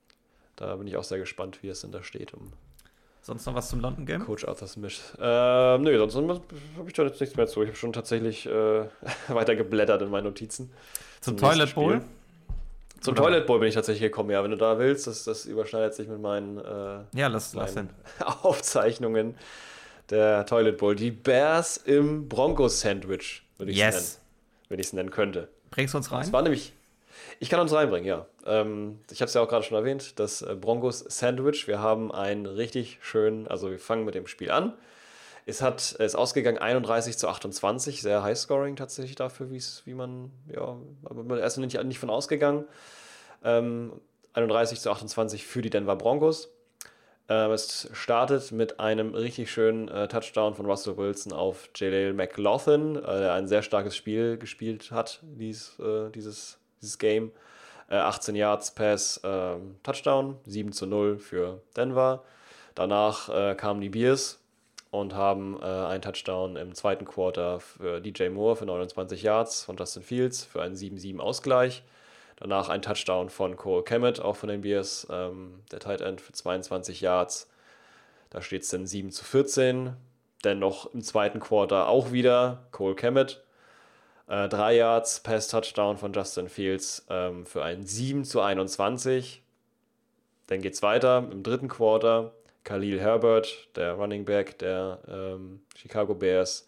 Speaker 3: Da bin ich auch sehr gespannt, wie es denn da steht um
Speaker 2: Sonst noch was zum London Game?
Speaker 3: Coach Arthur Smith. Ähm, nö, sonst habe ich da jetzt nichts mehr zu. Ich habe schon tatsächlich äh, weiter geblättert in meinen Notizen.
Speaker 2: Zum,
Speaker 3: Zum
Speaker 2: Toilet
Speaker 3: nächsten
Speaker 2: Bowl?
Speaker 3: Spiel. Zum
Speaker 2: Oder-
Speaker 3: Toilet Bowl bin ich tatsächlich gekommen, ja. Wenn du da willst, das, das überschneidet sich mit meinen, äh,
Speaker 2: Ja, lass, lass hin.
Speaker 3: meinen Aufzeichnungen der Toilet Bowl. Die Bears im Broncos-Sandwich, würde ich es nennen.
Speaker 2: Yes.
Speaker 3: Wenn ich es nennen könnte.
Speaker 2: Bringst du uns rein?
Speaker 3: Es war nämlich. Ich kann uns reinbringen, ja. Ähm, ich habe es ja auch gerade schon erwähnt, das äh, Broncos Sandwich. Wir haben einen richtig schönen, also wir fangen mit dem Spiel an. Es hat, es ist ausgegangen einunddreißig zu achtundzwanzig, sehr Highscoring tatsächlich dafür, wie's, wie man, ja, aber man ist nicht, nicht von ausgegangen. Ähm, einunddreißig zu achtundzwanzig für die Denver Broncos. Ähm, es startet mit einem richtig schönen äh, Touchdown von Russell Wilson auf Jaleel McLaughlin, äh, der ein sehr starkes Spiel gespielt hat, dies, äh, dieses, dieses Game. Äh, achtzehn Yards Pass, äh, Touchdown, sieben zu null für Denver. Danach äh, kamen die Bears und haben äh, einen Touchdown im zweiten Quarter für D J Moore für neunundzwanzig Yards von Justin Fields für einen sieben sieben Ausgleich. Danach ein Touchdown von Cole Kmet, auch von den Bears, ähm, der Tight End für zweiundzwanzig Yards. Da steht es dann sieben zu vierzehn. Dennoch im zweiten Quarter auch wieder Cole Kmet. Äh, drei Yards Pass-Touchdown von Justin Fields ähm, für ein sieben zu einundzwanzig. Dann geht es weiter im dritten Quarter. Khalil Herbert, der Running Back der ähm, Chicago Bears,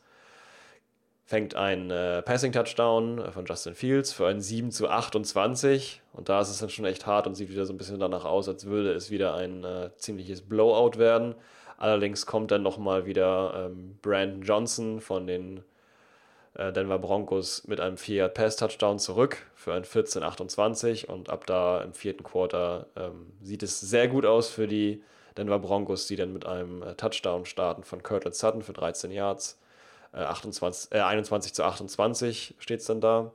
Speaker 3: fängt einen äh, Passing-Touchdown von Justin Fields für ein sieben zu achtundzwanzig. Und da ist es dann schon echt hart und sieht wieder so ein bisschen danach aus, als würde es wieder ein äh, ziemliches Blowout werden. Allerdings kommt dann nochmal wieder ähm, Brandon Johnson von den äh, Denver Broncos mit einem vier Yard Pass-Touchdown zurück für ein vierzehn achtundzwanzig. Und ab da im vierten Quarter ähm, sieht es sehr gut aus für die Denver Broncos, die dann mit einem äh, Touchdown starten von Cortland Sutton für dreizehn Yards. achtundzwanzig, äh, einundzwanzig zu achtundzwanzig steht es dann da.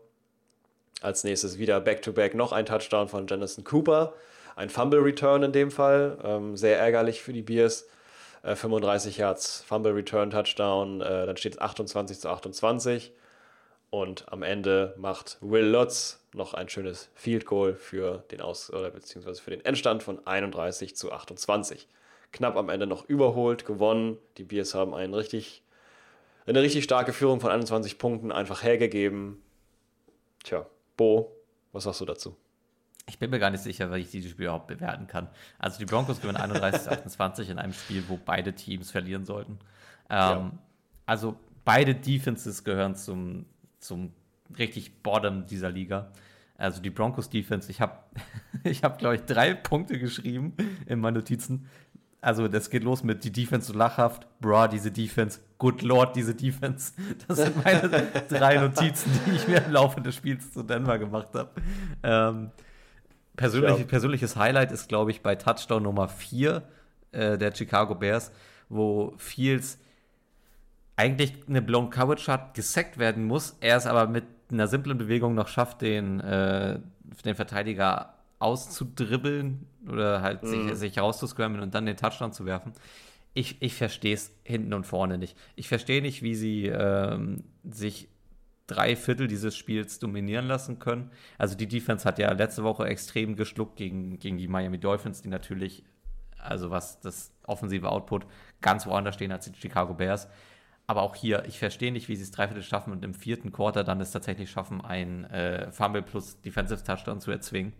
Speaker 3: Als nächstes wieder Back-to-Back noch ein Touchdown von Jamison Cooper. Ein Fumble-Return in dem Fall. Ähm, sehr ärgerlich für die Bears. Äh, fünfunddreißig Yards Fumble-Return-Touchdown. Äh, dann steht es achtundzwanzig zu achtundzwanzig. Und am Ende macht Will Lutz noch ein schönes Field Goal für den Aus- oder beziehungsweise für den Endstand von einunddreißig zu achtundzwanzig. Knapp am Ende noch überholt, gewonnen. Die Bears haben einen richtig Eine richtig starke Führung von einundzwanzig Punkten einfach hergegeben. Tja, Bo, was sagst du dazu?
Speaker 2: Ich bin mir gar nicht sicher, wie ich dieses Spiel überhaupt bewerten kann. Also die Broncos gewinnen einunddreißig zu achtundzwanzig in einem Spiel, wo beide Teams verlieren sollten. Ähm, ja. Also beide Defenses gehören zum, zum richtig Bottom dieser Liga. Also die Broncos Defense, ich habe, ich hab, glaube ich, drei Punkte geschrieben in meinen Notizen. Also das geht los mit die Defense so lachhaft, bra, diese Defense, good Lord, diese Defense. Das sind meine drei Notizen, die ich mir im Laufe des Spiels zu Denver gemacht habe. Ähm, persönlich, ja. Persönliches Highlight ist, glaube ich, bei Touchdown Nummer vier äh, der Chicago Bears, wo Fields eigentlich eine Blown Coverage hat, gesackt werden muss, er es aber mit einer simplen Bewegung noch schafft, den, äh, den Verteidiger auszudribbeln oder halt mhm. sich, sich rauszuscrammeln und dann den Touchdown zu werfen. Ich, ich verstehe es hinten und vorne nicht. Ich verstehe nicht, wie sie ähm, sich drei Viertel dieses Spiels dominieren lassen können. Also die Defense hat ja letzte Woche extrem geschluckt gegen, gegen die Miami Dolphins, die natürlich, also was das offensive Output, ganz woanders stehen als die Chicago Bears. Aber auch hier, ich verstehe nicht, wie sie es drei Viertel schaffen und im vierten Quarter dann es tatsächlich schaffen, ein äh, Fumble plus Defensive Touchdown zu erzwingen.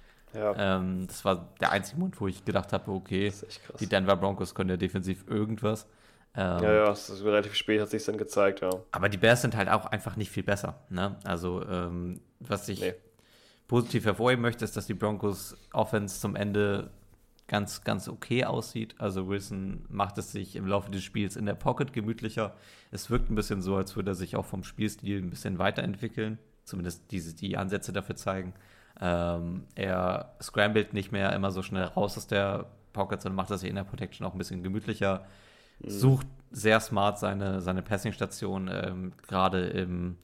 Speaker 2: Ja. Ähm, das war der einzige Moment, wo ich gedacht habe, okay, die Denver Broncos können ja defensiv irgendwas. Ähm,
Speaker 3: ja, ja, das ist relativ spät, hat sich dann gezeigt, ja.
Speaker 2: Aber die Bears sind halt auch einfach nicht viel besser. Ne? Also, ähm, was ich nee. positiv hervorheben möchte, ist, dass die Broncos Offense zum Ende ganz, ganz okay aussieht. Also Wilson macht es sich im Laufe des Spiels in der Pocket gemütlicher. Es wirkt ein bisschen so, als würde er sich auch vom Spielstil ein bisschen weiterentwickeln. Zumindest diese, die Ansätze dafür zeigen. Ähm, er scrambled nicht mehr immer so schnell raus aus der Pocket, sondern macht das hier in der Protection auch ein bisschen gemütlicher. Mhm. Sucht sehr smart seine, seine Passing-Station. Ähm, Gerade im,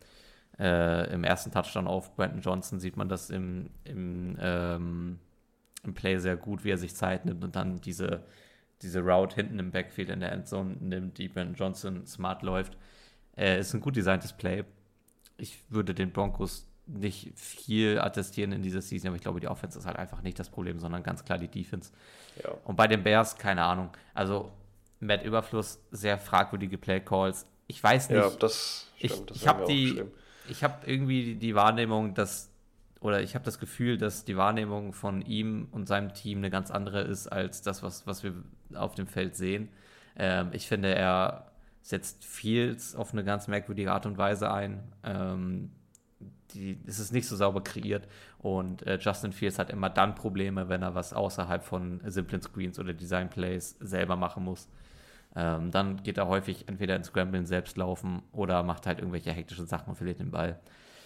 Speaker 2: äh, im ersten Touchdown auf Brandon Johnson sieht man das im, im, ähm, im Play sehr gut, wie er sich Zeit nimmt und dann diese, diese Route hinten im Backfield in der Endzone nimmt, die Brandon Johnson smart läuft. Äh, ist ein gut designtes Play. Ich würde den Broncos nicht viel attestieren in dieser Season, aber ich glaube, die Offense ist halt einfach nicht das Problem, sondern ganz klar die Defense. Ja. Und bei den Bears, keine Ahnung. Also Matt Überfluss, sehr fragwürdige Play-Calls. Ich weiß nicht.
Speaker 3: Ja, das stimmt.
Speaker 2: Ich, ich habe die, ich habe irgendwie die Wahrnehmung, dass, oder ich habe das Gefühl, dass die Wahrnehmung von ihm und seinem Team eine ganz andere ist, als das, was, was wir auf dem Feld sehen. Ähm, ich finde, er setzt Fields auf eine ganz merkwürdige Art und Weise ein. Ähm, Die, es ist nicht so sauber kreiert und äh, Justin Fields hat immer dann Probleme, wenn er was außerhalb von simplen Screens oder Design Plays selber machen muss. Ähm, dann geht er häufig entweder ins Scramblen selbst laufen oder macht halt irgendwelche hektischen Sachen und verliert den Ball.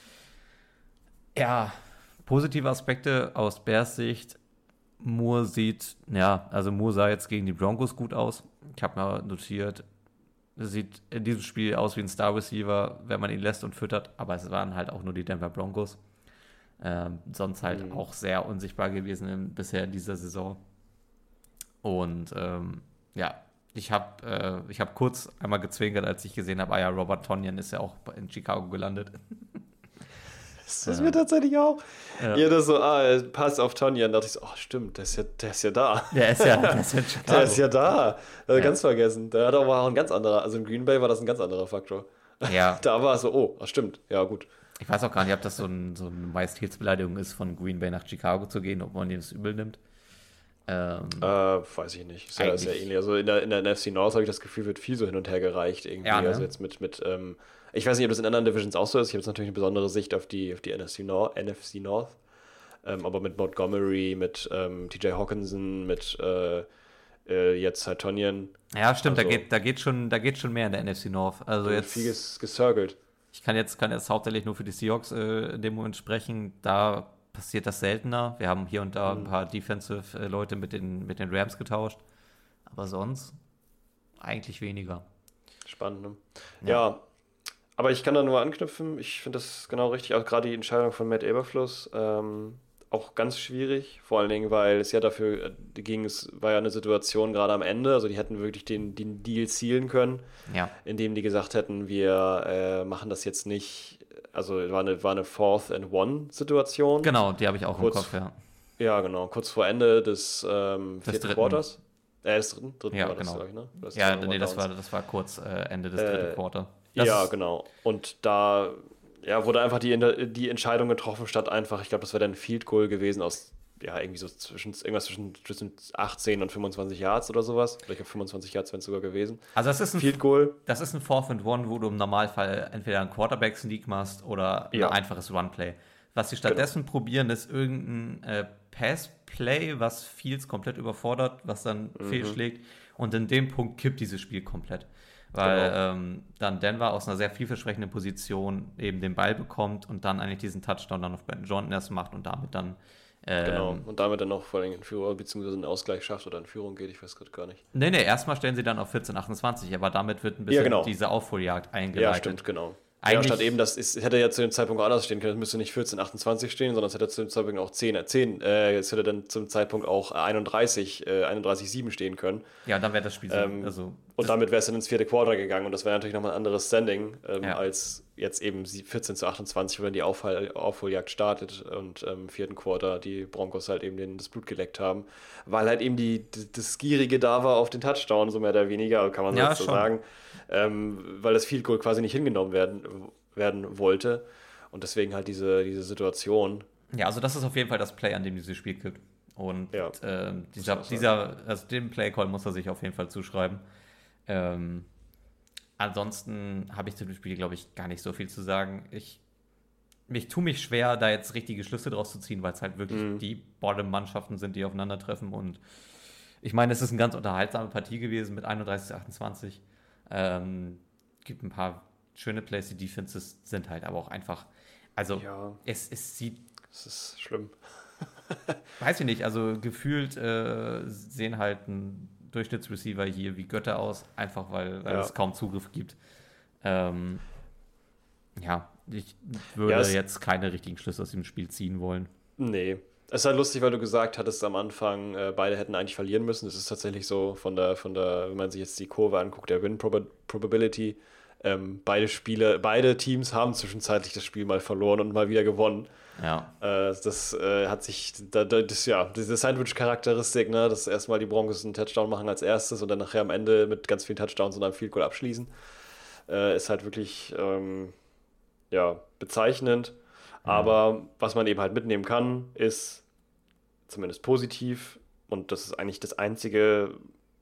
Speaker 2: Ja, positive Aspekte aus Bears Sicht. Moore sieht, ja, also Moore sah jetzt gegen die Broncos gut aus. Ich habe mal notiert, sieht in diesem Spiel aus wie ein Star-Receiver, wenn man ihn lässt und füttert, aber es waren halt auch nur die Denver Broncos. Ähm, sonst halt mhm. auch sehr unsichtbar gewesen in, bisher in dieser Saison. Und ähm, ja, ich habe äh, ich hab kurz einmal gezwinkert, als ich gesehen habe, ah ja, Robert Tonyan ist ja auch in Chicago gelandet.
Speaker 3: Das ist ja. mir tatsächlich auch. Ja, ja das so, ah, Pass auf Tonyan, da dachte ich so, oh stimmt, der ist ja, der ist ja da.
Speaker 2: Der ist ja, der ist ja in Chicago.
Speaker 3: Der ist ja da. Ja. Ganz vergessen. Der hat aber auch ein ganz anderer, also in Green Bay war das ein ganz anderer Faktor.
Speaker 2: Ja.
Speaker 3: Da war es so, oh, ach, stimmt, ja gut.
Speaker 2: Ich weiß auch gar nicht, ob das so, ein, so eine Majestätsbeleidigung ist, von Green Bay nach Chicago zu gehen, ob man ihm das übel nimmt. Ähm,
Speaker 3: äh, weiß ich nicht. Ist ja, ist ja ähnlich. Also in der, in der N F C North habe ich das Gefühl, wird viel so hin und her gereicht irgendwie. Ja, ne? Also jetzt mit, mit ähm, ich weiß nicht, ob das in anderen Divisions auch so ist. Ich habe jetzt natürlich eine besondere Sicht auf die, auf die N F C North. N F C North. Ähm, aber mit Montgomery, mit ähm, T J Hawkinson, mit äh, äh, jetzt halt Tonyan.
Speaker 2: Ja, stimmt, also, da, geht, da, geht schon, da geht schon mehr in der N F C North. Also jetzt
Speaker 3: viel gecircelt.
Speaker 2: Ich kann jetzt, kann jetzt hauptsächlich nur für die Seahawks äh, in dem Moment sprechen. Da passiert das seltener. Wir haben hier und da ein paar Defensive-Leute mit den, mit den Rams getauscht. Aber sonst eigentlich weniger.
Speaker 3: Spannend, ne? Ja. ja, aber ich kann da nur anknüpfen. Ich finde das genau richtig. Auch gerade die Entscheidung von Matt Eberfluss ähm, auch ganz schwierig. Vor allen Dingen, weil es ja dafür äh, ging, es war ja eine Situation gerade am Ende. Also die hätten wirklich den, den Deal zielen können.
Speaker 2: Ja.
Speaker 3: Indem die gesagt hätten, wir äh, machen das jetzt nicht. Also war eine, war eine Fourth-and-One-Situation.
Speaker 2: Genau, die habe ich auch
Speaker 3: kurz,
Speaker 2: im Kopf, ja.
Speaker 3: Ja, genau. Kurz vor Ende des ähm,
Speaker 2: des
Speaker 3: vierten
Speaker 2: dritten.
Speaker 3: Quarters. Äh, des dritten? dritten
Speaker 2: ja,
Speaker 3: war
Speaker 2: genau.
Speaker 3: das, ich, ne? Das
Speaker 2: ja, nee, das war, das war kurz äh, Ende des
Speaker 3: äh,
Speaker 2: dritten Quarter. Das
Speaker 3: ja, genau. Und da ja, wurde einfach die, die Entscheidung getroffen, statt einfach, ich glaube, das wäre dann ein Field Goal gewesen aus, ja, irgendwie so zwischen, irgendwas zwischen, zwischen achtzehn und fünfundzwanzig Yards oder sowas. Vielleicht auf fünfundzwanzig Yards wären es sogar gewesen.
Speaker 2: Also das ist ein
Speaker 3: Field Goal.
Speaker 2: Das ist ein Fourth and One, wo du im Normalfall entweder einen Quarterback-Sneak machst oder
Speaker 3: Ja.
Speaker 2: ein einfaches Run-Play. Was sie stattdessen probieren, ist irgendein äh, Pass-Play, was Fields komplett überfordert, was dann
Speaker 3: Mhm.
Speaker 2: fehlschlägt. Und in dem Punkt kippt dieses Spiel komplett. Weil
Speaker 3: Genau.
Speaker 2: ähm, dann Denver aus einer sehr vielversprechenden Position eben den Ball bekommt und dann eigentlich diesen Touchdown dann auf Brandon Jordan erst macht und damit dann ähm,
Speaker 3: Genau. Und damit dann auch vor allem in Führung, beziehungsweise einen Ausgleich schafft oder in Führung geht, ich weiß gerade gar nicht.
Speaker 2: Nee, nee, erstmal stellen sie dann auf vierzehn achtundzwanzig, aber damit wird ein bisschen
Speaker 3: Ja, genau.
Speaker 2: diese Aufholjagd eingeleitet.
Speaker 3: Ja, stimmt, genau. Ja,
Speaker 2: Eigentlich-
Speaker 3: statt eben, das ist, hätte ja zu dem Zeitpunkt auch anders stehen können. Es müsste nicht vierzehn achtundzwanzig stehen, sondern es hätte zu dem Zeitpunkt auch zehn, äh, zehn äh, es hätte dann zum Zeitpunkt auch einunddreißig, äh, einunddreißig sieben stehen können.
Speaker 2: Ja, dann wäre das Spiel so.
Speaker 3: Ähm,
Speaker 2: also,
Speaker 3: Und damit wäre es dann ins vierte Quarter gegangen und das wäre natürlich nochmal ein anderes Standing ähm,
Speaker 2: Ja.
Speaker 3: als jetzt eben sie- vierzehn zu achtundzwanzig, wo dann die Aufhol Aufholjagd startet und im vierten Quarter die Broncos halt eben den, das Blut geleckt haben, weil halt eben die, die, das Gierige da war auf den Touchdown, so mehr oder weniger, kann man
Speaker 2: Ja,
Speaker 3: jetzt so
Speaker 2: schon.
Speaker 3: sagen, ähm, weil das Field Goal quasi nicht hingenommen werden, werden wollte und deswegen halt diese, diese Situation.
Speaker 2: Ja, also das ist auf jeden Fall das Play, an dem dieses Spiel kippt. Und
Speaker 3: Ja,
Speaker 2: ähm, dieser,
Speaker 3: muss man
Speaker 2: dieser, also dem Play-Call muss er sich auf jeden Fall zuschreiben. Ähm, ansonsten habe ich zu dem Spiel, glaube ich, gar nicht so viel zu sagen. Ich mich tue mich schwer, da jetzt richtige Schlüsse draus zu ziehen, weil es halt wirklich
Speaker 3: Mhm.
Speaker 2: die Bottom-Mannschaften sind, die aufeinandertreffen. Und ich meine, es ist eine ganz unterhaltsame Partie gewesen mit einunddreißig zu achtundzwanzig. Ähm, gibt ein paar schöne Plays, die Defenses sind halt aber auch einfach, also
Speaker 3: Ja,
Speaker 2: es, es sieht,
Speaker 3: das ist schlimm.
Speaker 2: weiß ich nicht, also gefühlt äh, sehen halt ein Durchschnittsreceiver hier wie Götter aus, einfach weil, weil
Speaker 3: Ja.
Speaker 2: es kaum Zugriff gibt. Ähm, ja, ich würde
Speaker 3: Ja, es-
Speaker 2: jetzt keine richtigen Schlüsse aus dem Spiel ziehen wollen.
Speaker 3: Nee. Es ist halt lustig, weil du gesagt hattest am Anfang, äh, beide hätten eigentlich verlieren müssen. Es ist tatsächlich so, von der, von der, wenn man sich jetzt die Kurve anguckt, der Win-Probability, ähm, beide Spiele, beide Teams haben zwischenzeitlich das Spiel mal verloren und mal wieder gewonnen.
Speaker 2: Ja,
Speaker 3: Äh, das äh, hat sich, da, da, das, ja, diese Sandwich-Charakteristik, ne, dass erstmal die Broncos einen Touchdown machen als erstes und dann nachher am Ende mit ganz vielen Touchdowns und einem Field Goal abschließen, äh, ist halt wirklich, ähm, ja, bezeichnend. Aber was man eben halt mitnehmen kann, ist zumindest positiv, und das ist eigentlich das Einzige,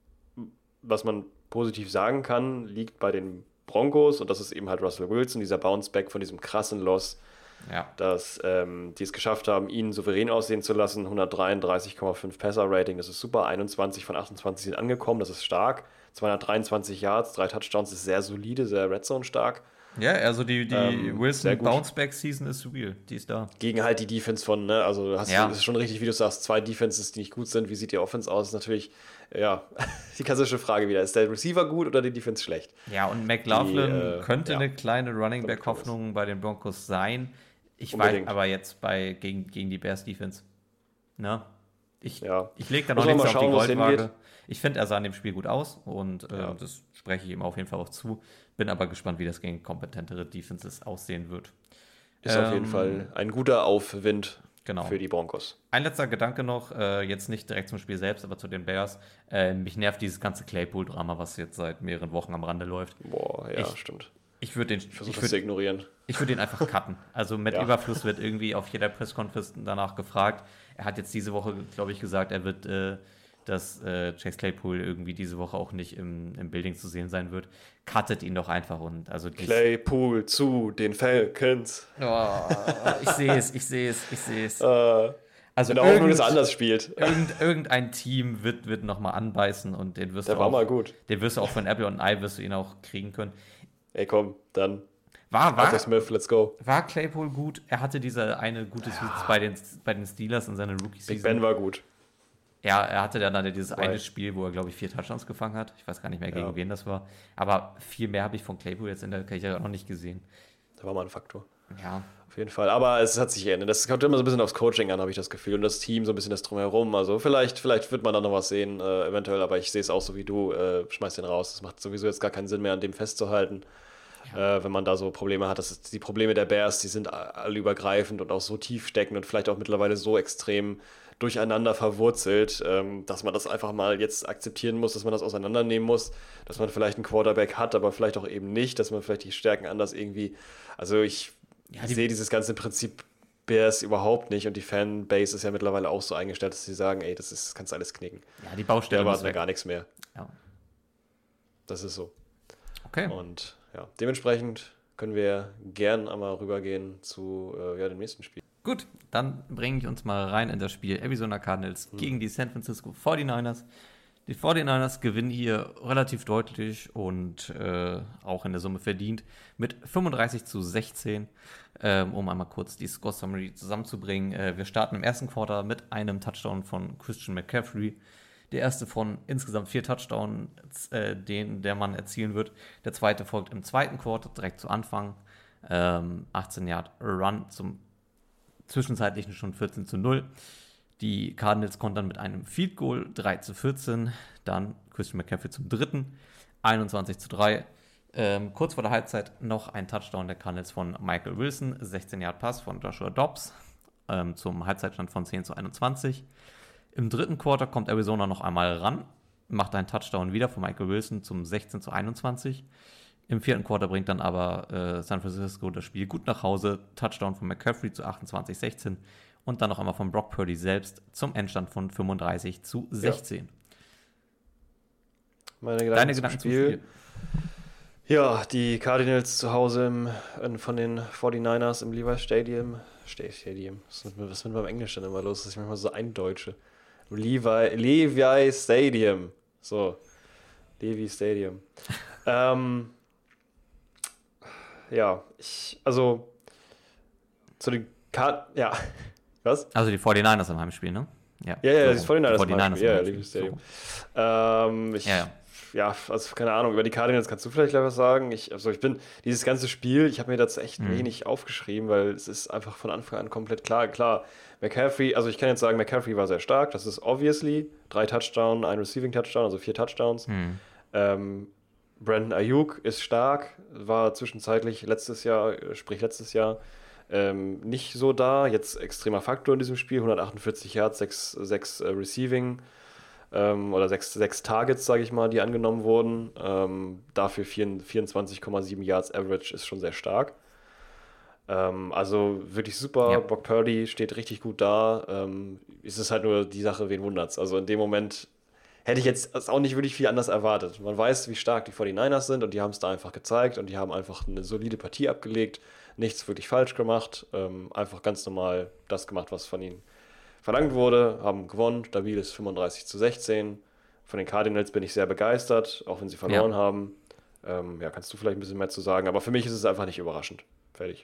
Speaker 3: was man positiv sagen kann, liegt bei den Broncos, und das ist eben halt Russell Wilson, dieser Bounceback von diesem krassen Loss,
Speaker 2: ja.
Speaker 3: dass ähm, die es geschafft haben, ihn souverän aussehen zu lassen. hundertdreiunddreißig Komma fünf Passer-Rating, das ist super. einundzwanzig von achtundzwanzig sind angekommen, das ist stark. zweihundertdreiundzwanzig Yards, drei Touchdowns, ist sehr solide, sehr Red Zone stark.
Speaker 2: Ja, also die, die
Speaker 3: Ähm, sehr
Speaker 2: Wilson
Speaker 3: gut.
Speaker 2: Bounceback-Season ist real, die ist da.
Speaker 3: Gegen halt die Defense von, ne, also hast
Speaker 2: Ja.
Speaker 3: du, das ist schon richtig, wie du sagst, zwei Defenses, die nicht gut sind. Wie sieht die Offense aus? Ist natürlich, ja, die klassische Frage wieder. Ist der Receiver gut oder die Defense schlecht?
Speaker 2: Ja, und McLaughlin
Speaker 3: Die, äh,
Speaker 2: könnte
Speaker 3: ja.
Speaker 2: eine kleine Running
Speaker 3: Damit
Speaker 2: Back-Hoffnung bei den Broncos sein. Ich
Speaker 3: Unbedingt.
Speaker 2: weiß aber jetzt bei gegen, gegen die Bears-Defense. Ne? Ich,
Speaker 3: Ja.
Speaker 2: ich lege da
Speaker 3: Muss
Speaker 2: noch
Speaker 3: man
Speaker 2: nichts
Speaker 3: mal
Speaker 2: auf die
Speaker 3: schauen, wo es
Speaker 2: Goldwaage.
Speaker 3: hingeht.
Speaker 2: Ich finde, er sah in dem Spiel gut aus und äh,
Speaker 3: Ja.
Speaker 2: das spreche ich ihm auf jeden Fall auch zu. Bin aber gespannt, wie das gegen kompetentere Defenses aussehen wird.
Speaker 3: Ist auf jeden
Speaker 2: Ähm,
Speaker 3: Fall ein guter Aufwind
Speaker 2: Genau.
Speaker 3: für die Broncos.
Speaker 2: Ein letzter Gedanke noch, äh, jetzt nicht direkt zum Spiel selbst, aber zu den Bears. Äh, mich nervt dieses ganze Claypool-Drama, was jetzt seit mehreren Wochen am Rande läuft.
Speaker 3: Boah, ja,
Speaker 2: Ich-
Speaker 3: stimmt.
Speaker 2: Ich würde den,
Speaker 3: Ich versuche
Speaker 2: ich
Speaker 3: das zu
Speaker 2: würd,
Speaker 3: ignorieren.
Speaker 2: ich würd den einfach cutten. Also mit
Speaker 3: Ja.
Speaker 2: Überfluss wird irgendwie auf jeder Presskonferenz danach gefragt. Er hat jetzt diese Woche, glaube ich, gesagt, er wird, äh, dass äh, Chase Claypool irgendwie diese Woche auch nicht im, im Building zu sehen sein wird. Cuttet ihn doch einfach und also dies-
Speaker 3: Claypool zu den Falcons.
Speaker 2: Oh, ich sehe es, ich sehe es, ich sehe es.
Speaker 3: Äh,
Speaker 2: Also
Speaker 3: in der Hoffnung,
Speaker 2: irgend-
Speaker 3: dass er anders spielt.
Speaker 2: Irgend, irgendein Team wird, wird nochmal anbeißen und den wirst
Speaker 3: Der
Speaker 2: du
Speaker 3: war
Speaker 2: auch,
Speaker 3: mal gut.
Speaker 2: den wirst du auch von Apple und Ei wirst du ihn auch kriegen können.
Speaker 3: Ey, komm, dann
Speaker 2: War, war,
Speaker 3: Arthur Smith, let's go.
Speaker 2: war Claypool gut? Er hatte diese eine gute Season bei den, bei den Steelers in seiner
Speaker 3: Big
Speaker 2: Rookie-Season.
Speaker 3: Ben war gut.
Speaker 2: Ja, er hatte dann dieses
Speaker 3: Right.
Speaker 2: eine Spiel, wo er, glaube ich, vier Touchdowns gefangen hat. Ich weiß gar nicht mehr, gegen
Speaker 3: Ja.
Speaker 2: wen das war. Aber viel mehr habe ich von Claypool jetzt in der Karriere noch nicht gesehen.
Speaker 3: Der war mal ein Faktor.
Speaker 2: Ja,
Speaker 3: Auf jeden Fall. Aber es hat sich geändert. Das kommt immer so ein bisschen aufs Coaching an, habe ich das Gefühl. Und das Team, so ein bisschen das Drumherum. Also vielleicht, vielleicht wird man da noch was sehen, äh, eventuell. Aber ich sehe es auch so wie du. Äh, schmeiß den raus. Das macht sowieso jetzt gar keinen Sinn mehr, an dem festzuhalten. Äh, wenn man da so Probleme hat. Das ist, die Probleme der Bears, die sind alle übergreifend und auch so tief steckend und vielleicht auch mittlerweile so extrem durcheinander verwurzelt, ähm, dass man das einfach mal jetzt akzeptieren muss, dass man das auseinandernehmen muss, dass man vielleicht einen Quarterback hat, aber vielleicht auch eben nicht, dass man vielleicht die Stärken anders irgendwie, also ich
Speaker 2: Ja,
Speaker 3: ich
Speaker 2: die-
Speaker 3: sehe dieses ganze Prinzip Bears überhaupt nicht und die Fanbase ist ja mittlerweile auch so eingestellt, dass sie sagen, ey, das ist, kannst alles knicken.
Speaker 2: Ja, die
Speaker 3: Da
Speaker 2: Baustelle muss
Speaker 3: erwarten wir
Speaker 2: weg.
Speaker 3: gar nichts mehr.
Speaker 2: Ja.
Speaker 3: Das ist so.
Speaker 2: Okay.
Speaker 3: Und ja, dementsprechend können wir gern einmal rübergehen zu äh, ja, dem nächsten Spiel.
Speaker 2: Gut, dann bringe ich uns mal rein in das Spiel Arizona Cardinals gegen die San Francisco forty-niners. Die forty-niners gewinnen hier relativ deutlich und äh, auch in der Summe verdient mit fünfunddreißig zu sechzehn. Ähm, um einmal kurz die Score Summary zusammenzubringen. Äh, wir starten im ersten Quarter mit einem Touchdown von Christian McCaffrey. Der erste von insgesamt vier Touchdowns, äh, den der Mann erzielen wird. Der zweite folgt im zweiten Quarter, direkt zu Anfang. Ähm, achtzehn Yard Run zum zwischenzeitlichen schon vierzehn zu null. Die Cardinals kontern mit einem Field Goal drei zu vierzehn. Dann Christian McCaffrey zum dritten, einundzwanzig zu drei. Ähm, kurz vor der Halbzeit noch ein Touchdown der Cardinals von Michael Wilson, sechzehn Yard Pass von Joshua Dobbs ähm, zum Halbzeitstand von zehn zu einundzwanzig. Im dritten Quarter kommt Arizona noch einmal ran, macht einen Touchdown wieder von Michael Wilson zum sechzehn zu einundzwanzig. Im vierten Quarter bringt dann aber äh, San Francisco das Spiel gut nach Hause. Touchdown von McCaffrey zu achtundzwanzig zu sechzehn und dann noch einmal von Brock Purdy selbst zum Endstand von fünfunddreißig zu sechzehn.
Speaker 3: Meine Gedanken
Speaker 2: Deine
Speaker 3: zum
Speaker 2: Gedanken zum
Speaker 3: Spiel.
Speaker 2: Spiel?
Speaker 3: Ja, die Cardinals zu Hause im, in, von den forty-niners im Levi Stadium. Sta- Stadium. Was ist mit, was ist mit meinem Englisch denn immer los, dass ich manchmal so eindeutsche? Levi, Levi Stadium. So. Levi Stadium. ähm, ja, ich, also zu den Card, ja. Was?
Speaker 2: Also die forty-niners im Heimspiel, ne?
Speaker 3: Ja, ja,
Speaker 2: so
Speaker 3: das forty-niners
Speaker 2: die forty-niners
Speaker 3: im
Speaker 2: im
Speaker 3: Heimspiel. Ja,
Speaker 2: Heimspiel.
Speaker 3: Levi Stadium.
Speaker 2: So.
Speaker 3: Ähm, ich,
Speaker 2: Ja, ja.
Speaker 3: ja, also keine Ahnung, über die Cardinals kannst du vielleicht gleich was sagen. Ich, also ich bin, dieses ganze Spiel, ich habe mir das echt
Speaker 2: Mhm.
Speaker 3: wenig aufgeschrieben, weil es ist einfach von Anfang an komplett klar. Klar, McCaffrey, also ich kann jetzt sagen, McCaffrey war sehr stark, das ist obviously. Drei Touchdowns, ein Receiving Touchdown, also vier Touchdowns.
Speaker 2: Mhm.
Speaker 3: Ähm, Brandon Ayuk ist stark, war zwischenzeitlich letztes Jahr, äh, sprich letztes Jahr, ähm, nicht so da. Jetzt extremer Faktor in diesem Spiel, hundertachtundvierzig Yards, sechs, sechs äh, Receiving. Ähm, oder sechs, sechs Targets, sage ich mal, die angenommen wurden. Ähm, dafür vierundzwanzig Komma sieben Yards Average ist schon sehr stark. Ähm, also wirklich super.
Speaker 2: Ja.
Speaker 3: Brock Purdy steht richtig gut da. Ähm, es ist halt nur die Sache, wen wundert's. Also in dem Moment hätte ich jetzt auch nicht wirklich viel anders erwartet. Man weiß, wie stark die forty-niners sind und die haben es da einfach gezeigt und die haben einfach eine solide Partie abgelegt. Nichts wirklich falsch gemacht. Ähm, einfach ganz normal das gemacht, was von ihnen verlangt wurde, haben gewonnen, stabiles fünfunddreißig zu sechzehn. Von den Cardinals bin ich sehr begeistert, auch wenn sie verloren
Speaker 2: Ja.
Speaker 3: haben. Ähm, ja, kannst du vielleicht ein bisschen mehr zu sagen, aber für mich ist es einfach nicht überraschend. Fertig.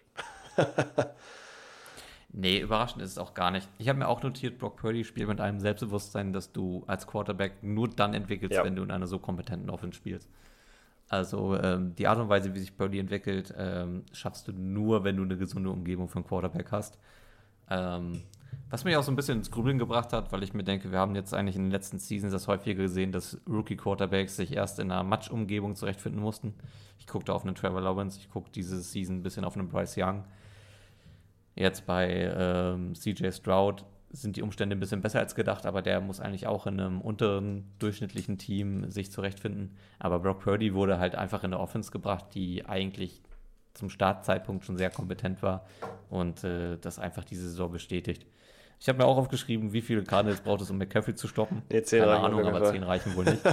Speaker 2: Nee, überraschend ist es auch gar nicht. Ich habe mir auch notiert, Brock Purdy spielt mit einem Selbstbewusstsein, das du als Quarterback nur dann entwickelst,
Speaker 3: Ja.
Speaker 2: wenn du in einer so kompetenten Offense spielst. Also ähm, die Art und Weise, wie sich Purdy entwickelt, ähm, schaffst du nur, wenn du eine gesunde Umgebung für einen Quarterback hast. Ähm, was mich auch so ein bisschen ins Grübeln gebracht hat, weil ich mir denke, wir haben jetzt eigentlich in den letzten Seasons das häufiger gesehen, dass Rookie-Quarterbacks sich erst in einer Match-Umgebung zurechtfinden mussten. Ich gucke da auf einen Trevor Lawrence, ich gucke diese Season ein bisschen auf einen Bryce Young. Jetzt bei ähm, C J Stroud sind die Umstände ein bisschen besser als gedacht, aber der muss eigentlich auch in einem unteren durchschnittlichen Team sich zurechtfinden. Aber Brock Purdy wurde halt einfach in eine Offense gebracht, die eigentlich zum Startzeitpunkt schon sehr kompetent war und äh, das einfach diese Saison bestätigt. Ich habe mir auch aufgeschrieben, wie viele Cardinals braucht es, um McCaffrey zu stoppen.
Speaker 3: Nee, zehn
Speaker 2: Keine
Speaker 3: reichen
Speaker 2: Ahnung,
Speaker 3: auf jeden
Speaker 2: aber
Speaker 3: Fall.
Speaker 2: zehn reichen wohl nicht.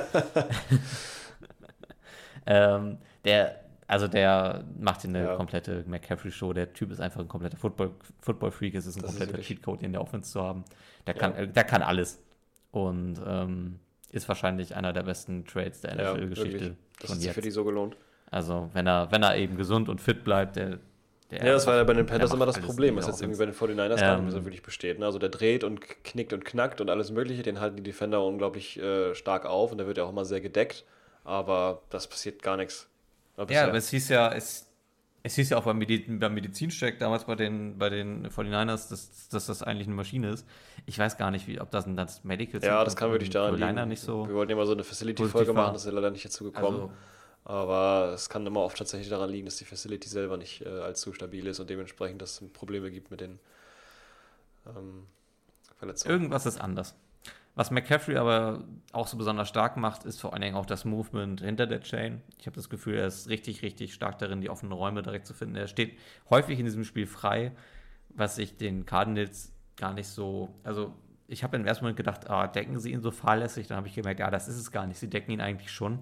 Speaker 2: ähm, der, also der macht hier eine
Speaker 3: Ja.
Speaker 2: komplette McCaffrey-Show. Der Typ ist einfach ein kompletter Football, Football-Freak. Es ist ein
Speaker 3: Das ist
Speaker 2: kompletter
Speaker 3: wirklich-
Speaker 2: Cheatcode, in der Offense zu haben. Der
Speaker 3: Ja.
Speaker 2: kann, äh, der kann alles. Und ähm, ist wahrscheinlich einer der besten Trades der
Speaker 3: Ja,
Speaker 2: N F L-Geschichte
Speaker 3: wirklich. Das
Speaker 2: von
Speaker 3: hat sich für die
Speaker 2: jetzt.
Speaker 3: so gelohnt.
Speaker 2: Also wenn er, wenn er eben gesund und fit bleibt, der, der
Speaker 3: Ja, das war ja bei den
Speaker 2: der
Speaker 3: Panthers
Speaker 2: macht
Speaker 3: immer das
Speaker 2: alles
Speaker 3: Problem,
Speaker 2: in
Speaker 3: was
Speaker 2: der
Speaker 3: jetzt irgendwie
Speaker 2: Offense.
Speaker 3: bei den forty-niners gar nicht mehr
Speaker 2: Ähm,
Speaker 3: so wirklich besteht. Ne? Also der dreht und knickt und knackt und alles Mögliche, den halten die Defender unglaublich äh, stark auf und der wird ja auch immer sehr gedeckt, aber das passiert gar nichts. Aber
Speaker 2: Ja,
Speaker 3: bisher.
Speaker 2: aber es hieß ja, es, es hieß ja auch beim, Medi beim Medizincheck damals bei den, bei den forty-niners, dass, dass das eigentlich eine Maschine ist. Ich weiß gar nicht, wie, ob das ein das Medical
Speaker 3: Ja, das kann wirklich daran
Speaker 2: Carolina
Speaker 3: liegen.
Speaker 2: nicht so.
Speaker 3: Wir wollten immer so eine Facility-Folge
Speaker 2: positiv war.
Speaker 3: machen, das ist ja leider nicht dazu gekommen.
Speaker 2: Also,
Speaker 3: Aber es kann immer oft tatsächlich daran liegen, dass die Facility selber nicht äh, allzu stabil ist und dementsprechend dass es Probleme gibt mit den ähm, Verletzungen.
Speaker 2: irgendwas ist anders. Was McCaffrey aber auch so besonders stark macht, ist vor allen Dingen auch das Movement hinter der Chain. Ich habe das Gefühl, er ist richtig, richtig stark darin, die offenen Räume direkt zu finden. Er steht häufig in diesem Spiel frei, was ich den Cardinals gar nicht so, also ich habe im ersten Moment gedacht, ah, decken sie ihn so fahrlässig, dann habe ich gemerkt, ja, das ist es gar nicht, sie decken ihn eigentlich schon,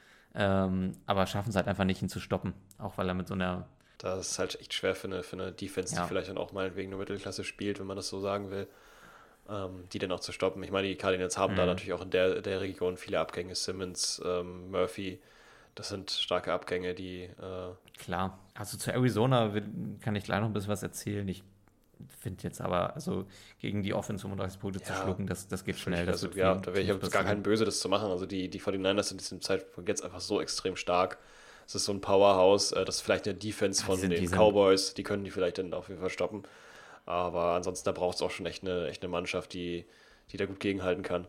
Speaker 2: ähm, aber schaffen es halt einfach nicht, ihn zu stoppen, auch weil er mit so einer...
Speaker 3: Das ist halt echt schwer für eine, für eine Defense,
Speaker 2: Ja.
Speaker 3: die vielleicht dann auch meinetwegen nur Mittelklasse spielt, wenn man das so sagen will, ähm, die dann auch zu stoppen. Ich meine, die Cardinals haben
Speaker 2: Mhm.
Speaker 3: da natürlich auch in der, der Region viele Abgänge, Simmons, ähm, Murphy, das sind starke Abgänge, die... Äh,
Speaker 2: Klar, also zu Arizona will, kann ich gleich noch ein bisschen was erzählen. Ich finde jetzt aber, also gegen die Offense fünfunddreißig Punkte zu
Speaker 3: Ja.
Speaker 2: schlucken, das, das geht schnell. Das
Speaker 3: also,
Speaker 2: wird
Speaker 3: ja,
Speaker 2: viel-
Speaker 3: da wäre ich
Speaker 2: viel
Speaker 3: jetzt gar
Speaker 2: passieren.
Speaker 3: kein Böse, das zu machen. Also die, die forty-niners sind in diesem Zeitpunkt jetzt einfach so extrem stark. Es ist so ein Powerhouse, äh, das ist vielleicht eine Defense
Speaker 2: Ja, die
Speaker 3: von
Speaker 2: sind-
Speaker 3: den
Speaker 2: die sind-
Speaker 3: Cowboys, die können die vielleicht dann auf jeden Fall stoppen. Aber ansonsten, da braucht es auch schon echt eine, echt eine Mannschaft, die, die da gut gegenhalten kann.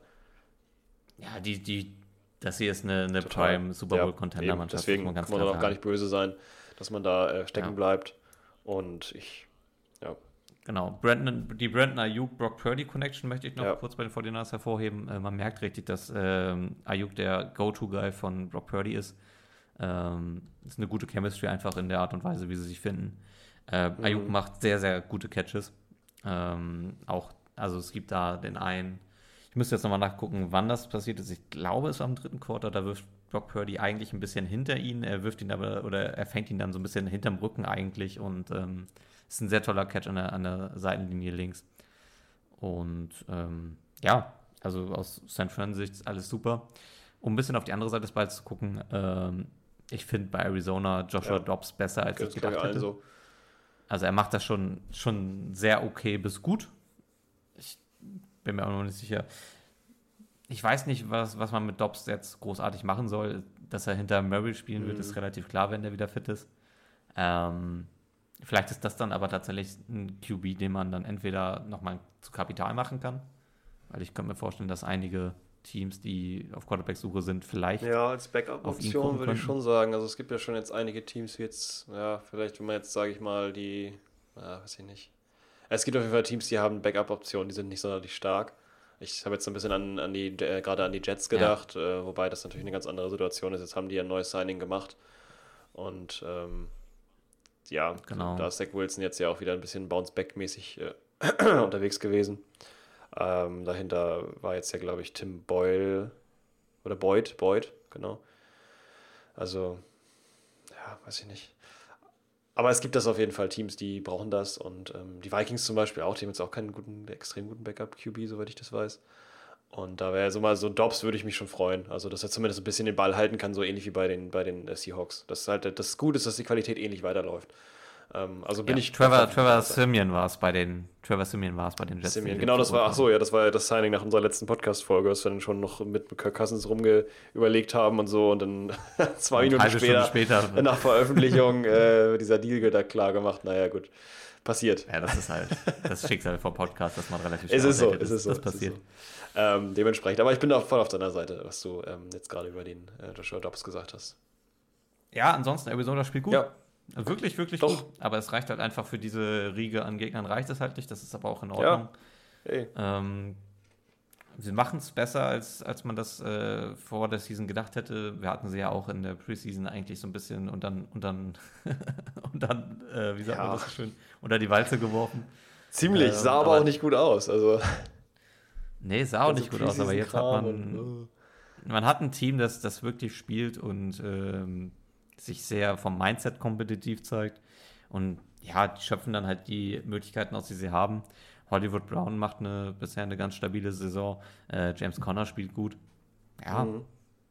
Speaker 2: Ja, die, die, das hier ist eine, eine
Speaker 3: Total.
Speaker 2: Prime Super
Speaker 3: Ja,
Speaker 2: Bowl Contender
Speaker 3: eben.
Speaker 2: Mannschaft.
Speaker 3: Deswegen
Speaker 2: muss
Speaker 3: kann man
Speaker 2: klar
Speaker 3: dann auch
Speaker 2: sagen.
Speaker 3: gar nicht böse sein, dass man da äh, stecken
Speaker 2: Ja.
Speaker 3: bleibt. Und ich, ja,
Speaker 2: Genau, Brandon, die Brandon Ayuk Brock Purdy Connection möchte ich noch
Speaker 3: Ja.
Speaker 2: kurz bei den forty-niners hervorheben. Äh, man merkt richtig, dass ähm, Ayuk der Go-To-Guy von Brock Purdy ist. Ähm, ist eine gute Chemistry einfach in der Art und Weise, wie sie sich finden. Äh, Ayuk macht sehr, sehr gute Catches. Ähm, auch, also es gibt da den einen, ich müsste jetzt nochmal nachgucken, wann das passiert ist. Ich glaube, es war im dritten Quarter, da wirft Brock Purdy eigentlich ein bisschen hinter ihn. Er wirft ihn aber, oder er fängt ihn dann so ein bisschen hinterm Rücken eigentlich und ähm, ist ein sehr toller Catch an der, an der Seitenlinie links. Und ähm, ja, also aus San Fran Sicht ist alles super. Um ein bisschen auf die andere Seite des Balls zu gucken, ähm, ich finde bei Arizona Joshua
Speaker 3: Ja.
Speaker 2: Dobbs besser, als
Speaker 3: geht
Speaker 2: ich
Speaker 3: uns, glaube
Speaker 2: gedacht
Speaker 3: ich, allen
Speaker 2: hätte.
Speaker 3: so.
Speaker 2: Also er macht das schon, schon sehr okay bis gut. Ich bin mir auch noch nicht sicher. Ich weiß nicht, was, was man mit Dobbs jetzt großartig machen soll. Dass er hinter Murray spielen wird,
Speaker 3: Mhm.
Speaker 2: ist relativ klar, wenn der wieder fit ist. Ähm, vielleicht ist das dann aber tatsächlich ein Q B, den man dann entweder nochmal zu Kapital machen kann. Weil ich könnte mir vorstellen, dass einige Teams, die auf Quarterback-Suche sind, vielleicht...
Speaker 3: Ja, als
Speaker 2: auf ihn
Speaker 3: Backup-Option
Speaker 2: gucken
Speaker 3: würde ich
Speaker 2: könnten.
Speaker 3: schon sagen. Also es gibt ja schon jetzt einige Teams, wie jetzt, ja, vielleicht, wenn man jetzt, sage ich mal, die, ja, weiß ich nicht. Es gibt auf jeden Fall Teams, die haben Backup-Optionen, die sind nicht sonderlich stark. Ich habe jetzt so ein bisschen an, an die, äh, gerade an die Jets gedacht, äh, wobei das natürlich eine ganz andere Situation ist. Jetzt haben die ein neues Signing gemacht und ähm, ja,
Speaker 2: Genau.
Speaker 3: da ist Zach Wilson jetzt ja auch wieder ein bisschen Bounce-Back-mäßig äh, unterwegs gewesen. Ähm, dahinter war jetzt ja, glaube ich, Tim Boyle oder Boyd, Boyd, genau. Also, ja, weiß ich nicht. Aber es gibt das auf jeden Fall Teams, die brauchen das und ähm, die Vikings zum Beispiel auch, die haben jetzt auch keinen guten, extrem guten Backup-Q B, soweit ich das weiß. Und da wäre so mal so Dobbs, würde ich mich schon freuen. Also, dass er zumindest ein bisschen den Ball halten kann, so ähnlich wie bei den, bei den äh, Seahawks. Das ist halt das Gute ist, dass die Qualität ähnlich weiterläuft. Ähm, also bin
Speaker 2: Ja,
Speaker 3: ich.
Speaker 2: Trevor, Trevor Simeon war es bei den Trevor Simeon war es bei den Jets.
Speaker 3: Simeon.
Speaker 2: die
Speaker 3: Genau,
Speaker 2: den
Speaker 3: das war, ach
Speaker 2: geholt
Speaker 3: so, ja, das war ja das Signing nach unserer letzten Podcast-Folge, was wir dann schon noch mit Kirk Cousins rumge überlegt haben und so und dann zwei
Speaker 2: Und
Speaker 3: Minuten
Speaker 2: halbe
Speaker 3: später,
Speaker 2: Stunde später.
Speaker 3: nach Veröffentlichung äh, dieser Deal da klar gemacht. Naja, gut, passiert.
Speaker 2: Ja, das ist halt das Schicksal vom Podcast, dass man relativ
Speaker 3: Es
Speaker 2: schnell
Speaker 3: ist so,
Speaker 2: outdated
Speaker 3: es ist so.
Speaker 2: Das
Speaker 3: es ist
Speaker 2: passiert.
Speaker 3: so. Ähm, dementsprechend, aber ich bin auch voll auf deiner Seite, was du ähm, jetzt gerade über den äh, Joshua Dobbs gesagt hast.
Speaker 2: Ja, ansonsten, Arizona spielt gut.
Speaker 3: Ja.
Speaker 2: Wirklich, wirklich
Speaker 3: Doch.
Speaker 2: gut. Aber es reicht halt einfach für diese Riege an Gegnern, reicht es halt nicht. Das ist aber auch in Ordnung.
Speaker 3: Ey.
Speaker 2: Ähm, sie machen es besser, als, als man das äh, vor der Season gedacht hätte. Wir hatten sie ja auch in der Preseason eigentlich so ein bisschen und dann, und dann, und dann äh, wie sagt
Speaker 3: Ja.
Speaker 2: man das so schön, unter die Walze geworfen.
Speaker 3: Ziemlich,
Speaker 2: Ähm,
Speaker 3: sah aber
Speaker 2: aber-
Speaker 3: auch nicht gut aus. Also,
Speaker 2: Nee, sah auch
Speaker 3: ganze
Speaker 2: nicht gut aus, aber jetzt hat
Speaker 3: Preseason-Kram
Speaker 2: man,
Speaker 3: und,
Speaker 2: man hat ein Team, das, das wirklich spielt und ähm, sich sehr vom Mindset kompetitiv zeigt. Und ja, die schöpfen dann halt die Möglichkeiten aus, die sie haben. Hollywood Brown macht eine, bisher eine ganz stabile Saison. Äh, James Conner spielt gut. Ja,
Speaker 3: Mhm.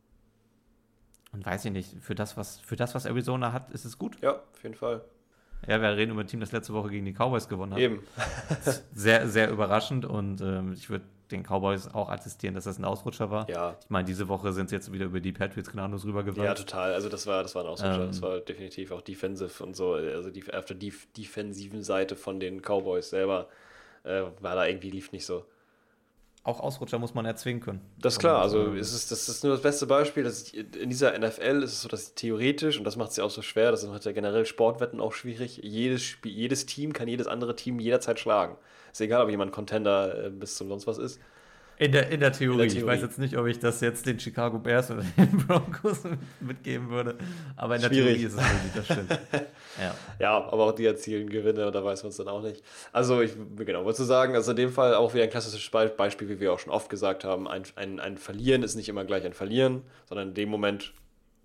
Speaker 2: und weiß ich nicht, für das, was, für das, was Arizona hat, ist es gut.
Speaker 3: Ja, auf jeden Fall.
Speaker 2: Ja, wir reden über ein Team, das letzte Woche gegen die Cowboys gewonnen hat.
Speaker 3: Eben.
Speaker 2: Sehr, sehr überraschend und ähm, ich würde den Cowboys auch attestieren, dass das ein Ausrutscher war.
Speaker 3: Ja.
Speaker 2: Ich meine, diese Woche sind sie jetzt wieder über die Patriots gnadenlos
Speaker 3: Ja,
Speaker 2: rübergewalzt.
Speaker 3: total. Also das war, das war ein Ausrutscher.
Speaker 2: Ähm.
Speaker 3: Das war definitiv auch defensive und so. Also die, auf der def defensiven Seite von den Cowboys selber äh, war da irgendwie, lief nicht so.
Speaker 2: Auch Ausrutscher muss man erzwingen können.
Speaker 3: Das ist klar,
Speaker 2: Und,
Speaker 3: also
Speaker 2: ähm,
Speaker 3: es ist, das ist nur das beste Beispiel. Dass ich, in dieser N F L ist es so, dass theoretisch, und das macht es ja auch so schwer, das macht ja generell Sportwetten auch schwierig, jedes, Spiel, jedes Team kann jedes andere Team jederzeit schlagen. Ist egal, ob jemand Contender äh, bis zum sonst was ist.
Speaker 2: In der, in der Theorie.
Speaker 3: In der Theorie.
Speaker 2: Ich weiß jetzt nicht, ob ich das jetzt den Chicago Bears oder den Broncos mitgeben würde, aber in der
Speaker 3: Schwierig.
Speaker 2: Theorie ist es möglich, das stimmt. Ja.
Speaker 3: Ja, aber auch die erzielen Gewinne, da weiß man es dann auch nicht. Also, ich, genau, wollte sagen, also in dem Fall auch wieder ein klassisches Be- Beispiel, wie wir auch schon oft gesagt haben, ein, ein, ein Verlieren ist nicht immer gleich ein Verlieren, sondern in dem Moment,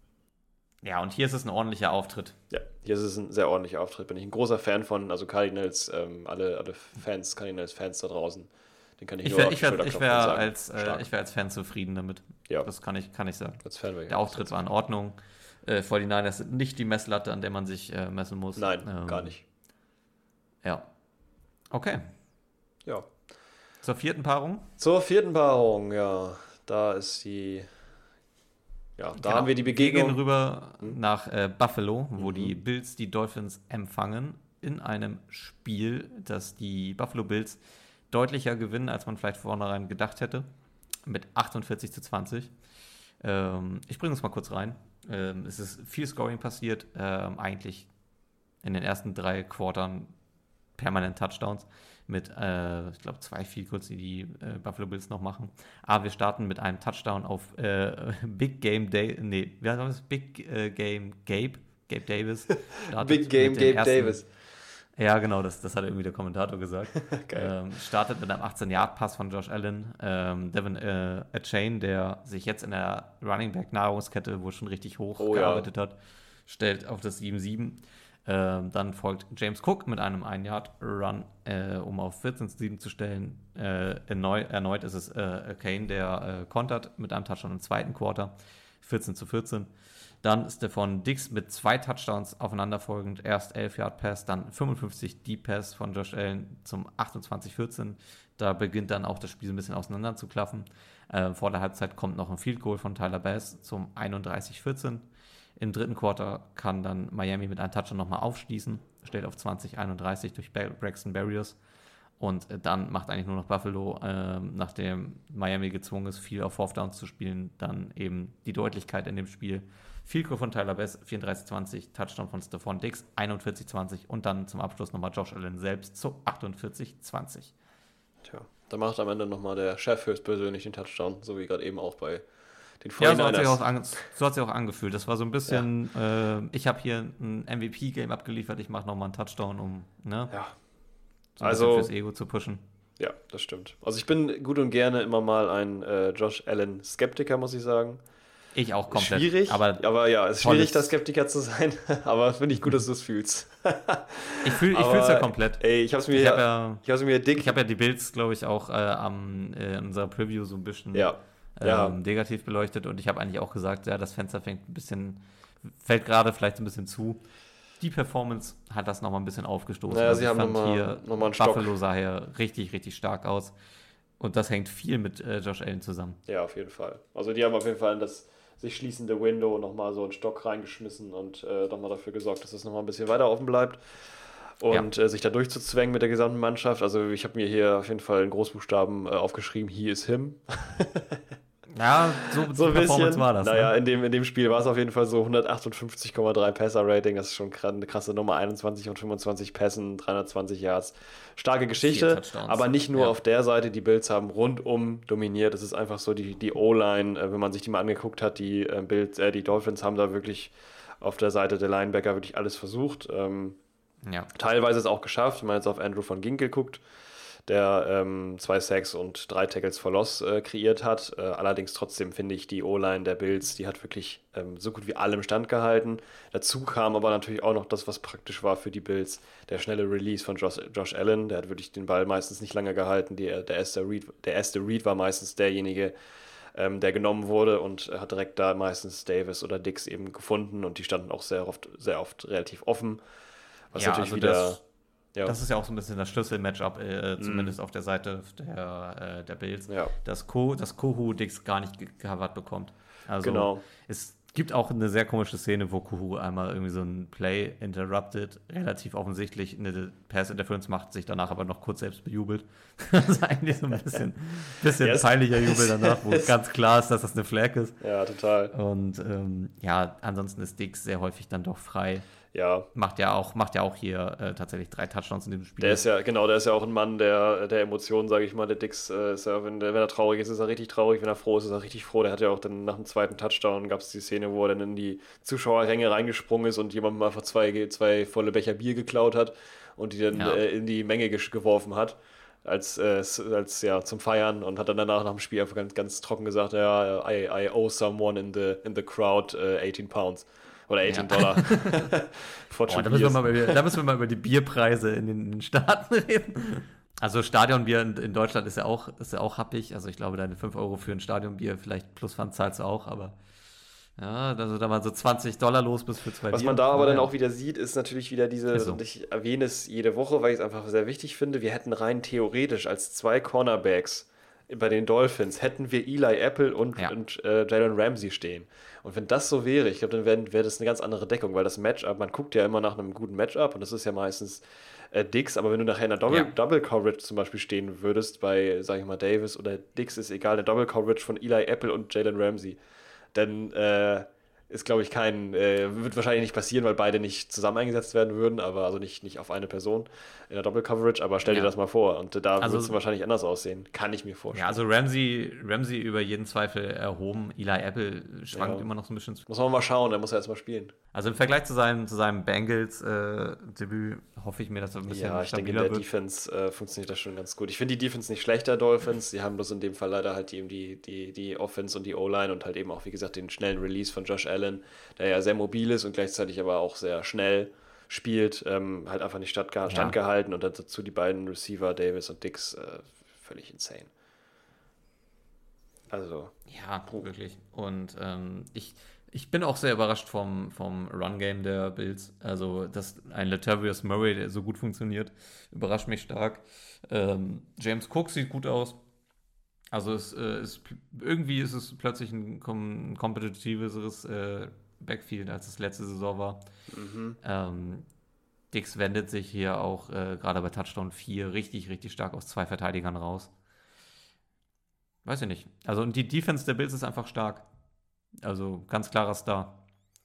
Speaker 2: Ja, und hier ist es ein ordentlicher Auftritt.
Speaker 3: ja, hier ist es ein sehr ordentlicher Auftritt, bin ich ein großer Fan von, also Cardinals, ähm, alle, alle Fans, Cardinals-Fans da draußen, den kann ich,
Speaker 2: Ich
Speaker 3: nur
Speaker 2: wäre
Speaker 3: auf
Speaker 2: ich
Speaker 3: die
Speaker 2: wär,
Speaker 3: Schulter
Speaker 2: ich
Speaker 3: klopfen
Speaker 2: wär
Speaker 3: und sagen,
Speaker 2: als, äh,
Speaker 3: stark.
Speaker 2: ich wär als Fan zufrieden damit.
Speaker 3: Ja.
Speaker 2: Das kann ich, kann ich sagen.
Speaker 3: Als Fan wäre ich
Speaker 2: Der
Speaker 3: auch
Speaker 2: Auftritt
Speaker 3: sehr
Speaker 2: war in Ordnung. Äh, forty-niners sind nicht die Messlatte, an der man sich äh, messen muss.
Speaker 3: Nein,
Speaker 2: Ähm,
Speaker 3: gar nicht.
Speaker 2: Ja. Okay.
Speaker 3: Ja.
Speaker 2: Zur vierten Paarung.
Speaker 3: Zur vierten Paarung, ja, da ist die, ja, da
Speaker 2: Genau.
Speaker 3: haben wir die
Speaker 2: Wir gehen
Speaker 3: Begegnung.
Speaker 2: rüber
Speaker 3: Hm?
Speaker 2: nach äh, Buffalo, wo
Speaker 3: Mhm.
Speaker 2: die Bills die Dolphins empfangen in einem Spiel, das die Buffalo Bills deutlicher gewinnen, als man vielleicht vornherein gedacht hätte, mit achtundvierzig zu zwanzig. Ähm, ich bringe uns mal kurz rein. Ähm, es ist viel Scoring passiert, ähm, eigentlich in den ersten drei Quartern permanent Touchdowns mit, äh, ich glaube, zwei Field Goals, die die äh, Buffalo Bills noch machen. Aber wir starten mit einem Touchdown auf äh, Big Game Day, nee, wie heißt das? Big äh, Game Gabe, Gabe Davis. startet
Speaker 3: Big Game
Speaker 2: mit dem
Speaker 3: Gabe
Speaker 2: ersten-
Speaker 3: Davis.
Speaker 2: Ja, genau, das, das hat irgendwie der Kommentator gesagt.
Speaker 3: Geil.
Speaker 2: ähm, startet mit einem achtzehn-Yard-Pass von Josh Allen. Ähm, Devin äh, Achane, der sich jetzt in der Running Back-Nahrungskette wohl schon richtig hoch
Speaker 3: Oh ja.
Speaker 2: gearbeitet hat, stellt auf das sieben sieben. Ähm, dann folgt James Cook mit einem ein-Yard-Run, äh, um auf vierzehn zu sieben zu stellen. Äh, erneu, erneut ist es äh, Kane, der äh, kontert mit einem Touchdown im zweiten Quarter, vierzehn zu vierzehn. Dann Stephon Diggs mit zwei Touchdowns aufeinanderfolgend. Erst elf-Yard-Pass, dann fünfundfünfzig Deep-Pass von Josh Allen zum achtundzwanzig vierzehn. Da beginnt dann auch das Spiel so ein bisschen auseinander zu klaffen. Äh, vor der Halbzeit kommt noch ein Field Goal von Tyler Bass zum einunddreißig vierzehn. Im dritten Quarter kann dann Miami mit einem Touchdown nochmal aufschließen, stellt auf zwanzig einunddreißig durch Braxton Berrios. Und äh, dann macht eigentlich nur noch Buffalo, äh, nachdem Miami gezwungen ist, viel auf Fourth Downs zu spielen, dann eben die Deutlichkeit in dem Spiel. Field Goal von Tyler Bass, vierunddreißig zwanzig, Touchdown von Stephon Diggs, einundvierzig zwanzig und dann zum Abschluss nochmal Josh Allen selbst zu achtundvierzig zwanzig.
Speaker 3: Tja, da macht am Ende nochmal der Chef höchstpersönlich den Touchdown, so wie gerade eben auch bei den
Speaker 2: Ja, so hat, sich auch
Speaker 3: forty-niners.
Speaker 2: ange- so hat sich auch angefühlt. Das war so ein bisschen, äh, ich habe hier ein M V P-Game abgeliefert, ich mache nochmal einen Touchdown, um ne,
Speaker 3: Ja,
Speaker 2: so ein
Speaker 3: also-
Speaker 2: bisschen fürs Ego zu pushen.
Speaker 3: ja, das stimmt. Also ich bin gut und gerne immer mal ein äh, Josh Allen Skeptiker, muss ich sagen.
Speaker 2: Ich auch komplett.
Speaker 3: Schwierig,
Speaker 2: Aber
Speaker 3: aber ja, es ist
Speaker 2: tolles-
Speaker 3: schwierig, da Skeptiker zu sein. Aber finde ich gut, dass du es fühlst.
Speaker 2: ich fühle ich
Speaker 3: Aber,
Speaker 2: fühl's ja komplett.
Speaker 3: Ey, ich habe es mir,
Speaker 2: Ich habe
Speaker 3: ja,
Speaker 2: ja,
Speaker 3: ich hab's mir dick.
Speaker 2: ich hab ja die Bills, glaube ich, auch äh, am, äh, in unserer Preview so ein bisschen
Speaker 3: ja,
Speaker 2: ähm,
Speaker 3: ja.
Speaker 2: negativ beleuchtet und ich habe eigentlich auch gesagt, ja, das Fenster fängt ein bisschen, fällt gerade vielleicht ein bisschen zu. Die Performance hat das nochmal ein bisschen aufgestoßen.
Speaker 3: Naja,
Speaker 2: Also
Speaker 3: sie
Speaker 2: ich
Speaker 3: haben
Speaker 2: fand
Speaker 3: noch mal-
Speaker 2: hier,
Speaker 3: noch mal einen Stock.
Speaker 2: Buffalo sah hier richtig, richtig stark aus. Und das hängt viel mit äh, Josh Allen zusammen.
Speaker 3: Ja, auf jeden Fall. Also die haben auf jeden Fall in das sich schließende Window nochmal so einen Stock reingeschmissen und äh, nochmal dafür gesorgt, dass es nochmal ein bisschen weiter offen bleibt. Und äh, sich da durchzuzwängen mit der gesamten Mannschaft. Also ich habe mir hier auf jeden Fall in Großbuchstaben äh, aufgeschrieben, he is him.
Speaker 2: Ja, so,
Speaker 3: So ein
Speaker 2: Performance
Speaker 3: bisschen.
Speaker 2: war das.
Speaker 3: Naja,
Speaker 2: Ne?
Speaker 3: in dem, in dem Spiel war es auf jeden Fall so hundertachtundfünfzig Komma drei Passer-Rating. Das ist schon gra- eine krasse Nummer. einundzwanzig und fünfundzwanzig Pässen, dreihundertzwanzig Yards. Starke
Speaker 2: Vier
Speaker 3: Geschichte.
Speaker 2: Touchdowns.
Speaker 3: Aber nicht nur
Speaker 2: Ja.
Speaker 3: auf der Seite. Die Bills haben rundum dominiert. Das ist einfach so die, die O-Line. Äh, wenn man sich die mal angeguckt hat, die, äh, Bills, äh, die Dolphins haben da wirklich auf der Seite der Linebacker wirklich alles versucht. Ähm,
Speaker 2: Ja.
Speaker 3: Teilweise es auch geschafft, wenn man jetzt auf Andrew von Ginkel guckt, der ähm, zwei Sacks und drei Tackles for Loss äh, kreiert hat. Äh, allerdings trotzdem finde ich die O-Line der Bills, die hat wirklich ähm, so gut wie allem standgehalten. Dazu kam aber natürlich auch noch das, was praktisch war für die Bills, der schnelle Release von Josh, Josh Allen. Der hat wirklich den Ball meistens nicht lange gehalten. Die, der, erste Read, der erste Read war meistens derjenige, ähm, der genommen wurde und hat direkt da meistens Davis oder Diggs eben gefunden und die standen auch sehr oft, sehr oft relativ offen. Was
Speaker 2: Ja,
Speaker 3: natürlich
Speaker 2: also
Speaker 3: wieder...
Speaker 2: das-
Speaker 3: ja.
Speaker 2: Das ist ja auch so ein bisschen das Schlüssel-Matchup, äh, zumindest auf der Seite der, äh, der Bills,
Speaker 3: Ja.
Speaker 2: dass, Ko, dass Kohu Dix gar nicht ge- gecovert bekommt. Also
Speaker 3: Genau.
Speaker 2: es gibt auch eine sehr komische Szene, wo Kohu einmal irgendwie so ein Play interrupted, relativ offensichtlich eine Pass-Interference macht, sich danach aber noch kurz selbst bejubelt. Das ist eigentlich so ein bisschen, bisschen
Speaker 3: Ja, es-
Speaker 2: peinlicher Jubel danach, wo
Speaker 3: es-
Speaker 2: ganz klar ist, dass das eine Flag ist.
Speaker 3: Ja, total.
Speaker 2: Und ähm, ja, ansonsten ist Dix sehr häufig dann doch frei.
Speaker 3: Ja.
Speaker 2: Macht ja auch, macht ja auch hier äh, tatsächlich drei Touchdowns in dem Spiel.
Speaker 3: Der ist ja, genau, der ist ja auch ein Mann der, der Emotionen, sage ich mal. Der Dix äh, ist ja, wenn, der, wenn er traurig ist, ist er richtig traurig. Wenn er froh ist, ist er richtig froh. Der hat ja auch dann nach dem zweiten Touchdown, gab es die Szene, wo er dann in die Zuschauerränge reingesprungen ist und jemandem einfach zwei, zwei volle Becher Bier geklaut hat und die dann
Speaker 2: Ja.
Speaker 3: äh, in die Menge gesch- geworfen hat. Als, äh, als ja, zum Feiern und hat dann danach nach dem Spiel einfach ganz, ganz trocken gesagt, ja, I, I owe someone in the, in the crowd uh, achtzehn Pounds. Oder achtzehn
Speaker 2: Ja.
Speaker 3: Dollar.
Speaker 2: Oh, da, müssen wir mal über, da müssen wir mal über die Bierpreise in den, in den Staaten reden. Also Stadionbier in, in Deutschland ist ja auch, ist ja auch happig. Also ich glaube, deine fünf Euro für ein Stadionbier, vielleicht plus Pfand zahlst du auch, aber ja, also da mal so zwanzig Dollar los bis für zwei
Speaker 3: Was
Speaker 2: Bier.
Speaker 3: man da aber dann
Speaker 2: Ja.
Speaker 3: auch wieder sieht, ist natürlich wieder diese,
Speaker 2: Ist so.
Speaker 3: und ich erwähne es jede Woche, weil ich es einfach sehr wichtig finde, wir hätten rein theoretisch als zwei Cornerbacks bei den Dolphins, hätten wir Eli Apple und,
Speaker 2: Ja.
Speaker 3: und äh, Jalen Ramsey stehen. Und wenn das so wäre, ich glaube, dann wäre wär das eine ganz andere Deckung, weil das Matchup, man guckt ja immer nach einem guten Matchup und das ist ja meistens äh, Dix, aber wenn du nachher in der Double,
Speaker 2: Ja.
Speaker 3: Double Coverage zum Beispiel stehen würdest, bei, sag ich mal, Davis oder Dix, ist egal, eine Double Coverage von Eli Apple und Jalen Ramsey, dann äh, ist, glaube ich, kein, äh, wird wahrscheinlich nicht passieren, weil beide nicht zusammen eingesetzt werden würden, aber also nicht, nicht auf eine Person in der Doppel-Coverage, aber stell dir
Speaker 2: Ja.
Speaker 3: das mal vor. Und da
Speaker 2: Also-
Speaker 3: wird es wahrscheinlich anders aussehen. Kann ich mir vorstellen.
Speaker 2: Ja, also Ramsey, Ramsey über jeden Zweifel erhoben. Eli Apple schwankt
Speaker 3: Ja.
Speaker 2: immer noch so ein bisschen.
Speaker 3: Muss man mal schauen, der muss ja erst mal spielen.
Speaker 2: Also im Vergleich zu seinem, zu seinem Bengals-Debüt hoffe ich mir, dass er ein bisschen
Speaker 3: Ja, ich denke, in
Speaker 2: stabiler
Speaker 3: der
Speaker 2: wird.
Speaker 3: Defense äh, funktioniert das schon ganz gut. Ich finde die Defense nicht schlechter, Dolphins. Sie haben bloß in dem Fall leider halt eben die, die, die Offense und die O-Line und halt eben auch, wie gesagt, den schnellen Release von Josh Allen, der ja sehr mobil ist und gleichzeitig aber auch sehr schnell spielt, ähm, halt einfach nicht standge- standgehalten und dann dazu die beiden Receiver, Davis und Dix, äh, völlig insane. Also,
Speaker 2: Ja, wirklich. Und ähm, ich, ich bin auch sehr überrascht vom, vom Run-Game der Bills. Also, dass ein Latavius Murray, der so gut funktioniert, überrascht mich stark. Ähm, James Cook sieht gut aus. Also, es äh, ist irgendwie ist es plötzlich ein, kom- ein kompetitiveres äh, Backfield, als es letzte Saison war. Ähm, Dix wendet sich hier auch äh, gerade bei Touchdown vier richtig, richtig stark aus zwei Verteidigern raus. Weiß ich nicht. Also, und die Defense der Bills ist einfach stark. Also, ganz klarer Star.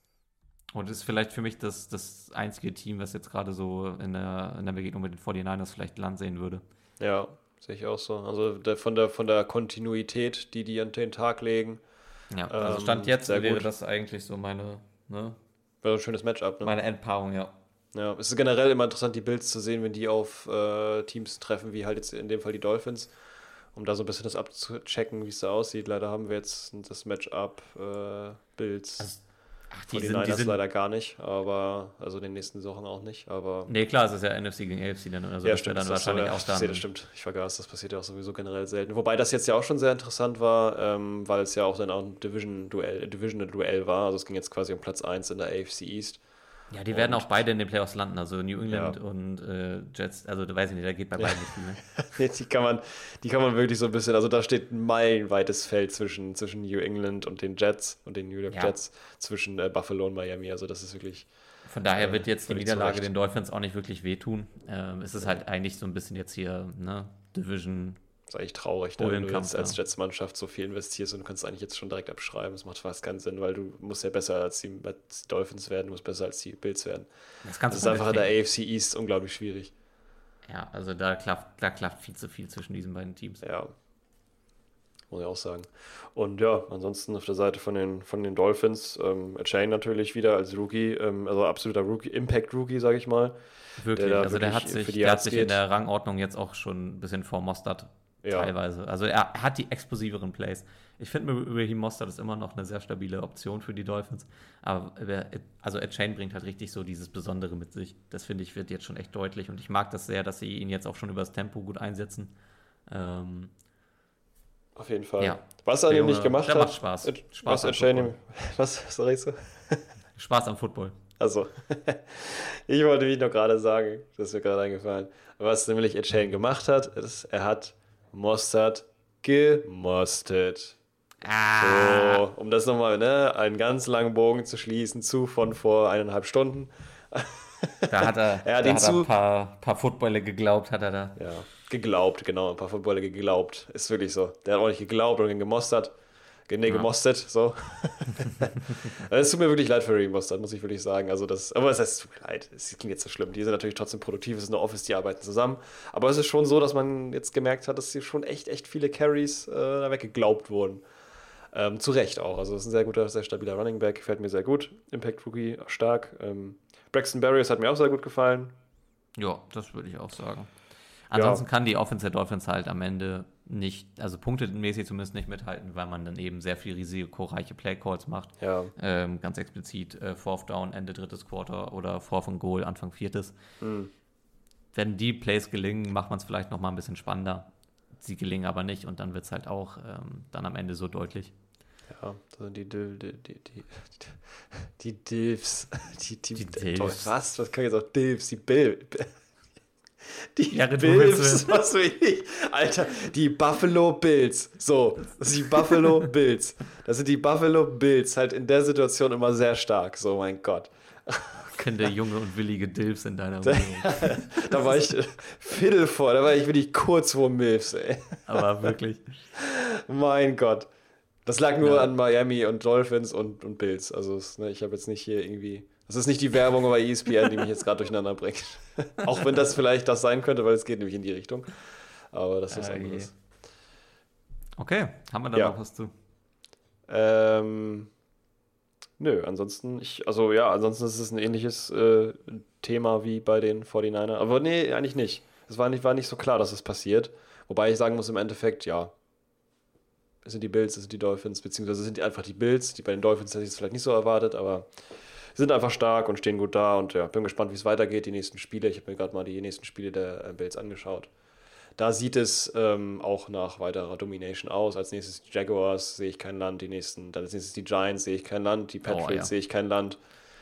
Speaker 2: Und ist vielleicht für mich das, das einzige Team, was jetzt gerade so in der, in der Begegnung mit den forty-niners vielleicht Land sehen würde.
Speaker 3: ja, sehe ich auch so. Also der, von, der, von der Kontinuität, die die an den Tag legen,
Speaker 2: Ja, also
Speaker 3: Ähm,
Speaker 2: Stand jetzt
Speaker 3: sehr
Speaker 2: wäre
Speaker 3: gut.
Speaker 2: das eigentlich so meine, ne,
Speaker 3: wäre ein schönes Matchup, ne?
Speaker 2: meine Endpaarung, ja.
Speaker 3: Ja, es ist generell immer interessant, die Bills zu sehen, wenn die auf äh, Teams treffen, wie halt jetzt in dem Fall die Dolphins, um da so ein bisschen das abzuchecken, wie es da aussieht. Leider haben wir jetzt das Matchup äh, Bills.
Speaker 2: Also, Ach,
Speaker 3: Von
Speaker 2: die
Speaker 3: den
Speaker 2: sind, die
Speaker 3: Niners
Speaker 2: sind,
Speaker 3: leider gar nicht, aber also in den nächsten Saison auch nicht, aber
Speaker 2: nee, klar, es ist ja N F C gegen A F C dann, also
Speaker 3: ja,
Speaker 2: das wäre
Speaker 3: stimmt,
Speaker 2: dann
Speaker 3: das,
Speaker 2: wahrscheinlich
Speaker 3: das,
Speaker 2: auch dann.
Speaker 3: das, das stimmt, ich vergaß, das passiert ja auch sowieso generell selten. Wobei das jetzt ja auch schon sehr interessant war, ähm, weil es ja auch dann auch ein Division-Duell, Division-Duell war, also es ging jetzt quasi um Platz eins in der A F C East.
Speaker 2: Ja, die werden
Speaker 3: Und-
Speaker 2: auch beide in den Playoffs landen, also New England
Speaker 3: Ja.
Speaker 2: und äh, Jets, also da weiß ich nicht, da geht bei beiden nicht viel, ne?
Speaker 3: die kann man, die kann man wirklich so ein bisschen, also da steht ein meilenweites Feld zwischen, zwischen New England und den Jets und den New York
Speaker 2: Ja.
Speaker 3: Jets, zwischen äh, Buffalo und Miami, also das ist wirklich,
Speaker 2: Von daher
Speaker 3: Äh,
Speaker 2: wird jetzt die
Speaker 3: völlig
Speaker 2: Niederlage
Speaker 3: zurecht.
Speaker 2: den Dolphins auch nicht wirklich wehtun. Ähm, es ist halt eigentlich so ein bisschen jetzt hier, ne, Division.
Speaker 3: das ist eigentlich traurig, ne? Wenn du
Speaker 2: Bullenkampf,
Speaker 3: jetzt als
Speaker 2: ja.
Speaker 3: Jets-Mannschaft so viel investierst und du kannst eigentlich jetzt schon direkt abschreiben, das macht fast keinen Sinn, weil du musst ja besser als die, als die Dolphins werden, du musst besser als die Bills werden.
Speaker 2: Das kannst
Speaker 3: Das ist
Speaker 2: du
Speaker 3: einfach in der
Speaker 2: deswegen-
Speaker 3: A F C East unglaublich schwierig.
Speaker 2: Ja, also da klafft, da klafft viel zu viel zwischen diesen beiden Teams.
Speaker 3: Ja, muss ich auch sagen. Und ja, ansonsten auf der Seite von den, von den Dolphins, ähm, Chain natürlich wieder als Rookie, ähm, also absoluter Rookie, Impact-Rookie, sag ich mal.
Speaker 2: Wirklich,
Speaker 3: der da
Speaker 2: also der
Speaker 3: wirklich
Speaker 2: hat
Speaker 3: für
Speaker 2: sich,
Speaker 3: die
Speaker 2: der hat
Speaker 3: Yards
Speaker 2: sich in
Speaker 3: geht.
Speaker 2: der Rangordnung jetzt auch schon ein bisschen vor Mostert
Speaker 3: Ja.
Speaker 2: teilweise. Also er hat die explosiveren Plays. Ich finde, Raheem Mostert ist immer noch eine sehr stabile Option für die Dolphins. Aber wer- also Ed Chain bringt halt richtig so dieses Besondere mit sich. Das finde ich wird jetzt schon echt deutlich. Und ich mag das sehr, dass sie ihn jetzt auch schon übers Tempo gut einsetzen. Ähm,
Speaker 3: Auf jeden Fall.
Speaker 2: Ja.
Speaker 3: Was er
Speaker 2: Der
Speaker 3: nämlich
Speaker 2: Junge,
Speaker 3: gemacht
Speaker 2: der
Speaker 3: hat.
Speaker 2: macht Spaß.
Speaker 3: Ed-
Speaker 2: Spaß
Speaker 3: was
Speaker 2: am
Speaker 3: Ed Chain
Speaker 2: Football.
Speaker 3: nämlich- Was, sorry, so?
Speaker 2: Spaß am Football.
Speaker 3: Also, ich wollte mich noch gerade sagen, das ist mir gerade eingefallen. Was nämlich Ed Chain gemacht hat, ist, er hat Mostert gemostet.
Speaker 2: Ah,
Speaker 3: So, um das nochmal, ne, einen ganz langen Bogen zu schließen zu von vor eineinhalb Stunden.
Speaker 2: da hat er,
Speaker 3: Er hat
Speaker 2: da
Speaker 3: ihn
Speaker 2: hat er
Speaker 3: zu-
Speaker 2: ein paar, paar Footballer geglaubt, hat er da.
Speaker 3: Ja, geglaubt, genau, ein paar Footballer geglaubt. Ist wirklich so. Der hat auch nicht geglaubt und gemostert. Nee,
Speaker 2: Ja.
Speaker 3: Mostert, so. Es tut mir wirklich leid für Raheem Mostert, muss ich wirklich sagen. Also das, aber es heißt, es tut mir leid, es klingt jetzt so schlimm. Die sind natürlich trotzdem produktiv, es ist eine Office, die arbeiten zusammen. Aber es ist schon so, dass man jetzt gemerkt hat, dass hier schon echt, echt viele Carries äh, da weggeglaubt wurden. Ähm, zu Recht auch. Also es ist ein sehr guter, sehr stabiler Running Back, gefällt mir sehr gut. Impact Rookie, stark. Ähm, Braxton Berrios hat mir auch sehr gut gefallen.
Speaker 2: Ja, das würde ich auch sagen. Ansonsten ja. kann die Offense der Dolphins halt am Ende nicht, also punktemäßig zumindest nicht mithalten, weil man dann eben sehr viel risikoreiche Playcalls macht.
Speaker 3: Ja.
Speaker 2: Ähm, ganz explizit äh, Fourth Down, Ende drittes Quarter oder Fourth and Goal, Anfang viertes.
Speaker 3: Mhm.
Speaker 2: Wenn die Plays gelingen, macht man es vielleicht nochmal ein bisschen spannender. Sie gelingen aber nicht und dann wird es halt auch ähm, dann am Ende so deutlich.
Speaker 3: Ja, das sind die Dil, die, die, die, die Dilfs. Die, die,
Speaker 2: die
Speaker 3: Dilfs. Was? Was kann ich jetzt auch Dilfs? Die Bill. Die
Speaker 2: ja,
Speaker 3: Bills, was will ich? Alter, die Buffalo Bills. So, das sind die Buffalo Bills. Das sind die Buffalo Bills, halt in der Situation immer sehr stark. So, mein Gott.
Speaker 2: Ich finde junge und willige Dilfs in deiner Wohnung.
Speaker 3: Da war ich Viertel vor, da war ich wirklich kurz vor Milfs, ey.
Speaker 2: Aber wirklich.
Speaker 3: Mein Gott. Das lag nur
Speaker 2: ja.
Speaker 3: an Miami und Dolphins und, und Bills. Also, es, ne, ich habe jetzt nicht hier irgendwie... Das ist nicht die Werbung bei E S P N, die mich jetzt gerade durcheinander bringt. Auch wenn das vielleicht das sein könnte, weil es geht nämlich in die Richtung. Aber das ist
Speaker 2: okay.
Speaker 3: anderes.
Speaker 2: Okay, haben wir da
Speaker 3: ja.
Speaker 2: noch was zu?
Speaker 3: Ähm, nö, ansonsten, ich, also ja, ansonsten ist es ein ähnliches äh, Thema wie bei den forty-niners. Aber nee, eigentlich nicht. Es war nicht, war nicht so klar, dass es passiert. Wobei ich sagen muss, im Endeffekt, ja, es sind die Bills, es sind die Dolphins, beziehungsweise es sind die einfach die Bills. Die bei den Dolphins hätte ich es vielleicht nicht so erwartet, aber sind einfach stark und stehen gut da und ja, bin gespannt, wie es weitergeht, die nächsten Spiele. Ich habe mir gerade mal die nächsten Spiele der äh, Bills angeschaut. Da sieht es ähm, auch nach weiterer Domination aus. Als nächstes die Jaguars, sehe ich kein Land. Die nächsten, dann als nächstes die Giants, sehe ich kein Land. Die Patriots, oh, ja. sehe ich kein Land.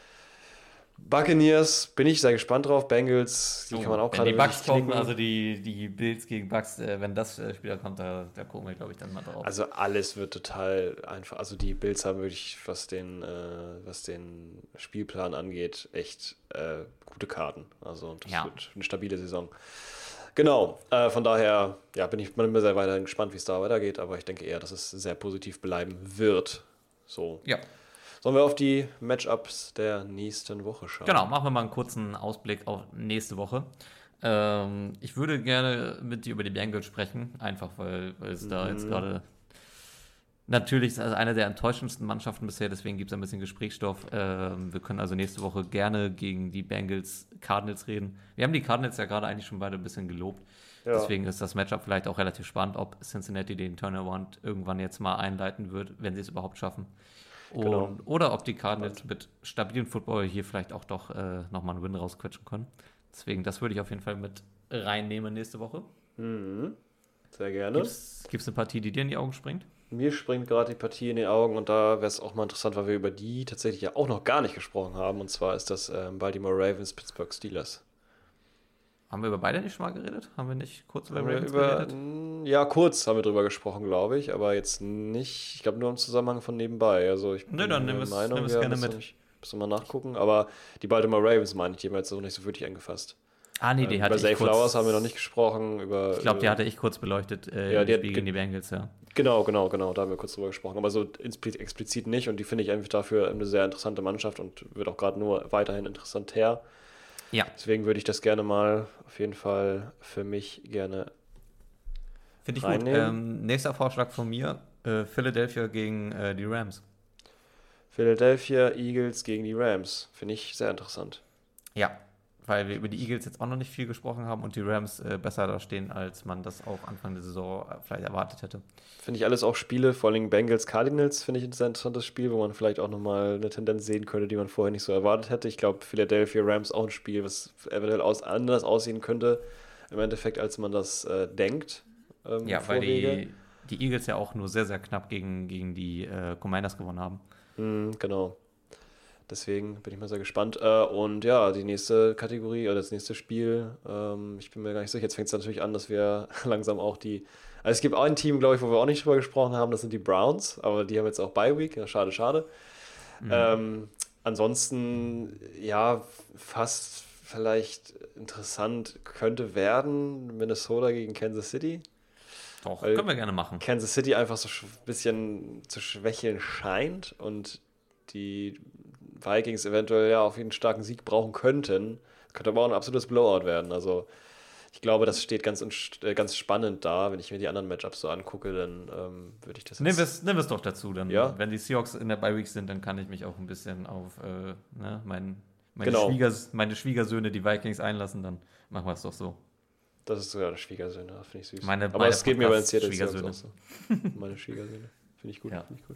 Speaker 3: Buccaneers, bin ich sehr gespannt drauf. Bengals, die oh, kann man auch gerade
Speaker 2: die Bucks kommen, also die, die Bills gegen Bucks, äh, wenn das äh, Spiel kommt, da, da gucken wir, glaube ich, dann mal drauf.
Speaker 3: Also alles wird total einfach. Also die Bills haben wirklich, was den, äh, was den Spielplan angeht, echt äh, gute Karten. Also das ja. wird eine stabile Saison. Genau, äh, von daher ja, bin ich bin mir sehr weiterhin gespannt, wie es da weitergeht, aber ich denke eher, dass es sehr positiv bleiben wird. So.
Speaker 2: Ja.
Speaker 3: Sollen wir auf die Matchups der nächsten Woche schauen?
Speaker 2: Genau, machen wir mal einen kurzen Ausblick auf nächste Woche. Ähm, ich würde gerne mit dir über die Bengals sprechen, einfach weil, weil es mhm. da jetzt gerade natürlich ist also eine der enttäuschendsten Mannschaften bisher, deswegen gibt es ein bisschen Gesprächsstoff. Ähm, wir können also nächste Woche gerne gegen die Bengals Cardinals reden. Wir haben die Cardinals ja gerade eigentlich schon beide ein bisschen gelobt. Ja. Deswegen ist das Matchup vielleicht auch relativ spannend, ob Cincinnati den Turnaround irgendwann jetzt mal einleiten wird, wenn sie es überhaupt schaffen. Und, genau. Oder ob die Cardinals mit stabilem Football hier vielleicht auch doch äh, nochmal einen Win rausquetschen können. Deswegen, das würde ich auf jeden Fall mit reinnehmen nächste Woche.
Speaker 3: Mhm. Sehr gerne.
Speaker 2: Gibt es eine Partie, die dir in die Augen springt?
Speaker 3: Mir springt gerade die Partie in die Augen und da wäre es auch mal interessant, weil wir über die tatsächlich ja auch noch gar nicht gesprochen haben. Und zwar ist das ähm, Baltimore Ravens, Pittsburgh Steelers.
Speaker 2: Haben wir über beide nicht schon mal geredet? Haben wir nicht kurz über
Speaker 3: haben
Speaker 2: Ravens
Speaker 3: über,
Speaker 2: geredet?
Speaker 3: Ja, kurz haben wir drüber gesprochen, glaube ich, aber jetzt nicht, ich glaube nur im Zusammenhang von nebenbei. Also ich bin
Speaker 2: Nö, dann nimm es gerne mit.
Speaker 3: Müssen wir mal nachgucken, aber die Baltimore Ravens meine ich, die haben wir jetzt noch nicht so wirklich angefasst.
Speaker 2: Ah, nee, die ähm, hatte ich
Speaker 3: kurz. Über Zay Flowers haben wir noch nicht gesprochen. Über,
Speaker 2: ich glaube, die
Speaker 3: über,
Speaker 2: hatte ich kurz beleuchtet, äh,
Speaker 3: ja, die
Speaker 2: Spiel gegen die Bengals, ja.
Speaker 3: Genau, genau, genau, da haben wir kurz drüber gesprochen, aber so explizit nicht und die finde ich einfach dafür eine sehr interessante Mannschaft und wird auch gerade nur weiterhin interessant her.
Speaker 2: Ja.
Speaker 3: Deswegen würde ich das gerne mal auf jeden Fall für mich gerne
Speaker 2: Finde ich gut. Ähm, nächster Vorschlag von mir, äh, Philadelphia gegen äh, die Rams.
Speaker 3: Philadelphia Eagles gegen die Rams. Finde ich sehr interessant.
Speaker 2: Ja, weil wir über die Eagles jetzt auch noch nicht viel gesprochen haben und die Rams äh, besser da stehen, als man das auch Anfang der Saison vielleicht erwartet hätte.
Speaker 3: Finde ich alles auch Spiele, vor allem Bengals Cardinals, finde ich ein sehr interessantes Spiel, wo man vielleicht auch nochmal eine Tendenz sehen könnte, die man vorher nicht so erwartet hätte. Ich glaube, Philadelphia Rams auch ein Spiel, was eventuell aus, anders aussehen könnte, im Endeffekt, als man das äh, denkt. Ähm,
Speaker 2: ja, weil die, die Eagles ja auch nur sehr, sehr knapp gegen, gegen die äh, Commanders gewonnen haben.
Speaker 3: Mm, genau. Deswegen bin ich mal sehr gespannt. Äh, und ja, die nächste Kategorie oder das nächste Spiel, ähm, ich bin mir gar nicht sicher. Jetzt fängt es natürlich an, dass wir langsam auch die. Also es gibt auch ein Team, glaube ich, wo wir auch nicht drüber gesprochen haben, das sind die Browns, aber die haben jetzt auch Bye Week. Ja, schade, schade. Mhm. Ähm, ansonsten, ja, fast vielleicht interessant könnte werden Minnesota gegen Kansas City.
Speaker 2: Doch,
Speaker 3: Weil
Speaker 2: können wir gerne machen.
Speaker 3: Kansas City einfach so ein bisschen zu schwächeln scheint und die Vikings eventuell ja auf jeden starken Sieg brauchen könnten. Könnte aber auch ein absolutes Blowout werden. Also ich glaube, das steht ganz, äh, ganz spannend da. Wenn ich mir die anderen Matchups so angucke, dann ähm, würde ich das jetzt...
Speaker 2: Nehmen wir es nehmen wir's doch dazu. Dann,
Speaker 3: Ja.
Speaker 2: Wenn die Seahawks in der Bye-Week sind, dann kann ich mich auch ein bisschen auf äh, ne, mein, meine,
Speaker 3: Genau.
Speaker 2: Schwiegers, meine Schwiegersöhne, die Vikings, einlassen. Dann machen wir es doch so.
Speaker 3: Das ist sogar eine Schwiegersöhne, das finde ich süß.
Speaker 2: Meine-
Speaker 3: aber
Speaker 2: meine
Speaker 3: das geht mir bei den Seattle
Speaker 2: Podcast-Schwiegersöhne.
Speaker 3: Seahawks auch so. Meine Schwiegersöhne. Finde ich gut,
Speaker 2: Ja.
Speaker 3: finde ich gut.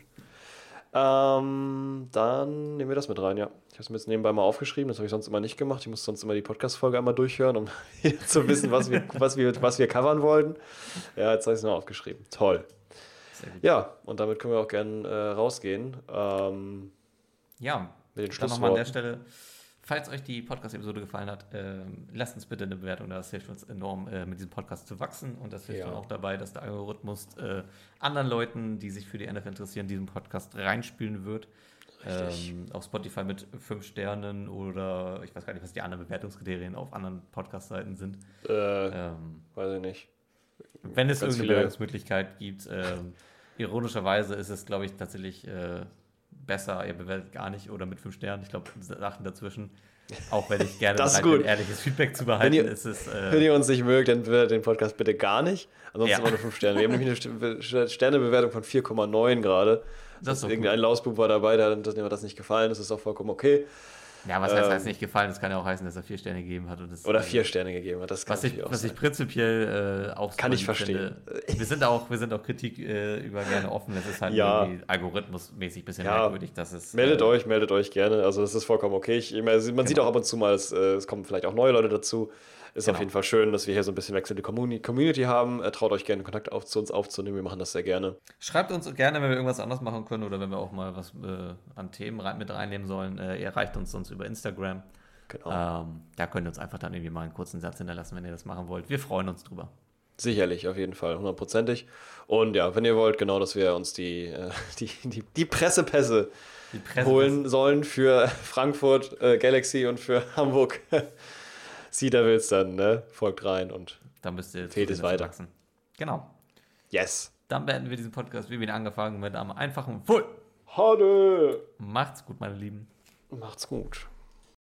Speaker 3: Ähm, dann nehmen wir das mit rein, ja. Ich habe es mir jetzt nebenbei mal aufgeschrieben, das habe ich sonst immer nicht gemacht. Ich muss sonst immer die Podcast-Folge einmal durchhören, um zu wissen, was wir, was, wir, was wir covern wollten. Ja, jetzt habe ich es noch aufgeschrieben. Toll.
Speaker 2: Sehr gut.
Speaker 3: Ja, und damit können wir auch gerne äh, rausgehen. Ähm,
Speaker 2: Ja,
Speaker 3: mit den
Speaker 2: dann nochmal an der
Speaker 3: Schlussworten.
Speaker 2: Stelle, falls euch die Podcast-Episode gefallen hat, ähm, lasst uns bitte eine Bewertung da. Das hilft uns enorm, äh, mit diesem Podcast zu wachsen. Und das hilft
Speaker 3: Ja.
Speaker 2: dann auch dabei, dass der Algorithmus äh, anderen Leuten, die sich für die N F L interessieren, diesen Podcast reinspielen wird.
Speaker 3: Richtig.
Speaker 2: Ähm, auf Spotify mit fünf Sternen oder ich weiß gar nicht, was die anderen Bewertungskriterien auf anderen Podcast-Seiten sind.
Speaker 3: Äh,
Speaker 2: Ähm,
Speaker 3: weiß ich nicht.
Speaker 2: wenn es
Speaker 3: Ganz
Speaker 2: irgendeine
Speaker 3: viele-
Speaker 2: Bewertungsmöglichkeit gibt, ähm, ironischerweise ist es, glaube ich, tatsächlich äh, besser, ihr bewertet gar nicht oder mit fünf Sternen. Ich glaube, Sachen dazwischen. Auch wenn ich gerne
Speaker 3: Das ist
Speaker 2: bereit bin,
Speaker 3: gut.
Speaker 2: ehrliches Feedback zu behalten,
Speaker 3: ihr-
Speaker 2: ist es.
Speaker 3: Wenn
Speaker 2: Äh,
Speaker 3: ihr uns nicht mögt, dann bewertet den Podcast bitte gar nicht. Ansonsten
Speaker 2: Ja.
Speaker 3: immer nur fünf Sterne. Wir haben nämlich eine St- Sternebewertung von vier Komma neun gerade.
Speaker 2: Das ist doch
Speaker 3: Irgendein Lausbub war dabei, der hat dem hat das nicht gefallen. Das ist auch vollkommen okay.
Speaker 2: ja, was heißt,
Speaker 3: ähm,
Speaker 2: heißt nicht gefallen? Das kann ja auch heißen, dass er vier Sterne gegeben hat. Und das,
Speaker 3: Oder
Speaker 2: äh,
Speaker 3: vier Sterne gegeben hat. Das kann
Speaker 2: Was ich,
Speaker 3: natürlich auch
Speaker 2: was ich
Speaker 3: sein.
Speaker 2: prinzipiell äh, auch
Speaker 3: Kann ich
Speaker 2: spannend
Speaker 3: verstehen.
Speaker 2: finde. Wir sind auch, wir sind auch Kritik äh, über gerne offen. Es ist halt
Speaker 3: Ja.
Speaker 2: irgendwie algorithmusmäßig ein bisschen
Speaker 3: Ja.
Speaker 2: merkwürdig, dass es.
Speaker 3: Meldet
Speaker 2: äh,
Speaker 3: euch, meldet euch gerne. Also das ist vollkommen okay. Ich, ich meine, man sieht
Speaker 2: Genau.
Speaker 3: auch ab und zu mal, es, äh, es kommen vielleicht auch neue Leute dazu. Ist
Speaker 2: Genau.
Speaker 3: auf jeden Fall schön, dass wir hier so ein bisschen wechselnde Communi- Community haben. Äh, traut euch gerne Kontakt auf, zu uns aufzunehmen. Wir machen das sehr gerne.
Speaker 2: Schreibt uns gerne, wenn wir irgendwas anders machen können oder wenn wir auch mal was äh, an Themen rein, mit reinnehmen sollen. Äh, ihr erreicht uns sonst über Instagram.
Speaker 3: Genau.
Speaker 2: Ähm, da könnt ihr uns einfach dann irgendwie mal einen kurzen Satz hinterlassen, wenn ihr das machen wollt. Wir freuen uns drüber.
Speaker 3: Sicherlich, auf jeden Fall, hundertprozentig. Und ja, wenn ihr wollt, genau, dass wir uns die, äh, die, die, die Pressepässe
Speaker 2: Die Presse
Speaker 3: holen sollen für Frankfurt, äh, Galaxy und für Hamburg Sea Devils, dann ne? Folgt rein und
Speaker 2: Da müsst ihr
Speaker 3: Fehlt es
Speaker 2: zusehen, dass wir
Speaker 3: weiter.
Speaker 2: wachsen. Genau.
Speaker 3: yes.
Speaker 2: Dann beenden wir diesen Podcast wie wieder angefangen mit einem einfachen Full.
Speaker 3: Hade!
Speaker 2: Macht's gut, meine Lieben.
Speaker 3: Macht's gut.